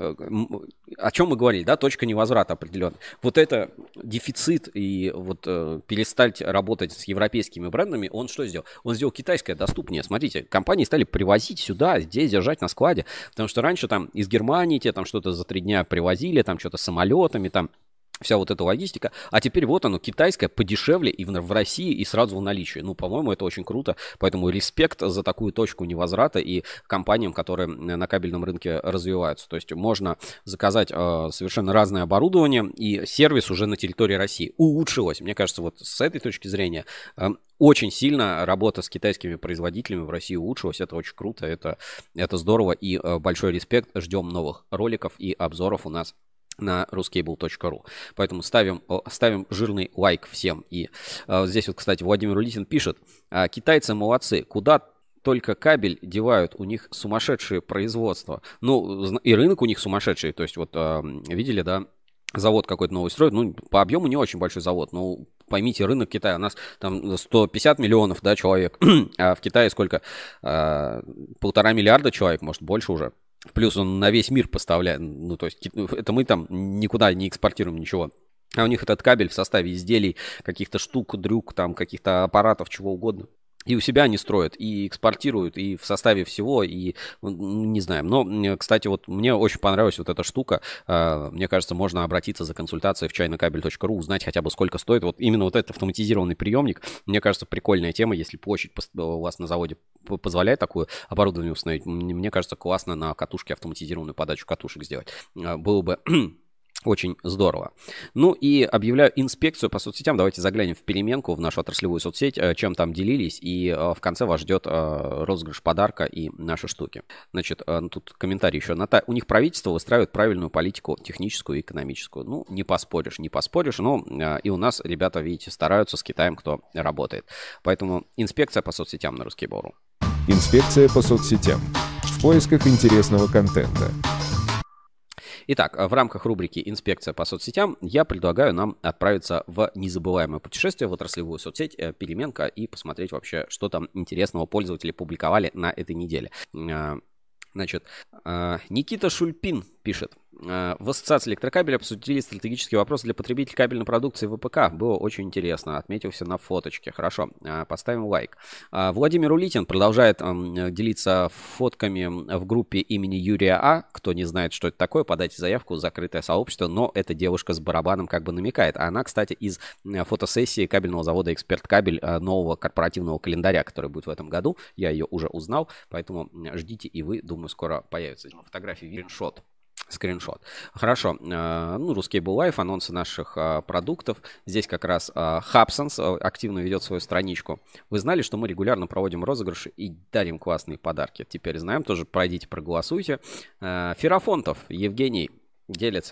о чем мы говорили, да, точка невозврата определенная. Вот это дефицит и вот перестать работать с европейскими брендами, он что сделал? Он сделал китайское доступнее. Смотрите, компании стали привозить сюда, здесь держать на складе, потому что раньше там из Германии те там что-то за три дня привозили, там что-то самолетами, там вся вот эта логистика. А теперь вот оно, китайское, подешевле и в, в России, и сразу в наличии. Ну, по-моему, это очень круто. Поэтому респект за такую точку невозврата и компаниям, которые на кабельном рынке развиваются. То есть можно заказать э, совершенно разное оборудование, и сервис уже на территории России улучшилось. Мне кажется, вот с этой точки зрения э, очень сильно работа с китайскими производителями в России улучшилась. Это очень круто, это, это здорово. И э, большой респект. Ждем новых роликов и обзоров у нас на ruskable точка ру. Поэтому ставим, ставим жирный лайк всем. И а, здесь вот, кстати, Владимир Улитин пишет: а, китайцы молодцы, куда только кабель девают, у них сумасшедшее производство. Ну, и рынок у них сумасшедший. То есть вот а, видели, да, завод какой-то новый строят. Ну, по объему не очень большой завод, но поймите, рынок Китая, у нас там сто пятьдесят миллионов, да, человек, а в Китае сколько? А, полтора миллиарда человек, может, больше уже. Плюс он на весь мир поставляет. Ну, то есть это мы там никуда не экспортируем ничего. А у них этот кабель в составе изделий, каких-то штук, дрюк, там, каких-то аппаратов, чего угодно. И у себя они строят, и экспортируют, и в составе всего, и не знаю. Но, кстати, вот мне очень понравилась вот эта штука. Мне кажется, можно обратиться за консультацией в чайна кабель точка ру, узнать хотя бы сколько стоит. Вот именно вот этот автоматизированный приемник, мне кажется, прикольная тема. Если площадь у вас на заводе позволяет такое оборудование установить, мне кажется, классно на катушке автоматизированную подачу катушек сделать. Было бы очень здорово. Ну и объявляю инспекцию по соцсетям. Давайте заглянем в переменку, в нашу отраслевую соцсеть, чем там делились. И в конце вас ждет розыгрыш подарка и наши штуки. Значит, тут комментарий еще. У них правительство выстраивает правильную политику техническую и экономическую. Ну, не поспоришь, не поспоришь. Но и у нас ребята, видите, стараются с Китаем, кто работает. Поэтому инспекция по соцсетям на ruskable точка ру. Инспекция по соцсетям. В поисках интересного контента. Итак, в рамках рубрики «Инспекция по соцсетям» я предлагаю нам отправиться в незабываемое путешествие в отраслевую соцсеть «Переменка» и посмотреть вообще, что там интересного пользователи публиковали на этой неделе. Значит, Никита Шульпин пишет. В ассоциации электрокабеля обсудили стратегические вопросы для потребителей кабельной продукции в ВПК. Было очень интересно. Отметился на фоточке. Хорошо. Поставим лайк. Владимир Улитин продолжает делиться фотками в группе имени Юрия А. Кто не знает, что это такое, подайте заявку в закрытое сообщество. Но эта девушка с барабаном как бы намекает. Она, кстати, из фотосессии кабельного завода «Эксперт Кабель» нового корпоративного календаря, который будет в этом году. Я ее уже узнал, поэтому ждите и вы, думаю, скоро появится. Фотографии, скриншот. Скриншот. Хорошо. Ну, Ruskable Life, анонсы наших продуктов. Здесь как раз Hubsense активно ведет свою страничку. Вы знали, что мы регулярно проводим розыгрыши и дарим классные подарки? Теперь знаем. Тоже пройдите, проголосуйте. Ферафонтов Евгений делится.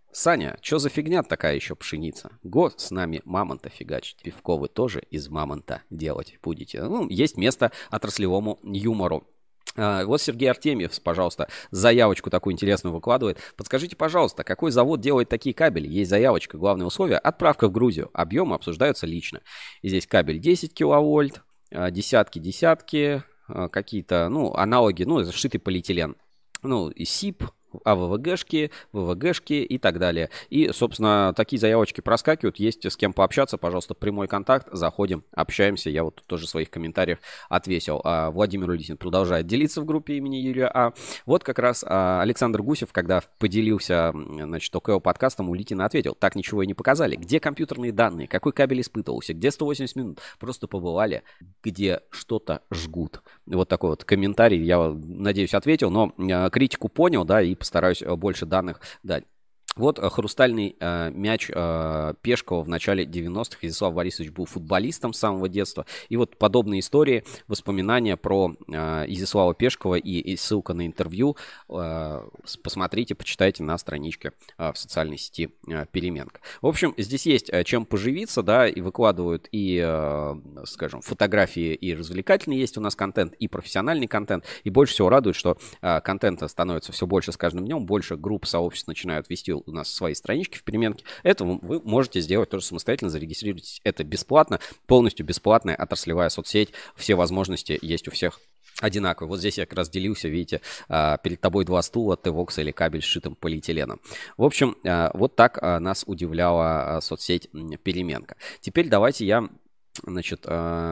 Саня, что за фигня такая еще пшеница? Го с нами мамонта фигачить. Пивко вы тоже из мамонта делать будете. Ну, есть место отраслевому юмору. А, вот Сергей Артемьев, пожалуйста, заявочку такую интересную выкладывает. Подскажите, пожалуйста, какой завод делает такие кабели? Есть заявочка, главное условие. Отправка в Грузию. Объемы обсуждаются лично. И здесь кабель десять киловольт, десятки, десятки, какие-то, ну, аналоги, ну, сшитый полиэтилен. Ну, и СИП, АВВГшки, ВВГшки и так далее. И, собственно, такие заявочки проскакивают. Есть с кем пообщаться, пожалуйста, прямой контакт. Заходим, общаемся. Я вот тут тоже в своих комментариях отвесил. А Владимир Улитин продолжает делиться в группе имени Юрия А. Вот как раз а, Александр Гусев, когда поделился, значит, ОКО подкастом, Улитина ответил: так ничего и не показали. Где компьютерные данные? Какой кабель испытывался? Где сто восемьдесят минут? Просто побывали, где что-то жгут. Вот такой вот комментарий, я надеюсь, ответил, но а, критику понял, да, и постараюсь больше данных дать. Вот хрустальный э, мяч э, Пешкова в начале девяностых. Изяслав Борисович был футболистом с самого детства. И вот подобные истории, воспоминания про э, Изяслава Пешкова и, и ссылка на интервью э, посмотрите, почитайте на страничке э, в социальной сети э, Переменка. В общем, здесь есть э, чем поживиться, да, и выкладывают и, э, скажем, фотографии, и развлекательный есть у нас контент, и профессиональный контент. И больше всего радует, что э, контента становится все больше с каждым днем, больше групп, сообществ начинают вести у нас свои странички в Переменке. Это вы можете сделать тоже самостоятельно, зарегистрируйтесь. Это бесплатно, полностью бесплатная отраслевая соцсеть. Все возможности есть у всех одинаковые. Вот здесь я как раз делился, видите, перед тобой два стула, Т-Вокс или кабель с сшитым полиэтиленом. В общем, вот так нас удивляла соцсеть Переменка. Теперь давайте я, значит,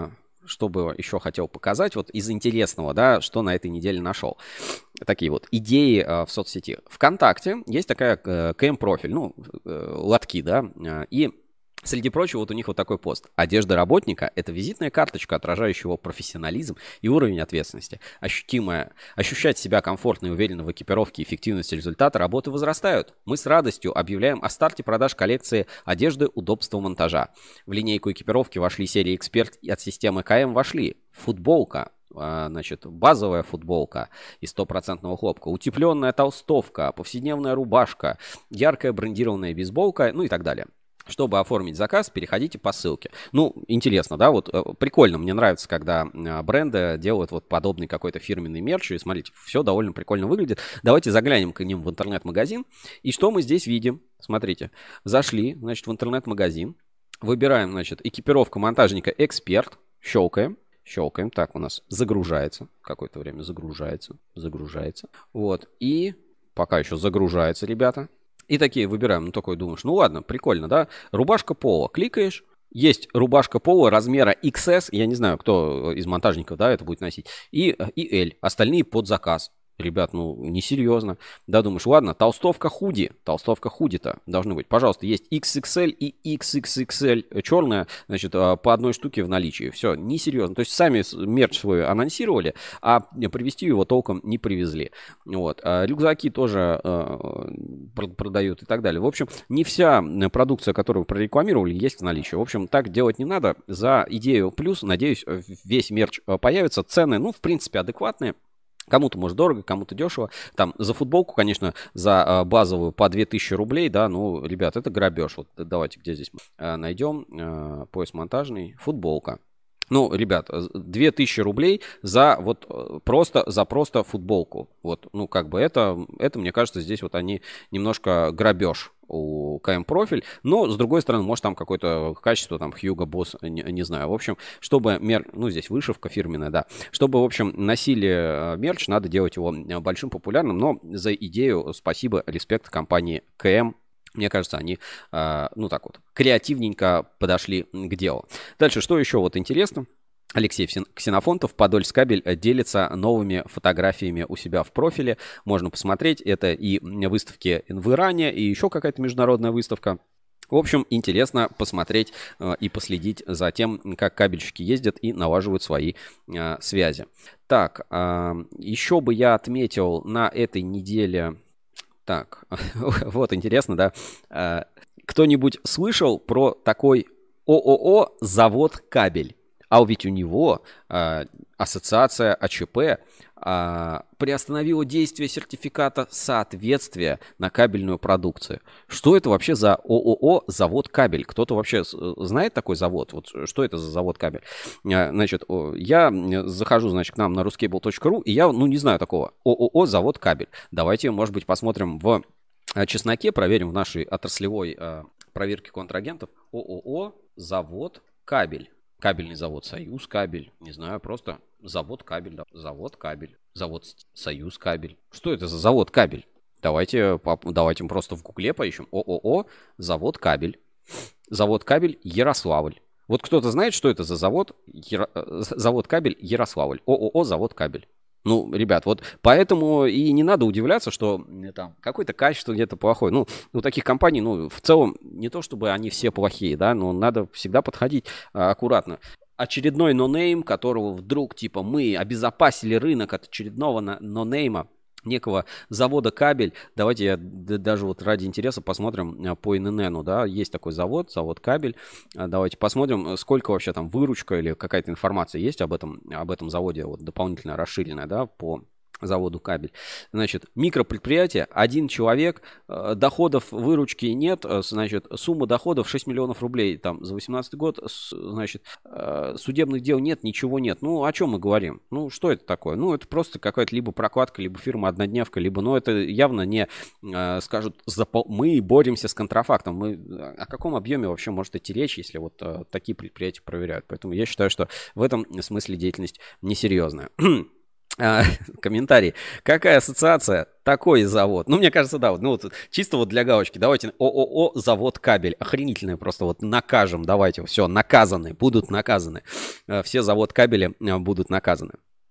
что бы еще хотел показать, вот из интересного, да, что на этой неделе нашел. Такие вот идеи э, в соцсети. ВКонтакте есть такая э, КМ-профиль, ну, э, лотки, да, э, и среди прочего вот у них вот такой пост. Одежда работника – это визитная карточка, отражающая его профессионализм и уровень ответственности. Ощутимая, ощущать себя комфортно и уверенно в экипировке и эффективности результата работы возрастают. Мы с радостью объявляем о старте продаж коллекции одежды удобства монтажа. В линейку экипировки вошли серии «Эксперт» от системы КМ вошли футболка, значит, базовая футболка из стопроцентного хлопка, утепленная толстовка, повседневная рубашка, яркая брендированная бейсболка, ну и так далее. Чтобы оформить заказ, переходите по ссылке. Ну, интересно, да, вот прикольно, мне нравится, когда бренды делают вот подобный какой-то фирменный мерч, и смотрите, все довольно прикольно выглядит. Давайте заглянем к ним в интернет-магазин, и что мы здесь видим? Смотрите, зашли, значит, в интернет-магазин, выбираем, значит, экипировка монтажника «Эксперт», щелкаем, щелкаем, так, у нас загружается, какое-то время загружается, загружается, вот, и пока еще загружается, ребята. И такие выбираем, ну такой думаешь, ну ладно, прикольно, да? Рубашка поло, кликаешь, есть рубашка поло размера икс эс, я не знаю, кто из монтажников, да, это будет носить, и, и L, остальные под заказ. Ребят, ну, несерьезно. Да, думаешь, ладно, толстовка худи. Толстовка худи-то должны быть. Пожалуйста, есть икс икс эль и икс икс икс эль черная, значит, по одной штуке в наличии. Все, несерьезно. То есть сами мерч свой анонсировали, а привезти его толком не привезли. Вот. А рюкзаки тоже э, продают и так далее. В общем, не вся продукция, которую прорекламировали, есть в наличии. В общем, так делать не надо. За идею плюс, надеюсь, весь мерч появится. Цены, ну, в принципе, адекватные. Кому-то, может, дорого, кому-то дешево. Там за футболку, конечно, за а, базовую по две тысячи рублей, да, ну, ребят, это грабеж. Вот давайте, где здесь а, найдем а, пояс монтажный, футболка. Ну, ребят, две тысячи рублей за вот просто, за просто футболку. Вот, ну, как бы это, это, мне кажется, здесь вот они немножко грабеж у КМ-профиль, но, с другой стороны, может, там какое-то качество, там, Hugo Boss, не, не знаю. В общем, чтобы мер... ну, здесь вышивка фирменная, да. Чтобы, в общем, носили мерч, надо делать его большим, популярным, но за идею спасибо, респект компании КМ. Мне кажется, они, э, ну так вот, креативненько подошли к делу. Дальше, что еще вот интересно? Алексей Ксенофонтов, Подольскабель, делится новыми фотографиями у себя в профиле. Можно посмотреть. Это и выставки эн вэ РАНе, и еще какая-то международная выставка. В общем, интересно посмотреть э, и последить за тем, как кабельщики ездят и налаживают свои э, связи. Так, э, еще бы я отметил на этой неделе... Так, вот интересно, да. Кто-нибудь слышал про такой ООО «Завод Кабель»? А ведь у него э, ассоциация АЧП э, приостановила действие сертификата соответствия на кабельную продукцию. Что это вообще за ООО «Завод Кабель»? Кто-то вообще знает такой завод? Вот что это за завод Кабель? Э, значит, я захожу, значит, к нам на ruskable точка ру, и я, ну, не знаю такого. ООО «Завод Кабель». Давайте, может быть, посмотрим в чесноке, проверим в нашей отраслевой э, проверке контрагентов. ООО «Завод Кабель». Кабельный завод «Союз Кабель». Не знаю, просто завод Кабель. Да. Завод Кабель. Завод «Союз Кабель». Что это за завод Кабель? Давайте, давайте мы просто в гугле поищем. ООО «Завод Кабель». Завод Кабель Ярославль. Вот кто-то знает, что это за завод? Яро... Завод Кабель Ярославль. ООО «Завод Кабель». Ну, ребят, вот поэтому и не надо удивляться, что там какое-то качество где-то плохое. Ну, у таких компаний, ну, в целом, не то чтобы они все плохие, да, но надо всегда подходить а, аккуратно. Очередной нонейм, которого вдруг, типа, мы обезопасили рынок от очередного нонейма, некого завода «Кабель». Давайте я даже вот ради интереса посмотрим по эн эн эн, да, есть такой завод, завод «Кабель». Давайте посмотрим, сколько вообще там выручка или какая-то информация есть об этом, об этом заводе, вот дополнительно расширенная, да, по заводу «Кабель». Значит, микропредприятие, один человек, доходов, выручки нет, значит, сумма доходов шесть миллионов рублей там за восемнадцатый год, значит, судебных дел нет, ничего нет. Ну, о чем мы говорим? Ну, что это такое? Ну, это просто какая-то либо прокладка, либо фирма-однодневка, либо, ну, это явно не, скажут, запол... мы боремся с контрафактом. Мы... О каком объеме вообще может идти речь, если вот такие предприятия проверяют? Поэтому я считаю, что в этом смысле деятельность несерьезная. А, комментарий. Какая ассоциация? Такой завод. Ну, мне кажется, да, вот, ну, вот чисто вот для галочки. Давайте ООО «Завод Кабель». Охренительное просто вот накажем. Давайте, все, наказаны, будут наказаны. Все завод кабеля будут наказаны.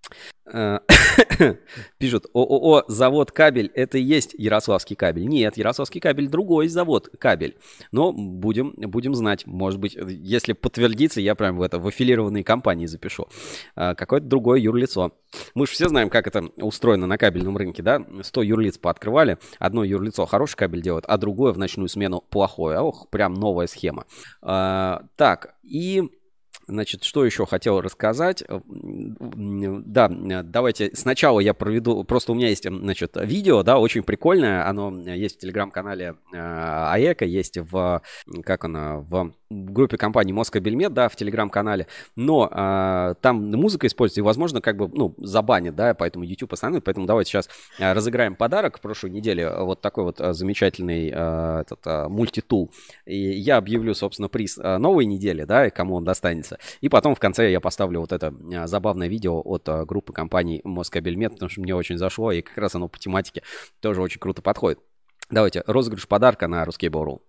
Пишут, ООО «Завод Кабель» это и есть Ярославский кабель. Нет, Ярославский кабель другой завод Кабель. Но будем, будем знать. Может быть, если подтвердится, я прям в это в аффилированные компании запишу. Какое-то другое юрлицо. Мы же все знаем, как это устроено на кабельном рынке, да? сто юрлиц пооткрывали. Одно юрлицо хороший кабель делает, а другое в ночную смену плохое. Ох, прям новая схема. А, так, и... Значит, что еще хотел рассказать? Да, давайте сначала я проведу, просто у меня есть, значит, видео, да, очень прикольное, оно есть в телеграм-канале АЭКО, есть в, как она, в группе компании Москабельмет, да, в телеграм-канале, но а, там музыка используется, и, возможно, как бы, ну, забанит, да, поэтому YouTube остановит, поэтому давайте сейчас разыграем подарок в прошлой неделе, вот такой вот замечательный а, этот, а, мультитул, и я объявлю, собственно, приз новой недели, да, и кому он достанется. И потом в конце я поставлю вот это а, забавное видео от а, группы компаний Москабельмет, потому что мне очень зашло, и как раз оно по тематике тоже очень круто подходит. Давайте, розыгрыш подарка на ruskable точка ру.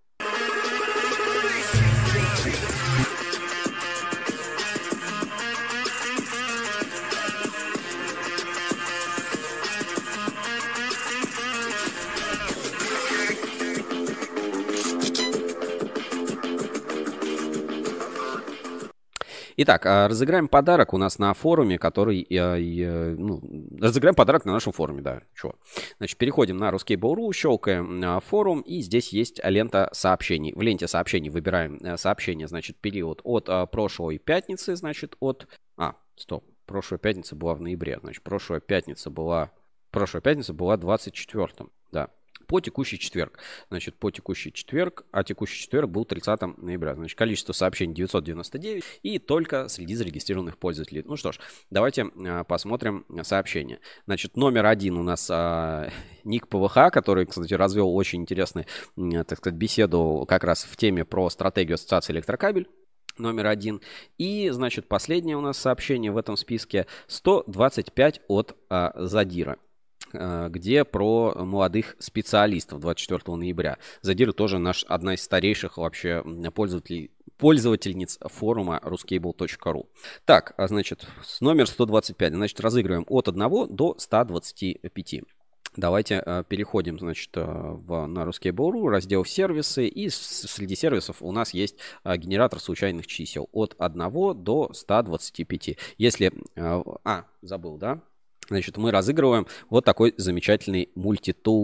Итак, разыграем подарок у нас на форуме, который... Ну, разыграем подарок на нашем форуме, да. Чего? Значит, переходим на ruskable точка ру, щелкаем форум, и здесь есть лента сообщений. В ленте сообщений выбираем сообщение, значит, период от прошлой пятницы, значит, от... А, стоп, прошлая пятница была в ноябре, значит, прошлая пятница была... Прошлая пятница была двадцать четвёртым, да. По текущий четверг. Значит, по текущий четверг, а текущий четверг был тридцатого ноября. Значит, количество сообщений девятьсот девяносто девять и только среди зарегистрированных пользователей. Ну что ж, давайте а, посмотрим сообщения. Значит, номер один у нас а, ник ПВХ, который, кстати, развел очень интересную, так сказать, беседу как раз в теме про стратегию ассоциации электрокабель. Номер один. И, значит, последнее у нас сообщение в этом списке сто двадцать пять от а, Задира, где про молодых специалистов двадцать четвёртого ноября. Задира тоже наш, одна из старейших вообще пользователей, пользовательниц форума ruskable точка ру. Так, значит, номер сто двадцать пять. Значит, разыгрываем от одного до ста двадцати пяти. Давайте э, переходим, значит, э, в, на ruskable точка ру, раздел сервисы, и с, среди сервисов у нас есть э, генератор случайных чисел от одного до ста двадцати пяти. Если... Э, а, забыл, да? Значит, мы разыгрываем вот такой замечательный мультитул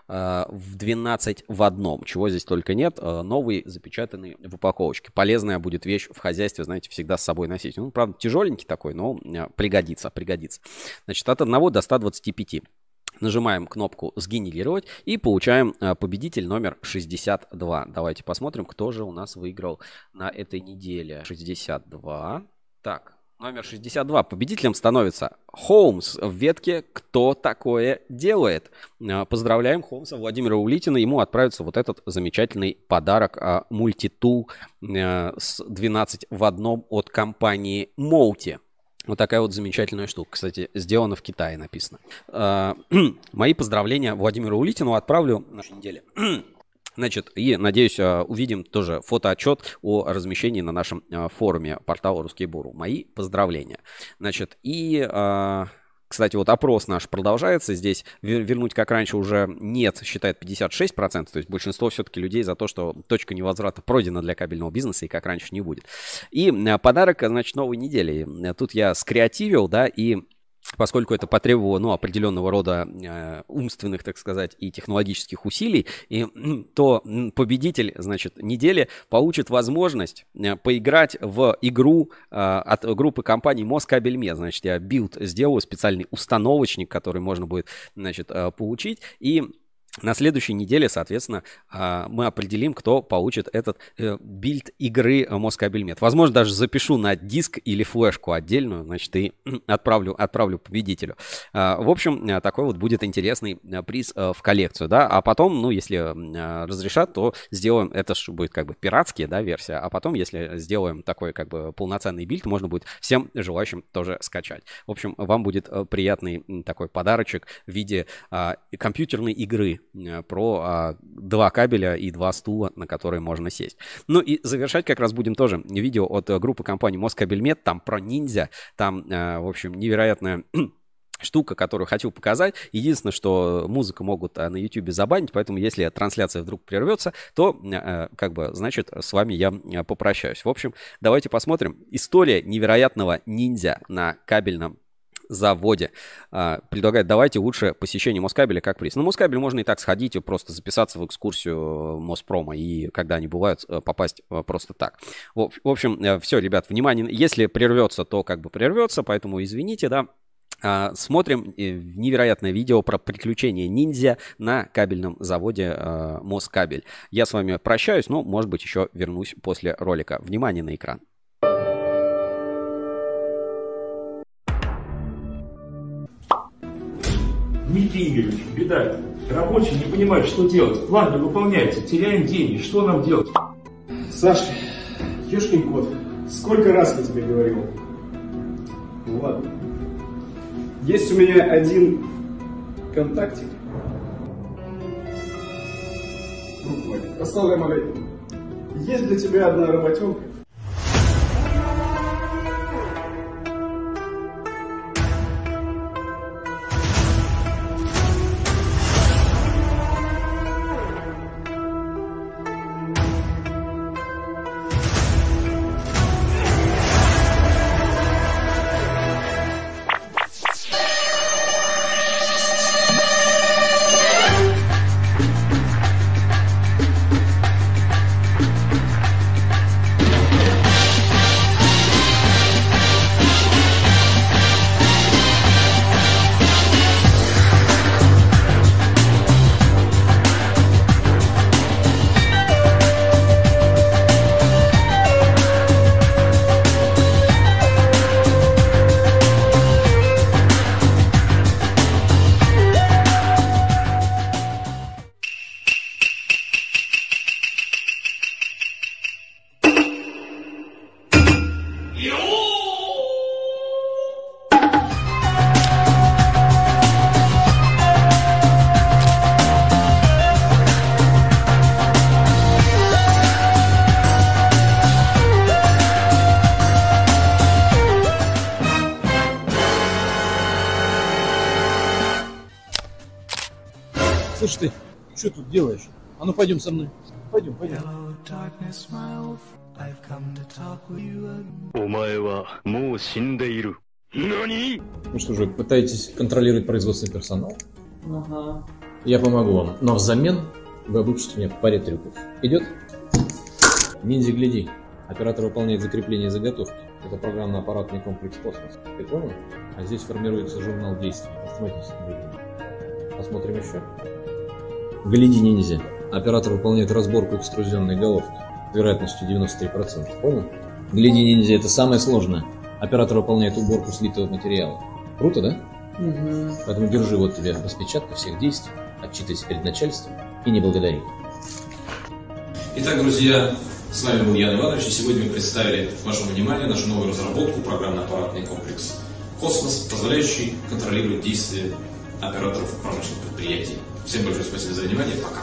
в двенадцать в одном. Чего здесь только нет. Новый, запечатанный в упаковочке. Полезная будет вещь в хозяйстве, знаете, всегда с собой носить. Ну, правда, тяжеленький такой, но пригодится, пригодится. Значит, от одного до ста двадцати пяти. Нажимаем кнопку «Сгенерировать» и получаем победитель номер шестьдесят два. Давайте посмотрим, кто же у нас выиграл на этой неделе. шестьдесят два. Так, номер шестьдесят два. Победителем становится Холмс в ветке «Кто такое делает?». Поздравляем Холмса Владимира Улитина. Ему отправится вот этот замечательный подарок мультитул с двенадцать в одном от компании Multi. Вот такая вот замечательная штука. Кстати, сделана в Китае, написано. Мои поздравления Владимиру Улитину отправлю на этой неделе. Значит, и, надеюсь, увидим тоже фотоотчет о размещении на нашем форуме портала Ruskay.Buru. Мои поздравления. Значит, и... Кстати, вот опрос наш продолжается. Здесь вернуть как раньше уже нет, считает пятьдесят шесть процентов. То есть большинство все-таки людей за то, что точка невозврата пройдена для кабельного бизнеса и как раньше не будет. И подарок, значит, новой недели. Тут я скреативил, да, и... Поскольку это потребовало, ну, определенного рода э, умственных, так сказать, и технологических усилий, и, то победитель, значит, недели получит возможность э, поиграть в игру э, от группы компании Москабельмет. Значит, я билд сделаю, специальный установочник, который можно будет, значит, э, получить. И на следующей неделе, соответственно, мы определим, кто получит этот билд игры Москабельмет. Возможно, даже запишу на диск или флешку отдельную, значит, и отправлю, отправлю победителю. В общем, такой вот будет интересный приз в коллекцию, да. А потом, ну, если разрешат, то сделаем, это же будет как бы пиратская, да, версия, а потом, если сделаем такой как бы полноценный билд, можно будет всем желающим тоже скачать. В общем, вам будет приятный такой подарочек в виде компьютерной игры про а, два кабеля и два стула, на которые можно сесть. Ну и завершать как раз будем тоже видео от группы компании Москабельмет, там про ниндзя, там, а, в общем, невероятная штука, которую хочу показать. Единственное, что музыку могут а, на YouTube забанить, поэтому если трансляция вдруг прервется, то, а, как бы, значит, с вами я а, попрощаюсь. В общем, давайте посмотрим. История невероятного ниндзя на кабельном заводе. А, предлагает, давайте лучше посещение Москабеля как приз. На Москабель можно и так сходить, и просто записаться в экскурсию Моспрома, и когда они бывают, попасть просто так. В, в общем, все, ребят, внимание, если прервется, то как бы прервется, поэтому извините, да. А, смотрим невероятное видео про приключения ниндзя на кабельном заводе а, Москабель. Я с вами прощаюсь, но, может быть, еще вернусь после ролика. Внимание на экран. Дмитрий Игоревич, беда. Рабочие не понимают, что делать. План не выполняется, теряем деньги. Что нам делать? Саша, ёшкин кот, сколько раз я тебе говорил? Ну ладно. Есть у меня один контактик. Друг мой, ассалам алейкум. Есть для тебя одна работенка. Слушай ты, что тут делаешь? А ну пойдем со мной. Пойдем, пойдем. Ну что же, пытаетесь контролировать производственный персонал? Ага. Я помогу вам, но взамен вы обучите меня по паре трюков. Идет? Ниндзя, гляди. Оператор выполняет закрепление заготовки. Это программно-аппаратный комплекс «Космос». Ты понял? А здесь формируется журнал действий. Автоматически. Посмотрим еще. Гляди, ниндзя. Оператор выполняет разборку экструзионной головки с вероятностью девяносто три процента. Понял? Гляди, ниндзя, это самое сложное. Оператор выполняет уборку слитого материала. Круто, да? Угу. Поэтому держи вот тебе распечатку всех действий, отчитывайся перед начальством и не благодари. Итак, друзья, с вами был Ян Иванович, и сегодня мы представили вашему вниманию нашу новую разработку, программно-аппаратный комплекс «Космос», позволяющий контролировать действия операторов промышленных предприятий. Всем большое спасибо за внимание, пока.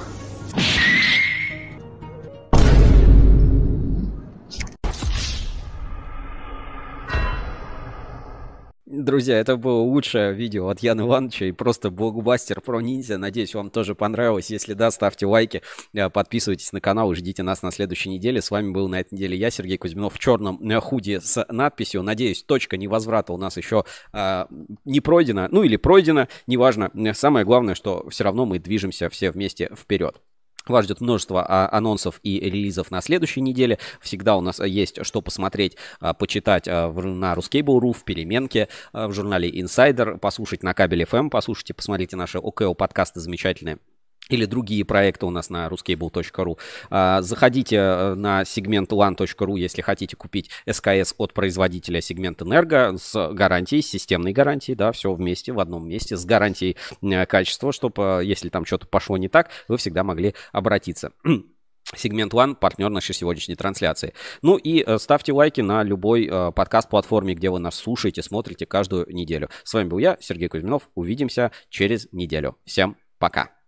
Друзья, это было лучшее видео от Яна Ивановича и просто блокбастер про ниндзя. Надеюсь, вам тоже понравилось. Если да, ставьте лайки, подписывайтесь на канал и ждите нас на следующей неделе. С вами был на этой неделе я, Сергей Кузьминов, в черном худи с надписью. Надеюсь, точка невозврата у нас еще а, не пройдена. Ну или пройдена, неважно. Самое главное, что все равно мы движемся все вместе вперед. Вас ждет множество а, анонсов и релизов на следующей неделе. Всегда у нас есть что посмотреть, а, почитать а, в, на Ruscable точка ру, в Переменке, а, в журнале Insider, послушать на Кабель эф эм, послушайте, посмотрите наши ОКО-подкасты замечательные. Или другие проекты у нас на Ruscable точка ру. Заходите на сегмент лан точка ру, если хотите купить эс ка эс от производителя Сегмент Энерго с гарантией, с системной гарантией, да, все вместе, в одном месте, с гарантией качества, чтобы, если там что-то пошло не так, вы всегда могли обратиться. Сегмент One, партнер нашей сегодняшней трансляции. Ну и э, ставьте лайки на любой э, подкаст-платформе, где вы нас слушаете, смотрите каждую неделю. С вами был я, Сергей Кузьминов. Увидимся через неделю. Всем пока.